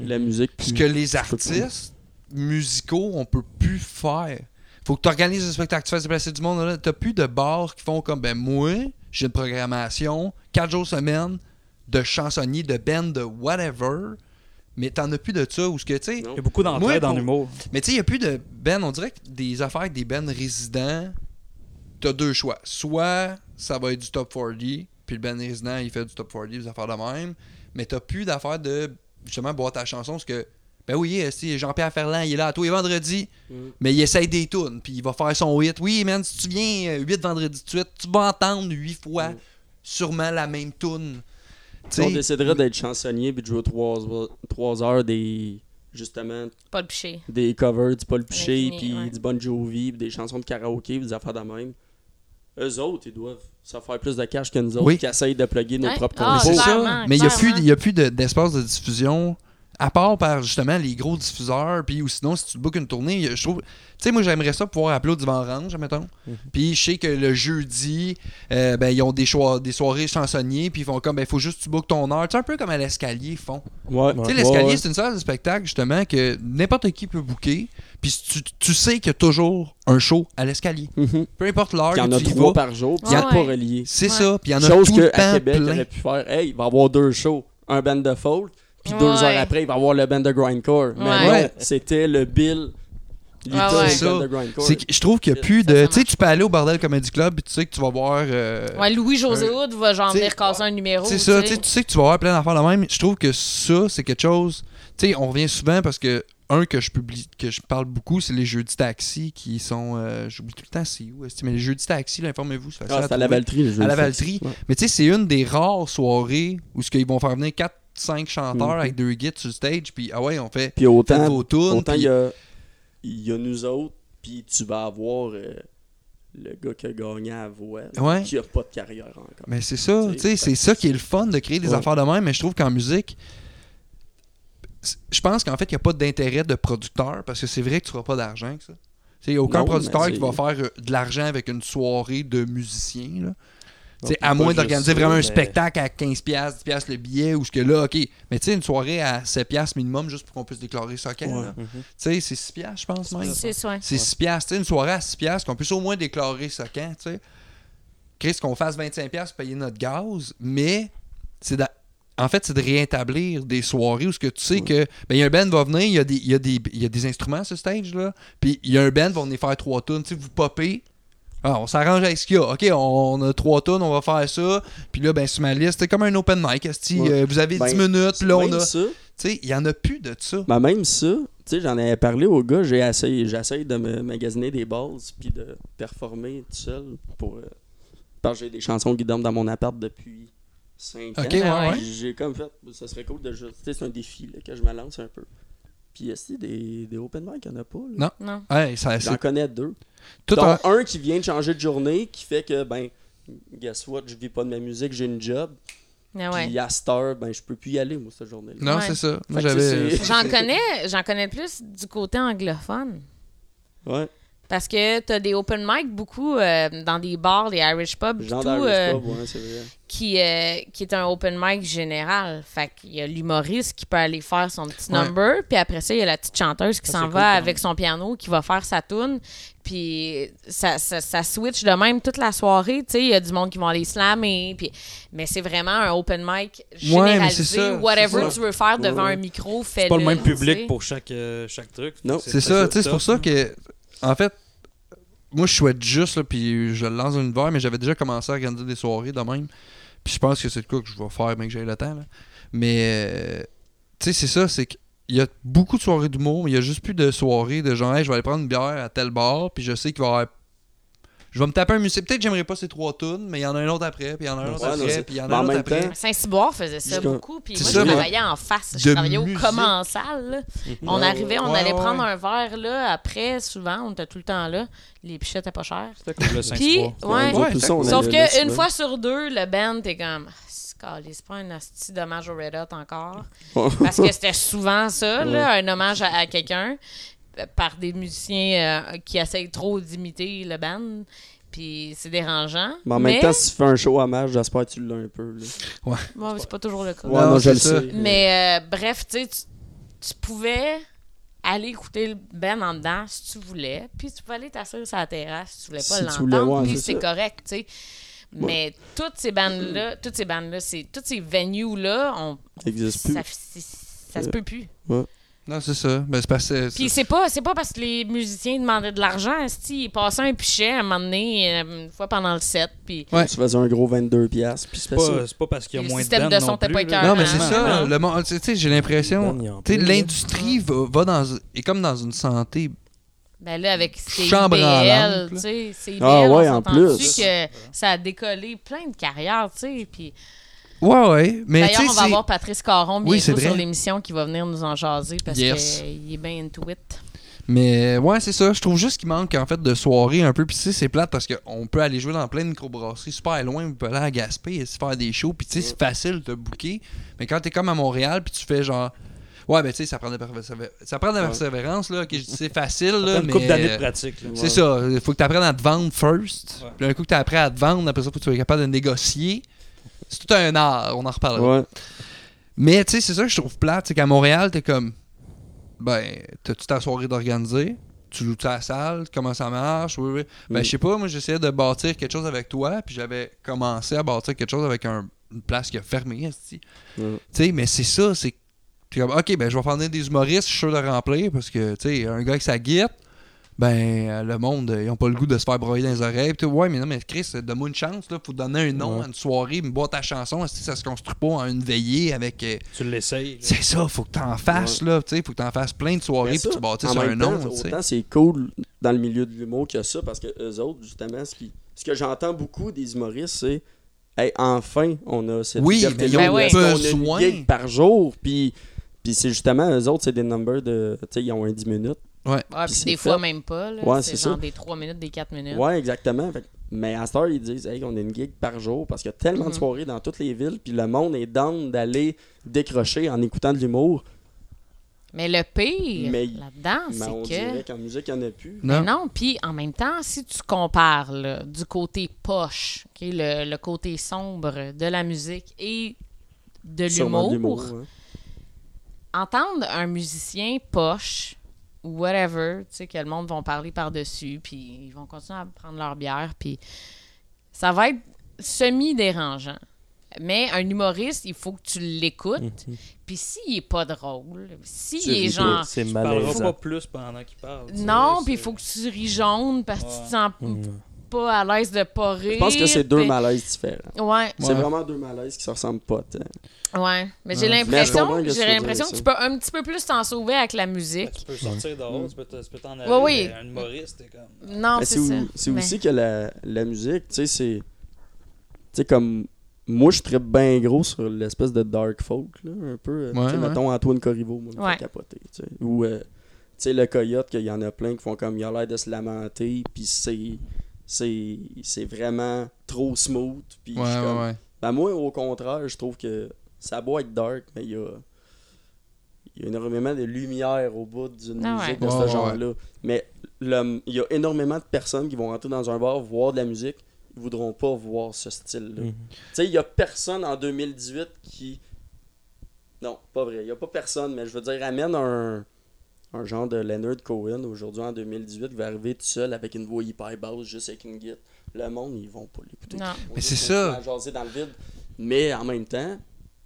Speaker 3: la musique.
Speaker 2: Ce
Speaker 3: Puis
Speaker 2: que les artistes musicaux, on peut plus faire. Faut que tu organises un spectacle, tu fasses déplacer du monde. Là. T'as plus de bars qui font comme, ben moi, j'ai une programmation, 4 jours semaine, de chansonniers, de bands, de whatever. Mais t'en as plus de ça, ou ce que, tu sais...
Speaker 3: Non.
Speaker 5: Il y a beaucoup d'entraide en humour.
Speaker 2: Mais tu sais, il n'y a plus de bands. On dirait que des affaires avec des bands résidents, t'as deux choix. Soit ça va être du top 40, puis le band résident, il fait du top 40, des affaires de même. Mais t'as plus d'affaires de, justement, boire ta chanson, parce que, ben oui, si Jean-Pierre Ferland, il est là à tous les vendredis, mais il essaye des tunes, puis il va faire son hit. Oui, man, si tu viens 8 vendredis de suite, tu vas entendre 8 fois sûrement la même tune.
Speaker 3: si on déciderait d'être chansonnier puis de jouer 3 heures justement
Speaker 1: Pas le piché.
Speaker 3: des covers du Paul Piché,
Speaker 1: L'infini,
Speaker 3: puis
Speaker 1: ouais.
Speaker 3: du Bon Jovi, puis des chansons de karaoké, puis des affaires de même. Eux autres, ils doivent ça faire plus de cash que nous autres
Speaker 2: Oui.
Speaker 3: qui essayent de plugger nos
Speaker 1: Ouais.
Speaker 3: propres
Speaker 1: Ah,
Speaker 2: c'est
Speaker 3: compos.
Speaker 1: clairement,
Speaker 2: ça. Mais il
Speaker 1: clairement.
Speaker 2: n'y a plus d'espace de diffusion, à part par justement les gros diffuseurs, puis ou sinon, si tu bookes une tournée, je trouve. Tu sais, moi, j'aimerais ça pouvoir appeler au Divan Orange, mettons. Puis je sais que le jeudi, ben, ils ont des soirées chansonniers, puis ils font comme, ben, il faut juste que tu bookes ton heure. Tu sais, un peu comme à l'Escalier, ils font.
Speaker 3: Ouais.
Speaker 2: Tu sais, l'Escalier, c'est une salle de spectacle, justement, que n'importe qui peut booker. Puis tu sais qu'il y a toujours un show à l'Escalier.
Speaker 3: Mhm.
Speaker 2: Peu importe l'heure
Speaker 3: Il y en
Speaker 2: que
Speaker 3: a
Speaker 2: tu y
Speaker 3: 3
Speaker 2: vas.
Speaker 3: par jour, puis
Speaker 1: Ouais,
Speaker 3: ils sont pas
Speaker 1: ouais.
Speaker 3: reliés.
Speaker 2: C'est
Speaker 1: Ouais.
Speaker 2: ça. Puis il y en a
Speaker 3: Chose
Speaker 2: tout le
Speaker 3: qu'à
Speaker 2: temps
Speaker 3: Québec, il
Speaker 2: plein.
Speaker 3: aurait pu faire, hey, il va y avoir 2 shows. Un band de folk, puis 2
Speaker 1: Ouais.
Speaker 3: heures après, il va y avoir le band de grindcore. Mais
Speaker 2: Ouais.
Speaker 3: non, c'était le bill.
Speaker 1: Ouais.
Speaker 3: Le band de
Speaker 2: C'est
Speaker 3: grindcore.
Speaker 2: C'est que je trouve qu'il n'y a plus
Speaker 1: Ça
Speaker 2: de. Tu sais,
Speaker 1: marche
Speaker 2: tu peux aller au Bordel Comedy Club et tu sais que tu vas voir.
Speaker 1: Ouais, Louis-José Hood va genre
Speaker 2: T'sais,
Speaker 1: venir casser un numéro.
Speaker 2: C'est ça,
Speaker 1: tu sais.
Speaker 2: tu sais que tu vas avoir plein d'affaires de même. Je trouve que ça, c'est quelque chose. Tu sais, on revient souvent parce que, que je parle beaucoup, c'est les jeudis taxi qui sont. J'oublie tout le temps c'est où. Mais les jeudis taxi, là, informez-vous, c'est facile.
Speaker 3: Ah, c'est à la
Speaker 2: trouver.
Speaker 3: Valtrie. le jeu
Speaker 2: À la
Speaker 3: de
Speaker 2: Valtrie.
Speaker 3: Ouais.
Speaker 2: Mais tu sais, c'est une des rares soirées où ils vont faire venir 4-5 chanteurs
Speaker 3: Mhm.
Speaker 2: avec 2 guides sur le stage. Puis, ah ouais, on fait.
Speaker 3: Puis
Speaker 2: Faites
Speaker 3: autant,
Speaker 2: vos tunes.
Speaker 3: autant
Speaker 2: puis-
Speaker 3: il y a nous autres, puis tu vas avoir le gars qui a gagné à voix,
Speaker 2: Ouais.
Speaker 3: qui a pas de carrière encore.
Speaker 2: Mais c'est ça,
Speaker 3: T'sais,
Speaker 2: tu sais, c'est ça qui est le fun de créer des
Speaker 3: Ouais.
Speaker 2: affaires de même, mais je trouve qu'en musique, je pense qu'en fait, il n'y a pas d'intérêt de producteur, parce que c'est vrai que tu ne feras pas d'argent avec ça. Il n'y a aucun
Speaker 3: Non,
Speaker 2: producteur
Speaker 3: mais
Speaker 2: qui va faire de l'argent avec une soirée de musiciens, là. T'sais,
Speaker 4: puis
Speaker 2: à
Speaker 4: pas
Speaker 2: moins
Speaker 4: juste
Speaker 2: d'organiser
Speaker 4: ça,
Speaker 2: vraiment un
Speaker 4: mais-
Speaker 2: spectacle à 15$, 10$ le billet, ou ce que là, ok. Mais tu sais, une soirée à 7$ minimum, juste pour qu'on puisse déclarer ça quand,
Speaker 3: Ouais.
Speaker 2: là. Tu sais, c'est 6$, je pense, même.
Speaker 1: C'est ça.
Speaker 2: C'est 6$. Tu sais, une soirée à 6$, qu'on puisse au moins déclarer ça quand, tu sais. Chris, qu'on fasse 25$ pour payer notre gaz, mais en fait, c'est de réétablir des soirées où ce que tu sais que ben, y a un band va venir, il y a des instruments sur ce stage-là, puis il y a un band va venir faire 3 tunes, tu sais, vous popez. Ah, on s'arrange avec ce qu'il y a. OK, on a 3 tunes, on va faire ça. Puis là, ben, sur ma liste, c'est comme un open mic. Esti,
Speaker 3: Ouais.
Speaker 2: vous avez
Speaker 3: Ben,
Speaker 2: 10 minutes, puis là, on
Speaker 3: Même
Speaker 2: a. Tu
Speaker 3: ça,
Speaker 2: sais, il y en a plus de ça.
Speaker 3: ben même ça, tu sais, j'en avais parlé au gars, j'essaye de me magasiner des balls puis de performer tout seul pour parce que j'ai des chansons qui dorment dans mon appart depuis 5 ans.
Speaker 2: Ok, ouais,
Speaker 1: ouais.
Speaker 3: Puis j'ai comme fait, ça serait cool de juste, tu sais, c'est un défi là, que je me lance un peu. Puis est-ce des open mic, il n'y en a pas là?
Speaker 2: Non.
Speaker 1: Non.
Speaker 2: Ouais, ça,
Speaker 3: J'en
Speaker 2: c'est
Speaker 3: connais 2.
Speaker 2: tout
Speaker 3: Dont
Speaker 2: un-
Speaker 3: un qui vient de changer de journée, qui fait que, ben, guess what, je vis pas de ma musique, j'ai une job.
Speaker 1: Ah ouais.
Speaker 3: Puis à cette heure, ben, je peux plus y aller, moi, cette journée-là.
Speaker 2: Non,
Speaker 1: Ouais.
Speaker 2: c'est ça. Moi,
Speaker 3: Fait que
Speaker 2: j'avais.
Speaker 3: c'est-
Speaker 1: J'en connais plus du côté anglophone.
Speaker 3: Ouais,
Speaker 1: Parce que t'as des open mic beaucoup dans des bars, des Irish pubs, pis
Speaker 3: genre
Speaker 1: tout,
Speaker 3: d'Irish Pub, ouais, c'est vrai.
Speaker 1: qui est un open mic général. Fait qu'il y a l'humoriste qui peut aller faire son petit
Speaker 2: Ouais.
Speaker 1: number, puis après ça, il y a la petite chanteuse qui
Speaker 5: Ça,
Speaker 1: s'en
Speaker 5: c'est
Speaker 1: va
Speaker 5: cool, quand
Speaker 1: avec son piano, qui va faire sa tune, puis ça switch de même toute la soirée. Tu sais, il y a du monde qui vont aller slammer, mais c'est vraiment un open mic
Speaker 2: mais
Speaker 1: généralisé.
Speaker 2: c'est ça,
Speaker 1: Whatever
Speaker 2: c'est
Speaker 1: tu veux faire devant
Speaker 3: Ouais.
Speaker 1: un micro, fais-le.
Speaker 5: C'est pas le même
Speaker 1: tu sais.
Speaker 5: public pour chaque truc.
Speaker 3: Non.
Speaker 2: C'est ça, tu sais, c'est pour ça
Speaker 5: tough,
Speaker 2: que. En fait, moi, je souhaite juste, là, puis je le lance dans l'univers, mais j'avais déjà commencé à organiser des soirées de même. Puis je pense que c'est le cas que je vais faire, mais que j'ai le temps, là. Mais, tu sais, c'est ça, c'est qu'il y a beaucoup de soirées d'humour, mais il y a juste plus de soirées de genre, hey, je vais aller prendre une bière à tel bar, puis je sais qu'il va y avoir. Je vais me taper un musée. Peut-être que j'aimerais pas ces 3 tunes, mais il y en a un autre après, puis il y en a un autre
Speaker 3: Ouais, non,
Speaker 2: après,
Speaker 3: c'est-
Speaker 2: puis il y en
Speaker 3: mais
Speaker 2: a
Speaker 3: en
Speaker 2: un autre
Speaker 3: même
Speaker 2: après.
Speaker 3: temps,
Speaker 1: Saint-Cyboire faisait ça
Speaker 3: Jusqu'à-
Speaker 1: beaucoup. Puis
Speaker 2: C'est
Speaker 1: moi,
Speaker 2: ça,
Speaker 1: je
Speaker 2: mais-
Speaker 1: travaillais en face. Je
Speaker 2: de
Speaker 1: travaillais au
Speaker 2: musique.
Speaker 1: commensal. Là. On
Speaker 3: Ouais,
Speaker 1: arrivait, on
Speaker 2: ouais,
Speaker 1: allait
Speaker 2: ouais,
Speaker 1: prendre
Speaker 2: ouais.
Speaker 1: un verre là. Après, souvent, on était tout le temps là. Les pichettes étaient pas chères.
Speaker 5: C'était comme le
Speaker 1: Puis,
Speaker 5: Saint-Cyboire.
Speaker 1: ouais.
Speaker 3: Ouais, tout ça, on
Speaker 1: Sauf
Speaker 3: allait là
Speaker 1: qu'une
Speaker 3: souvent.
Speaker 1: fois sur 2, le band, t'es comme. C'est pas un asti d'hommage au Red Hot encore.
Speaker 3: Ouais.
Speaker 1: Parce que c'était souvent ça, là, un hommage à quelqu'un par des musiciens qui essayent trop d'imiter le band. Puis c'est dérangeant.
Speaker 3: Mais en même temps, si tu fais un show hommage, j'espère que tu l'as un peu. Là.
Speaker 1: Ouais, c'est pas toujours le cas.
Speaker 3: Ouais,
Speaker 2: Non,
Speaker 3: non, je
Speaker 2: c'est
Speaker 3: le
Speaker 2: ça.
Speaker 3: sais.
Speaker 1: Mais bref, tu sais, tu pouvais aller écouter le band en dedans si tu voulais, puis tu pouvais aller t'asseoir sur la terrasse si tu voulais pas
Speaker 3: Si tu voulais,
Speaker 1: l'entendre,
Speaker 3: ouais,
Speaker 1: puis
Speaker 3: c'est
Speaker 1: c'est
Speaker 3: ça.
Speaker 1: correct, tu sais. Mais toutes ces bandes-là, toutes ces venues-là,
Speaker 3: Ça n'existe plus.
Speaker 1: ça se peut plus.
Speaker 2: Non, c'est ça. Ben, c'est parce que...
Speaker 1: Puis c'est pas parce que les musiciens demandaient de l'argent, ils passaient un pichet à un moment donné, une fois pendant le set, puis
Speaker 2: Ouais.
Speaker 3: Tu faisais un gros 22$, puis c'était ça.
Speaker 5: C'est pas parce qu'il y a
Speaker 1: Le
Speaker 5: moins de
Speaker 1: système
Speaker 5: bandes
Speaker 1: de son
Speaker 5: non
Speaker 1: était
Speaker 5: plus,
Speaker 1: pas
Speaker 5: là.
Speaker 1: écœurant.
Speaker 2: Non, mais c'est
Speaker 1: Non,
Speaker 2: ça.
Speaker 1: non.
Speaker 2: Le monde, tu sais, j'ai l'impression...
Speaker 4: Ben, ils en
Speaker 2: Tu sais,
Speaker 4: plus,
Speaker 2: l'industrie va dans... est comme dans une santé...
Speaker 1: ben là, avec ces
Speaker 2: Chambranlante,
Speaker 1: IBL,
Speaker 2: là.
Speaker 1: tu sais, c'est IBL,
Speaker 3: Ah ouais,
Speaker 1: on
Speaker 3: en
Speaker 1: s'entend-tu
Speaker 3: plus.
Speaker 1: que ça a décollé plein de carrières, tu sais, puis...
Speaker 2: Ouais. Mais tu
Speaker 1: D'ailleurs,
Speaker 2: sais,
Speaker 1: on va avoir Patrice Caron
Speaker 2: Oui,
Speaker 1: bientôt
Speaker 2: c'est vrai.
Speaker 1: sur l'émission qui va venir nous en jaser parce
Speaker 2: Yes.
Speaker 1: qu'il est bien into it.
Speaker 2: Mais ouais, c'est ça. Je trouve juste qu'il manque en fait de soirée un peu. Puis tu sais, c'est plate parce qu'on peut aller jouer dans plein de microbrasseries super loin. On peut aller à Gaspé et se faire des shows. Puis tu sais, c'est facile de te booker. Mais quand t'es comme à Montréal, puis tu fais genre. Ouais, ben tu sais, ça prend de la persévérance. Là. Ok, je dis c'est facile. Là,
Speaker 5: Une
Speaker 2: mais
Speaker 5: couple d'années de pratique. Là.
Speaker 2: c'est ça. Il faut que tu apprennes à te vendre first.
Speaker 5: Ouais.
Speaker 2: Puis un coup que tu appris à te vendre, après ça, faut que tu sois capable de négocier. C'est tout un art. On en reparlera.
Speaker 3: Ouais.
Speaker 2: Mais tu sais, c'est ça que je trouve plate, c'est qu'à Montréal, t'es comme, ben, t'as-tu ta soirée d'organiser? Tu loues ta salle? Comment ça marche? Oui. Ben, je sais pas, moi, j'essayais de bâtir quelque chose avec toi, puis j'avais commencé à bâtir quelque chose avec une place qui a fermé, esti. Tu sais, mais c'est ça, c'est. T'es comme, ok, ben, je vais faire venir des humoristes, je suis sûr de remplir, parce que, tu sais, un gars avec sa guite, ben, le monde, ils ont pas le goût de se faire broyer dans les oreilles. Puis, ouais, mais non, mais Chris, donne-moi une chance, là. Faut te donner un nom à une soirée, me boire ta chanson. Si ça se construit pas en une veillée avec.
Speaker 5: Tu l'essayes. là.
Speaker 2: C'est ça, faut que t'en fasses, là. Tu sais, faut que t'en fasses plein de soirées,
Speaker 3: Mais
Speaker 2: puis
Speaker 3: ça,
Speaker 2: tu bâtisses
Speaker 3: en
Speaker 2: un
Speaker 3: même
Speaker 2: nom,
Speaker 3: temps,
Speaker 2: tu sais.
Speaker 3: autant c'est cool dans le milieu de l'humour qu'il y a ça, parce que eux autres, justement, ce que j'entends beaucoup des humoristes, c'est hey, enfin, on a cette
Speaker 2: Oui,
Speaker 3: liberté-là,
Speaker 2: mais ils ont
Speaker 3: où est-ce qu'on a
Speaker 2: besoin.
Speaker 3: une gig par jour, puis c'est justement, eux autres, c'est des numbers de, tu sais, ils ont un 10 minutes.
Speaker 1: Ouais,
Speaker 3: Puis
Speaker 1: puis
Speaker 3: c'est
Speaker 1: des
Speaker 3: fait.
Speaker 1: fois même pas. Là.
Speaker 3: Ouais,
Speaker 1: c'est
Speaker 3: c'est
Speaker 1: genre
Speaker 3: ça.
Speaker 1: des 3 minutes, des 4 minutes.
Speaker 3: Ouais, exactement. Mais à cette heure, ils disent, hey, on a une gig par jour, parce qu'il y a tellement de soirées dans toutes les villes, puis le monde est down d'aller décrocher en écoutant de l'humour.
Speaker 1: Mais le pire
Speaker 3: Mais-
Speaker 1: là-dedans,
Speaker 3: Mais on
Speaker 1: c'est
Speaker 3: dirait
Speaker 1: que...
Speaker 3: qu'en musique, il n'y en a plus.
Speaker 1: Mais
Speaker 2: Non.
Speaker 1: non, puis en même temps, si tu compares là, du côté poche, ok, le côté sombre de la musique et de
Speaker 3: Sûrement de
Speaker 1: l'humour,
Speaker 3: ouais.
Speaker 1: entendre un musicien poche ou whatever, tu sais, que le monde va parler par-dessus, puis ils vont continuer à prendre leur bière, puis ça va être semi-dérangeant. Mais un humoriste, il faut que tu l'écoutes, puis s'il est pas drôle, s'il
Speaker 3: Tu
Speaker 1: est
Speaker 3: ris
Speaker 1: genre...
Speaker 4: C'est
Speaker 5: Tu parleras
Speaker 4: malaisant.
Speaker 5: pas plus pendant qu'il parle. tu sais,
Speaker 1: Non,
Speaker 5: c'est-
Speaker 1: puis il faut que tu ris jaune parce que tu te sens
Speaker 4: Mm.
Speaker 1: pas à l'aise de pas rire.
Speaker 3: Je pense que c'est deux
Speaker 1: puis-
Speaker 3: malaises différents.
Speaker 1: Ouais,
Speaker 3: C'est vraiment deux malaises qui se ressemblent pas. t'sais.
Speaker 1: ouais. Mais j'ai
Speaker 2: Ouais.
Speaker 3: Mais je
Speaker 1: l'impression,
Speaker 3: comprends ce que tu veux dire,
Speaker 1: que tu peux un petit peu plus t'en sauver avec la
Speaker 5: Ben,
Speaker 1: musique.
Speaker 5: tu peux sortir dehors, tu peux t'en aller.
Speaker 1: Ouais, oui.
Speaker 5: mais Un humoriste, t'es comme.
Speaker 1: Non,
Speaker 3: Mais
Speaker 1: c'est ça.
Speaker 3: c'est
Speaker 1: Mais-
Speaker 3: aussi que la musique, tu sais, c'est. Tu sais, comme. Moi, je trippe bien gros sur l'espèce de dark folk, là, un peu. Tu sais,
Speaker 2: Ouais.
Speaker 3: mettons Antoine Corriveau, moi, me
Speaker 1: Ouais.
Speaker 3: fait capoter. Tu sais. Ou, tu sais, le Coyote, qu'il y en a plein qui font comme il a l'air de se lamenter, puis c'est vraiment trop smooth. Puis
Speaker 2: Ouais,
Speaker 3: je suis comme-
Speaker 2: ouais.
Speaker 3: Ben, moi, au contraire, je trouve que ça a beau être dark, mais il y a énormément de lumière au bout d'une
Speaker 1: Ah
Speaker 3: musique
Speaker 1: ouais.
Speaker 3: de
Speaker 2: Ouais,
Speaker 3: ce
Speaker 2: ouais.
Speaker 3: genre-là. Mais il y a énormément de personnes qui vont rentrer dans un bar, voir de la musique, ils voudront pas voir ce style-là.
Speaker 4: Mhm.
Speaker 3: Tu sais, il y a personne en 2018 qui... Non, pas vrai. Il y a pas personne, mais je veux dire, amène un genre de Leonard Cohen aujourd'hui en 2018 qui va arriver tout seul avec une voix hyper basse, juste avec une guitare. Le monde, ils vont pas l'écouter.
Speaker 1: Non.
Speaker 3: Ils vont
Speaker 2: Mais
Speaker 3: juste
Speaker 2: c'est ça.
Speaker 3: continuer à jaser dans le vide. Mais en même temps,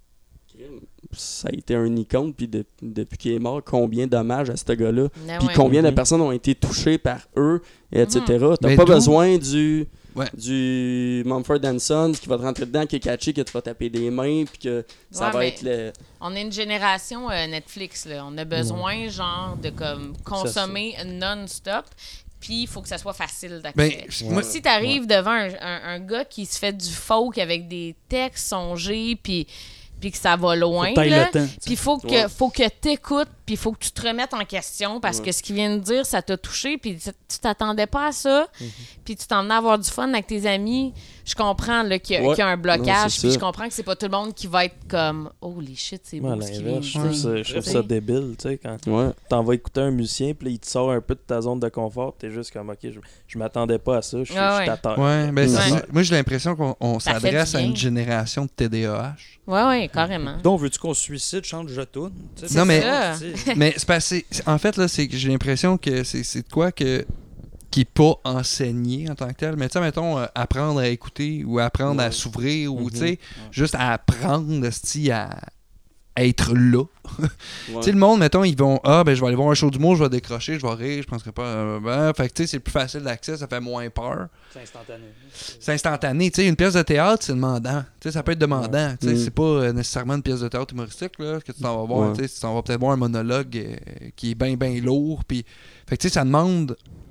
Speaker 3: ça a été un icône, puis depuis qu'il est mort, combien d'hommages à ce gars-là.
Speaker 1: Ah
Speaker 3: Puis
Speaker 1: ouais.
Speaker 3: combien de
Speaker 4: Mhm.
Speaker 3: personnes ont été touchées par eux, etc. T'as
Speaker 2: Mais
Speaker 3: pas
Speaker 2: d'où-
Speaker 3: besoin du Mumford & Sons qui va te rentrer dedans, qui est catchy, que tu vas taper des mains, puis que ça
Speaker 1: Ouais,
Speaker 3: va
Speaker 1: mais-
Speaker 3: être le...
Speaker 1: On est une génération Netflix, là. On a besoin, genre, de comme consommer non-stop. Puis, il faut que ça soit facile
Speaker 2: Ben,
Speaker 1: d'accès.
Speaker 2: moi,
Speaker 1: Si t'arrives devant un gars qui se fait du folk avec des textes songés, puis que ça va loin,
Speaker 5: Faut que t'ailles
Speaker 1: là,
Speaker 5: le temps.
Speaker 1: puis faut que,
Speaker 3: Ouais.
Speaker 1: faut que t'écoutes, puis il faut que tu te remettes en question parce
Speaker 3: Ouais.
Speaker 1: que ce qu'il vient de dire, ça t'a touché, puis tu t'attendais pas à ça, puis tu t'en venais avoir du fun avec tes amis. je comprends là, qu'il
Speaker 3: Ouais.
Speaker 1: y a un
Speaker 3: Non,
Speaker 1: blocage,
Speaker 3: c'est
Speaker 1: puis
Speaker 3: ça.
Speaker 1: je comprends que c'est pas tout le monde qui va être comme « Holy shit, c'est
Speaker 4: Moi, à
Speaker 1: beau ce qu'il vient de
Speaker 4: l'inverse,
Speaker 1: dire.
Speaker 4: je trouve ça débile, tu sais, quand
Speaker 3: Ouais.
Speaker 4: t'en vas écouter un musicien, puis là, il te sort un peu de ta zone de confort, t'es juste comme, ok, je m'attendais pas à ça, je
Speaker 1: Ah ouais.
Speaker 4: suis à terre.
Speaker 2: Ouais, ben,
Speaker 1: Ouais.
Speaker 2: moi, j'ai l'impression qu'on
Speaker 1: Ça fait
Speaker 2: s'adresse
Speaker 1: du
Speaker 2: à
Speaker 1: bien.
Speaker 2: une génération de TDAH.
Speaker 1: Ouais, carrément.
Speaker 5: Donc, veux-tu qu'on se suicide, change je tourne? Tu sais,
Speaker 2: Non, mais-
Speaker 1: ça.
Speaker 2: Mais c'est parce que en fait, là, c'est que j'ai l'impression que c'est de quoi qui est pas enseigné en tant que tel. Mais tu sais, mettons, apprendre à écouter ou apprendre à
Speaker 3: Ouais.
Speaker 2: s'ouvrir ou,
Speaker 4: Mhm.
Speaker 2: tu sais, juste à apprendre, esti, à être là.
Speaker 3: Ouais.
Speaker 2: Tu sais, le monde, mettons, ils vont, ben, je vais aller voir un show d'humour, je vais décrocher, je vais rire, je penserai pas. Fait que, tu sais, c'est plus facile d'accès, ça fait moins peur.
Speaker 5: C'est instantané.
Speaker 2: C'est instantané. Tu sais, une pièce de théâtre, c'est demandant. Tu sais, ça peut être demandant. Tu sais,
Speaker 3: Mm.
Speaker 2: c'est pas nécessairement une pièce de théâtre humoristique là, que tu t'en vas voir.
Speaker 3: Ouais.
Speaker 2: Tu sais, tu t'en vas peut-être voir un monologue qui est bien, bien lourd. Puis, fait que, tu sais, ça demande,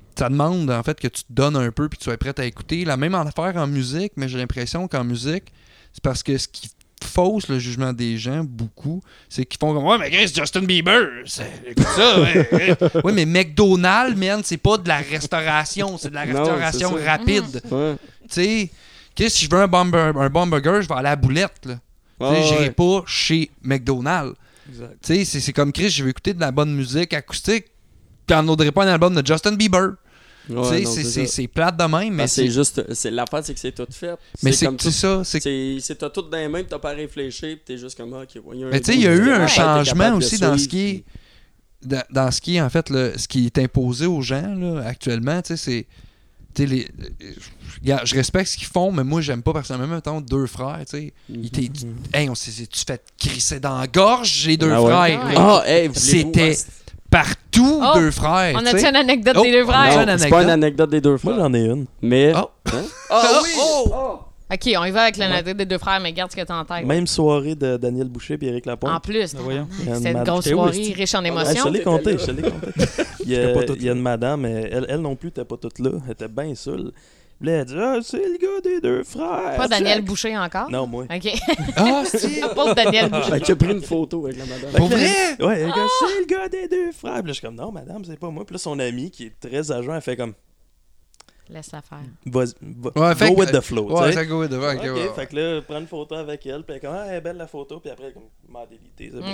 Speaker 2: en fait, que tu te donnes un peu puis que tu sois prêt à écouter. La même affaire en musique, mais j'ai l'impression qu'en musique, c'est parce que ce qui fausse le jugement des gens, beaucoup, c'est qu'ils font comme « Ouais, mais Chris, Justin Bieber, écoute ça, ouais. » Ouais, mais McDonald's, man, c'est pas de la restauration, c'est de la
Speaker 3: Non,
Speaker 2: restauration
Speaker 3: c'est ça.
Speaker 2: rapide.
Speaker 3: Ouais.
Speaker 2: Tu sais, Chris, si je veux un bon burger, je vais aller à la boulette, là. Tu sais,
Speaker 3: Ouais,
Speaker 2: j'irai
Speaker 3: ouais.
Speaker 2: pas chez McDonald's.
Speaker 5: Exact.
Speaker 2: Tu sais, c'est comme Chris, je veux écouter de la bonne musique acoustique, puis on n'aurait pas un album de Justin Bieber.
Speaker 3: Ouais,
Speaker 2: Tu sais,
Speaker 3: non, ça.
Speaker 2: c'est plate de même, mais
Speaker 3: Ah, c'est juste. L'affaire, c'est que c'est tout fait.
Speaker 2: Mais c'est
Speaker 3: comme
Speaker 2: c'est ça, c'est
Speaker 3: t'as tout dans les mains, pis t'as pas réfléchi, pis t'es juste comme, ah, ok, ouais,
Speaker 2: Mais tu sais, il y a eu un
Speaker 1: Ouais.
Speaker 2: changement aussi dans ce qui est dans ce qui est en fait ce qui est imposé aux gens là, actuellement, tu sais, c'est tu sais, regarde, je respecte ce qu'ils font, mais moi j'aime pas personnellement, mettons, deux frères, tu sais. Hey, on s'est-tu fait crisser dans la gorge, les deux
Speaker 3: Ah ouais.
Speaker 2: frères.
Speaker 1: Ah ouais.
Speaker 2: là.
Speaker 3: Ah, hey,
Speaker 2: C'était partout
Speaker 1: Oh,
Speaker 2: deux frères.
Speaker 1: On
Speaker 2: tu
Speaker 1: a-tu
Speaker 2: sais.
Speaker 1: une anecdote
Speaker 2: Oh,
Speaker 1: des deux
Speaker 2: on a
Speaker 1: frères?
Speaker 2: une
Speaker 3: Non, c'est pas une anecdote des deux
Speaker 4: Moi,
Speaker 3: frères.
Speaker 4: j'en ai une.
Speaker 3: Mais.
Speaker 2: Oh.
Speaker 3: Hein?
Speaker 2: Ah
Speaker 3: oui!
Speaker 2: oh!
Speaker 1: OK, on y va avec l'anecdote des deux frères, mais garde ce que t'as en tête.
Speaker 4: Même soirée de Daniel Boucher et Éric Lapointe.
Speaker 1: En plus,
Speaker 5: Ben voyons.
Speaker 4: Il y a une
Speaker 1: c'est une
Speaker 4: madame-
Speaker 1: grosse
Speaker 4: T'es où,
Speaker 1: soirée
Speaker 4: esti?
Speaker 1: riche en
Speaker 3: Ah,
Speaker 4: Ah, je
Speaker 1: émotions.
Speaker 4: te l'ai
Speaker 3: T'étais
Speaker 4: compté,
Speaker 3: là.
Speaker 4: je te l'ai compté. Il y
Speaker 5: J'étais pas
Speaker 4: a,
Speaker 5: toute
Speaker 4: il y a
Speaker 5: là.
Speaker 4: une madame, elle non plus, elle était pas toute là. Elle était bien saoule. Puis là, elle dit, ah, c'est le gars des deux frères.
Speaker 1: Pas Daniel
Speaker 4: Check.
Speaker 1: Boucher encore?
Speaker 4: Non, moi.
Speaker 1: OK.
Speaker 2: Ah, si!
Speaker 1: Pas de Daniel Boucher.
Speaker 3: Fait que j'ai pris une photo avec la madame.
Speaker 2: Pour vrai?
Speaker 4: Ouais, elle dit, c'est le gars des deux frères. Puis là, je suis comme, non, madame, c'est pas moi. Puis là, son ami, qui est très agent, elle fait comme,
Speaker 1: Laisse la faire.
Speaker 2: Ouais, fait
Speaker 4: go
Speaker 2: que-
Speaker 4: with the flow.
Speaker 2: Ouais,
Speaker 4: tu sais.
Speaker 2: ça go with the flow. Ok,
Speaker 4: Ok,
Speaker 2: ouais.
Speaker 4: fait que là, prends une photo avec elle, puis elle est comme, ah, elle est belle la photo, puis après, comme, m'a délité. c'est bon.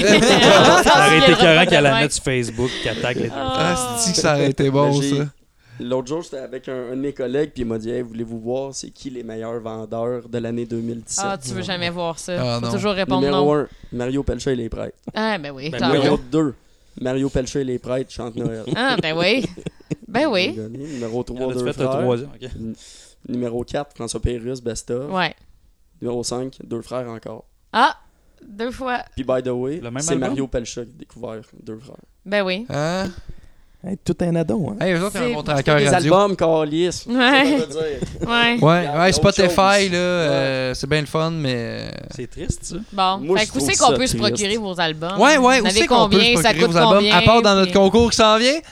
Speaker 5: Ça aurait été écœurant qu'elle la
Speaker 1: mette
Speaker 5: mette sur Facebook, qu'elle attaque les deux.
Speaker 2: Ah, c'est que ça aurait été bon,
Speaker 3: Mais j'ai-
Speaker 2: ça.
Speaker 3: L'autre jour, j'étais avec un de mes collègues, puis il m'a dit, hey, voulez-vous voir c'est qui les meilleurs vendeurs de l'année 2017?
Speaker 1: Ah, tu veux jamais voir ça.
Speaker 2: Ah,
Speaker 1: Faut
Speaker 2: non.
Speaker 1: toujours répondre
Speaker 3: Numéro
Speaker 1: non.
Speaker 3: 1, Mario Pelcha et les prêtres.
Speaker 1: Ah, ben oui.
Speaker 5: Ben,
Speaker 1: t'as
Speaker 3: Numéro
Speaker 1: raison.
Speaker 3: 2, Mario Pelcha et les prêtres chantent Noël.
Speaker 1: Ah, ben oui. Ben oui.
Speaker 3: Numéro 3,
Speaker 5: On a-tu
Speaker 3: deux
Speaker 5: fait le
Speaker 3: frères.
Speaker 5: troisième? Ok.
Speaker 3: Numéro 4, François Pérusse, Best of.
Speaker 1: Ouais.
Speaker 3: Numéro 5, deux frères encore.
Speaker 1: Ah, deux fois.
Speaker 3: Puis, by the way,
Speaker 5: Le même
Speaker 3: c'est
Speaker 5: album?
Speaker 3: Mario Pelcha qui a découvert deux frères.
Speaker 1: Ben oui.
Speaker 2: Hein?
Speaker 4: Hey, tout un ado, hein.
Speaker 2: Hey, eux autres, ils
Speaker 1: C'est-
Speaker 2: ont montré à cœur
Speaker 3: Les
Speaker 2: radio.
Speaker 3: albums, Carlis.
Speaker 1: Ouais.
Speaker 2: Ouais,
Speaker 1: Ouais.
Speaker 2: ouais, Spotify,
Speaker 3: chose.
Speaker 2: là, c'est bien le fun, mais.
Speaker 5: C'est triste, ça.
Speaker 1: Bon.
Speaker 3: Moi,
Speaker 1: Fait
Speaker 3: je
Speaker 1: que où
Speaker 3: trouve
Speaker 1: c'est qu'on
Speaker 3: ça
Speaker 1: peut se
Speaker 3: triste.
Speaker 1: procurer vos albums?
Speaker 2: Ouais, ouais,
Speaker 1: Vous
Speaker 2: où
Speaker 1: en avez
Speaker 2: c'est qu'on peut
Speaker 1: combien?
Speaker 2: se
Speaker 1: Ça
Speaker 2: procurer
Speaker 1: coûte
Speaker 2: vos albums?
Speaker 1: combien?
Speaker 2: À part dans notre
Speaker 1: Puis-
Speaker 2: concours qui s'en vient?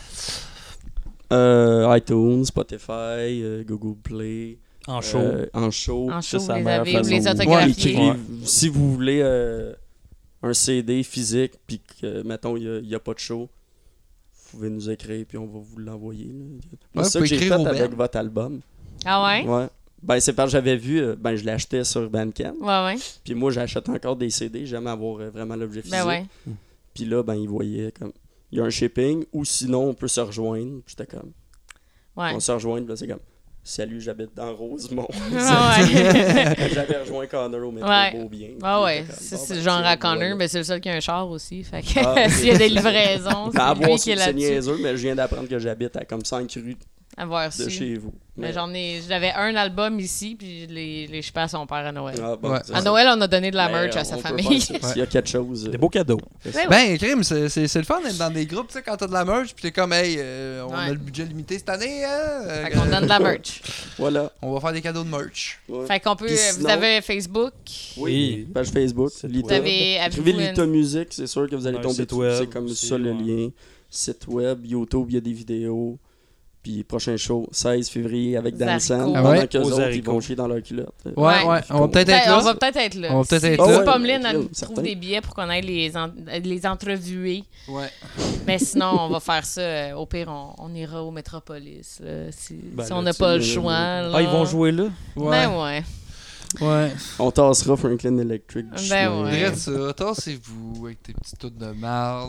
Speaker 3: iTunes, Spotify, Google Play.
Speaker 5: En show.
Speaker 3: En show.
Speaker 1: En show,
Speaker 4: Ça,
Speaker 1: vous
Speaker 4: c'est la
Speaker 1: les
Speaker 4: meilleure
Speaker 1: avez, vous les
Speaker 4: façon.
Speaker 1: autographiez.
Speaker 3: Écrivez- Si vous voulez un CD physique, puis que, mettons, il n'y a pas de show, vous pouvez nous écrire, puis on va vous l'envoyer. là. Moi,
Speaker 2: Ouais,
Speaker 3: c'est ça
Speaker 2: vous
Speaker 3: que j'ai
Speaker 2: pouvez
Speaker 3: fait
Speaker 2: écrire au
Speaker 3: avec
Speaker 2: Ben.
Speaker 3: votre album.
Speaker 1: Ah ouais?
Speaker 3: Ouais. Ben, c'est parce que j'avais vu, je l'achetais sur Bandcamp.
Speaker 1: Ouais, ouais.
Speaker 3: Puis moi, j'achète encore des CD, j'aime avoir vraiment l'objet physique.
Speaker 1: Ben ouais.
Speaker 3: Puis là, ils voyaient comme, il y a un shipping, ou sinon, on peut se rejoindre. Puis j'étais comme,
Speaker 1: Ouais.
Speaker 3: on se rejoint, puis là, c'est comme, salut, j'habite dans Rosemont.
Speaker 1: Ah ouais.
Speaker 3: J'avais rejoint Connor au métro
Speaker 1: Ouais.
Speaker 3: Beaubien.
Speaker 1: Ah
Speaker 3: Puis
Speaker 1: ouais.
Speaker 3: j'étais comme,
Speaker 1: C'est
Speaker 3: bon,
Speaker 1: c'est
Speaker 3: ben,
Speaker 1: le genre
Speaker 3: tiens,
Speaker 1: à Connor,
Speaker 3: voilà.
Speaker 1: mais c'est le seul qui a un char aussi. Fait que
Speaker 3: Ah, ok.
Speaker 1: s'il y a des livraisons,
Speaker 3: Mais à
Speaker 1: c'est lui
Speaker 3: voir,
Speaker 1: qui est
Speaker 3: c'est
Speaker 1: là-dessus.
Speaker 3: niaiseux, mais je viens d'apprendre que j'habite à comme 5 rues
Speaker 1: À voir
Speaker 3: de
Speaker 1: si.
Speaker 3: chez vous.
Speaker 1: Mais j'avais un album ici, puis les chipais à son père à Noël.
Speaker 3: Ah, bon,
Speaker 2: Ouais.
Speaker 3: c'est
Speaker 1: À
Speaker 3: ça.
Speaker 1: Noël, on a donné de la
Speaker 3: Mais
Speaker 1: merch à sa
Speaker 3: on peut
Speaker 1: famille.
Speaker 3: faire ça. S'il y a quelque chose.
Speaker 5: Des beaux cadeaux.
Speaker 1: Ouais, ouais.
Speaker 2: Ben, crime, c'est le fun d'être dans des groupes, tu sais, quand t'as de la merch, pis t'es comme, hey, on
Speaker 1: Ouais.
Speaker 2: a le budget limité cette année, hein?
Speaker 1: Fait qu'on donne de la merch.
Speaker 3: Voilà.
Speaker 2: On va faire des cadeaux de merch.
Speaker 3: Ouais.
Speaker 1: Fait qu'on peut.
Speaker 3: Puis
Speaker 1: Vous
Speaker 3: sinon-
Speaker 1: avez Facebook.
Speaker 3: Oui, page Facebook.
Speaker 4: Site
Speaker 3: Lita.
Speaker 1: Vous avez.
Speaker 3: Écrivez
Speaker 1: avez-vous
Speaker 3: Lita Music, c'est sûr que vous allez
Speaker 5: On a un
Speaker 3: tomber
Speaker 5: site
Speaker 3: dessus.
Speaker 5: web
Speaker 3: C'est comme
Speaker 5: aussi,
Speaker 3: ça le
Speaker 5: ouais.
Speaker 3: lien. Site web, YouTube, il y a des vidéos. Puis prochain show, 16 février avec Dan
Speaker 1: Zaricot.
Speaker 3: Sen.
Speaker 2: Ah
Speaker 3: Pendant
Speaker 2: ouais?
Speaker 3: qu'eux
Speaker 5: Aux
Speaker 3: autres, ils
Speaker 5: haricots.
Speaker 3: vont chier dans leur culotte.
Speaker 2: Ouais. On va peut-être être
Speaker 1: On
Speaker 2: là.
Speaker 1: va peut-être être là.
Speaker 2: On va peut-être
Speaker 1: Si
Speaker 2: être
Speaker 3: là.
Speaker 1: Pommeline,
Speaker 3: Ouais,
Speaker 1: elle nous
Speaker 3: certain.
Speaker 1: trouve des billets pour qu'on aille les entrevuer.
Speaker 2: Ouais.
Speaker 1: Mais sinon, on va faire ça. Au pire, on ira au Métropolis. Là, si
Speaker 5: Ben
Speaker 1: on
Speaker 5: là,
Speaker 1: n'a pas le
Speaker 3: tu-
Speaker 1: choix. Là.
Speaker 5: Ah, ils vont jouer là?
Speaker 2: Ouais.
Speaker 1: Ben ouais.
Speaker 2: Ouais.
Speaker 3: On tassera Franklin Electric. du
Speaker 1: Ben
Speaker 3: chemin.
Speaker 1: ouais.
Speaker 2: Drette ça. Tassez-vous avec tes petites toutes de merde.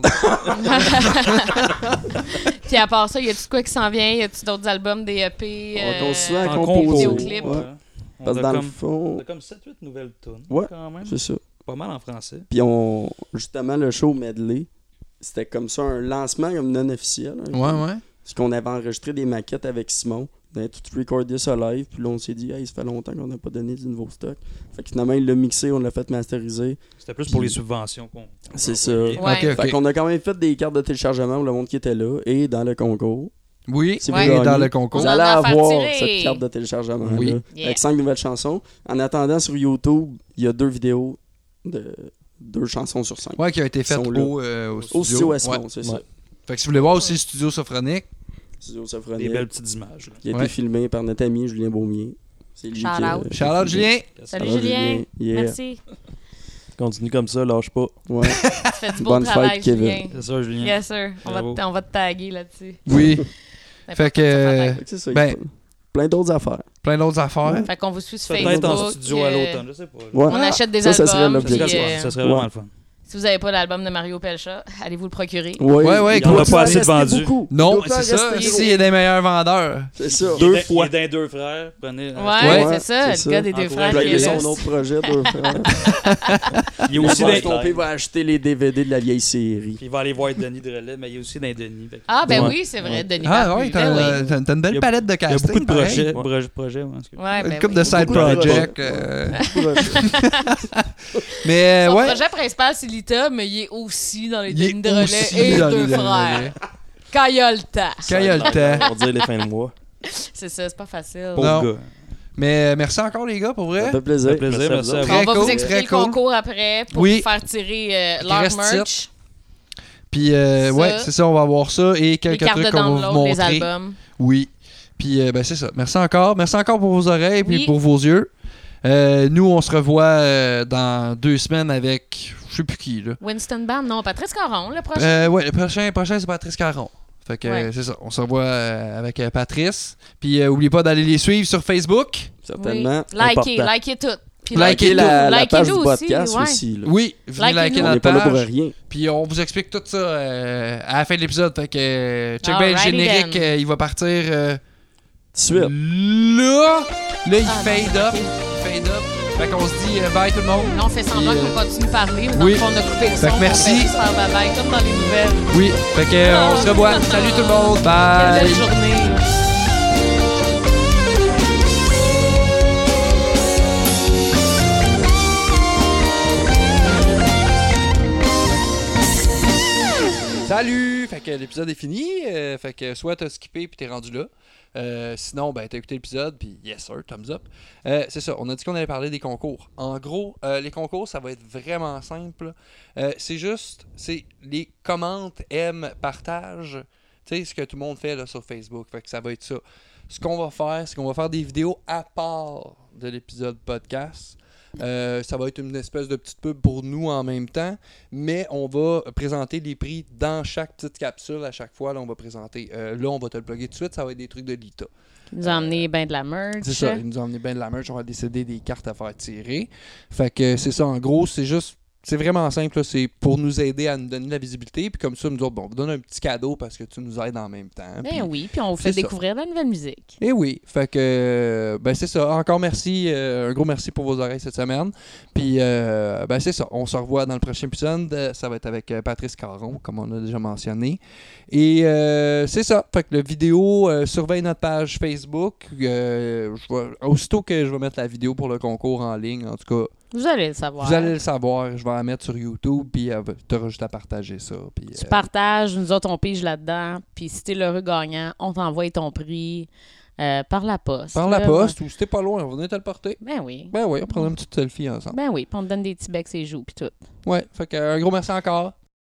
Speaker 1: Puis à part ça, y a-tu de quoi qui s'en vient? Y a-tu d'autres albums, des EP?
Speaker 3: On continue à
Speaker 5: En
Speaker 3: composer.
Speaker 5: compo.
Speaker 1: Vidéoclip.
Speaker 3: Ouais.
Speaker 5: On
Speaker 3: Parce
Speaker 5: a
Speaker 3: que dans le
Speaker 5: comme,
Speaker 3: fond,
Speaker 5: on a comme 7-8 nouvelles tunes.
Speaker 3: Ouais.
Speaker 5: Quand même.
Speaker 3: c'est ça.
Speaker 5: Pas mal en français.
Speaker 3: Puis justement, le show Medley, c'était comme ça un lancement comme non officiel. un peu.
Speaker 2: Ouais.
Speaker 3: Parce qu'on avait enregistré des maquettes avec Simon. On avait tout recordé ça live. Puis là, on s'est dit, hey, ça fait longtemps qu'on n'a pas donné du nouveau stock. Fait que finalement, il l'a mixé, on l'a fait masteriser.
Speaker 5: C'était plus pour les subventions qu'on.
Speaker 3: C'est ça.
Speaker 5: envoyait.
Speaker 1: Ouais.
Speaker 2: Ok,
Speaker 3: Fait
Speaker 2: ok.
Speaker 3: qu'on a quand même fait des cartes de téléchargement pour le monde qui était là et dans le concours.
Speaker 2: Oui,
Speaker 3: Si
Speaker 1: Ouais.
Speaker 3: vous
Speaker 2: et
Speaker 3: gagnez,
Speaker 2: dans le concours.
Speaker 3: vous
Speaker 1: On en
Speaker 3: allez
Speaker 1: a à faire
Speaker 3: avoir
Speaker 1: tirer.
Speaker 3: cette carte de téléchargement
Speaker 2: Oui.
Speaker 3: là,
Speaker 1: Yeah.
Speaker 3: avec 5 nouvelles chansons. En attendant, sur YouTube, il y a 2 vidéos de 2 chansons sur 5.
Speaker 2: Ouais, qui a été fait
Speaker 3: Ils sont là.
Speaker 2: au studio.
Speaker 3: Au studio à Simon,
Speaker 2: Ouais.
Speaker 3: c'est ça.
Speaker 2: Fait que si vous voulez voir aussi le studio Sophronique,
Speaker 3: Studio Sophronique,
Speaker 5: Des belles petites images. Là.
Speaker 3: qui a
Speaker 2: Ouais.
Speaker 3: été filmé par notre ami Julien Beaumier. C'est lui
Speaker 1: Shout
Speaker 3: qui a-
Speaker 1: out.
Speaker 2: shout out Julien.
Speaker 1: Salut
Speaker 3: Shout out
Speaker 1: Julien.
Speaker 3: Yeah.
Speaker 1: Merci.
Speaker 4: Continue comme ça, lâche pas.
Speaker 3: Ouais.
Speaker 1: Tu fais du beau
Speaker 3: Bonne
Speaker 1: travail,
Speaker 3: fête, Kevin.
Speaker 1: Julien.
Speaker 5: C'est ça, Julien.
Speaker 1: Yes, sir.
Speaker 5: Bravo.
Speaker 1: On va te taguer là-dessus.
Speaker 2: Oui.
Speaker 1: C'est
Speaker 2: Fait
Speaker 1: important
Speaker 2: que,
Speaker 1: de se faire
Speaker 3: Fait que c'est ça.
Speaker 2: Ben-
Speaker 3: il faut- plein d'autres affaires.
Speaker 2: Plein d'autres affaires.
Speaker 1: taguer. Fait qu'on vous suit sur Facebook.
Speaker 5: Peut-être en studio à l'automne, je sais pas.
Speaker 3: Ouais.
Speaker 1: On achète des
Speaker 3: Ça serait
Speaker 1: albums.
Speaker 3: l'objectif.
Speaker 1: puis,
Speaker 5: Ça serait vraiment le fun.
Speaker 1: si vous n'avez pas l'album de Mario Pelcha, allez vous le procurer.
Speaker 2: Ouais,
Speaker 3: il
Speaker 5: il y en a
Speaker 3: doit
Speaker 5: pas assez de
Speaker 3: rester
Speaker 5: vendus.
Speaker 3: beaucoup. Il
Speaker 2: Non,
Speaker 3: doit pas
Speaker 2: c'est ça.
Speaker 3: rester
Speaker 2: Ici, il y a des meilleurs vendeurs.
Speaker 3: C'est ça.
Speaker 5: Deux fois. Il est d'un deux frères. Prenez.
Speaker 1: Ouais,
Speaker 3: Ouais,
Speaker 1: c'est ça.
Speaker 3: c'est
Speaker 1: Le gars
Speaker 3: ça.
Speaker 1: des deux
Speaker 5: Encouragez
Speaker 1: frères qui est
Speaker 3: Plugger
Speaker 1: là.
Speaker 3: son autre projet, 2 frères.
Speaker 5: Il y a aussi
Speaker 3: Aussi,
Speaker 5: des.
Speaker 3: Stompé va acheter les DVD de la vieille série.
Speaker 5: Il va aller voir Denis de relais, mais il y a aussi des Denis. Fait que-
Speaker 1: Ah, ben
Speaker 4: Ouais.
Speaker 1: oui, c'est vrai. Denis
Speaker 2: Ah
Speaker 1: Barbu.
Speaker 2: ouais,
Speaker 1: Ben oui.
Speaker 2: t'as une belle
Speaker 5: Il y a-
Speaker 2: palette de
Speaker 5: Il y a
Speaker 2: casting.
Speaker 5: beaucoup de
Speaker 2: pareil.
Speaker 5: projets. Ouais, excuse.
Speaker 1: Ouais, ben
Speaker 2: Une couple
Speaker 1: oui.
Speaker 2: de side
Speaker 3: Beaucoup de
Speaker 2: projects. Mais
Speaker 1: Son
Speaker 2: ouais.
Speaker 1: projet principal, c'est Lita, mais il est aussi dans les
Speaker 2: Il est
Speaker 1: Denis de relais
Speaker 2: aussi
Speaker 1: et
Speaker 2: dans les
Speaker 1: deux
Speaker 2: Denis de
Speaker 1: frères.
Speaker 2: relais.
Speaker 1: Quand il y a le temps.
Speaker 2: Quand il y a le temps.
Speaker 4: On va dire les fins de mois.
Speaker 1: C'est ça, c'est pas facile.
Speaker 2: Non.
Speaker 5: Pauvre gars.
Speaker 2: Mais merci encore, les gars, pour vrai.
Speaker 3: Ça fait plaisir.
Speaker 5: Ça fait plaisir,
Speaker 4: Merci à
Speaker 5: merci
Speaker 4: vous.
Speaker 5: à
Speaker 2: Très
Speaker 1: On va
Speaker 2: cool,
Speaker 1: vous expliquer
Speaker 2: très
Speaker 1: le
Speaker 2: cool.
Speaker 1: concours après pour
Speaker 2: Oui.
Speaker 1: vous faire tirer
Speaker 2: Il
Speaker 1: leur
Speaker 2: reste
Speaker 1: merch.
Speaker 2: Puis,
Speaker 1: Ça.
Speaker 2: ouais, c'est ça, on va voir ça et
Speaker 1: Les
Speaker 2: quelques
Speaker 1: cartes de
Speaker 2: trucs qu'on va vous
Speaker 1: download, les
Speaker 2: montrer.
Speaker 1: albums.
Speaker 2: Oui. Puis, ben, c'est ça. Merci encore. Merci encore pour vos oreilles et
Speaker 1: Oui.
Speaker 2: pour vos yeux. Nous, on se revoit dans 2 semaines avec, je sais plus qui, là.
Speaker 1: Winston Band, non, Patrice Caron, le prochain.
Speaker 2: Ouais, le prochain c'est Patrice Caron. Fait que
Speaker 1: Ouais.
Speaker 2: c'est ça. On se revoit avec Patrice. Puis, oubliez pas d'aller les suivre sur Facebook.
Speaker 3: Certainement.
Speaker 1: Oui. Likez,
Speaker 4: Important.
Speaker 1: likez tout. Puis
Speaker 2: Likez
Speaker 3: la
Speaker 1: likez-nous
Speaker 3: page du
Speaker 1: aussi,
Speaker 3: podcast
Speaker 1: ouais.
Speaker 3: aussi. là.
Speaker 2: Oui, venez
Speaker 1: Likez-nous.
Speaker 2: liker
Speaker 3: On n'est
Speaker 2: notre
Speaker 3: pas là pour
Speaker 2: page.
Speaker 3: rien.
Speaker 2: Puis on vous explique tout ça à la fin de l'épisode. Fait que check bien le
Speaker 1: Alrighty
Speaker 2: générique,
Speaker 1: then.
Speaker 2: il va partir
Speaker 3: Tout de suite.
Speaker 2: là. Là, il
Speaker 1: Ah,
Speaker 2: fade
Speaker 1: non,
Speaker 2: up.
Speaker 1: ok.
Speaker 2: Il fade up. Fait qu'on se dit bye tout le monde.
Speaker 1: Là, on fait semblant
Speaker 2: Puis,
Speaker 1: qu'on continue de parler, mais dans
Speaker 2: oui.
Speaker 1: le fond, on a coupé le
Speaker 2: Fait
Speaker 1: son.
Speaker 2: que merci.
Speaker 1: On fait juste faire bye-bye, comme dans les nouvelles.
Speaker 2: Oui, fait que on se revoit. Salut tout le monde.
Speaker 1: Quelle
Speaker 2: Bye.
Speaker 1: belle journée.
Speaker 2: Salut! Fait que l'épisode est fini. Fait que soit t'as skippé puis t'es rendu là. Sinon, ben t'as écouté l'épisode puis yes sir, thumbs up. C'est ça, on a dit qu'on allait parler des concours. En gros, les concours, ça va être vraiment simple. C'est juste, c'est les commentes, aiment, partagent. Tu sais, ce que tout le monde fait là, sur Facebook. Fait que ça va être ça. Ce qu'on va faire, c'est qu'on va faire des vidéos à part de l'épisode podcast. Ça va être une espèce de petite pub pour nous en même temps, mais on va présenter les prix dans chaque petite capsule à chaque fois. Là, on va présenter. Là, on va te le plugger tout de suite. Ça va être des trucs de Lita.
Speaker 1: Il nous a emmené ben de la merch.
Speaker 2: C'est ça. Ils nous ont emmené bien de la merch. On va décider des cartes à faire tirer. Fait que c'est ça. En gros, c'est juste. C'est vraiment simple. Là. C'est pour nous aider à nous donner de la visibilité. Puis comme ça, nous autres, bon, on vous donne un petit cadeau parce que tu nous aides en même temps.
Speaker 1: Ben
Speaker 2: Puis-
Speaker 1: oui, puis on vous fait
Speaker 2: c'est ça.
Speaker 1: découvrir de la nouvelle musique.
Speaker 2: Eh oui, fait que ben c'est ça. Encore merci, un gros merci pour vos oreilles cette semaine. Puis ben c'est ça. On se revoit dans le prochain épisode. Ça va être avec Patrice Caron, comme on a déjà mentionné. Et c'est ça. Fait que la vidéo surveille notre page Facebook. Aussitôt que je vais mettre la vidéo pour le concours en ligne, en tout cas,
Speaker 1: Vous allez le savoir.
Speaker 2: vous allez le savoir. Je vais la mettre sur YouTube. Puis tu auras juste à partager ça. Puis,
Speaker 1: Tu partages, nous autres, on pige là-dedans. Puis si t'es l'heureux gagnant, on t'envoie ton prix par la poste.
Speaker 2: par la
Speaker 1: là.
Speaker 2: poste, ou si t'es pas loin, on va venir te le porter.
Speaker 1: Ben oui.
Speaker 2: Ben oui, on prendra une petite selfie ensemble.
Speaker 1: Ben oui, puis on te donne des petits becs et joues, puis tout.
Speaker 2: Ouais, fait que un gros merci encore.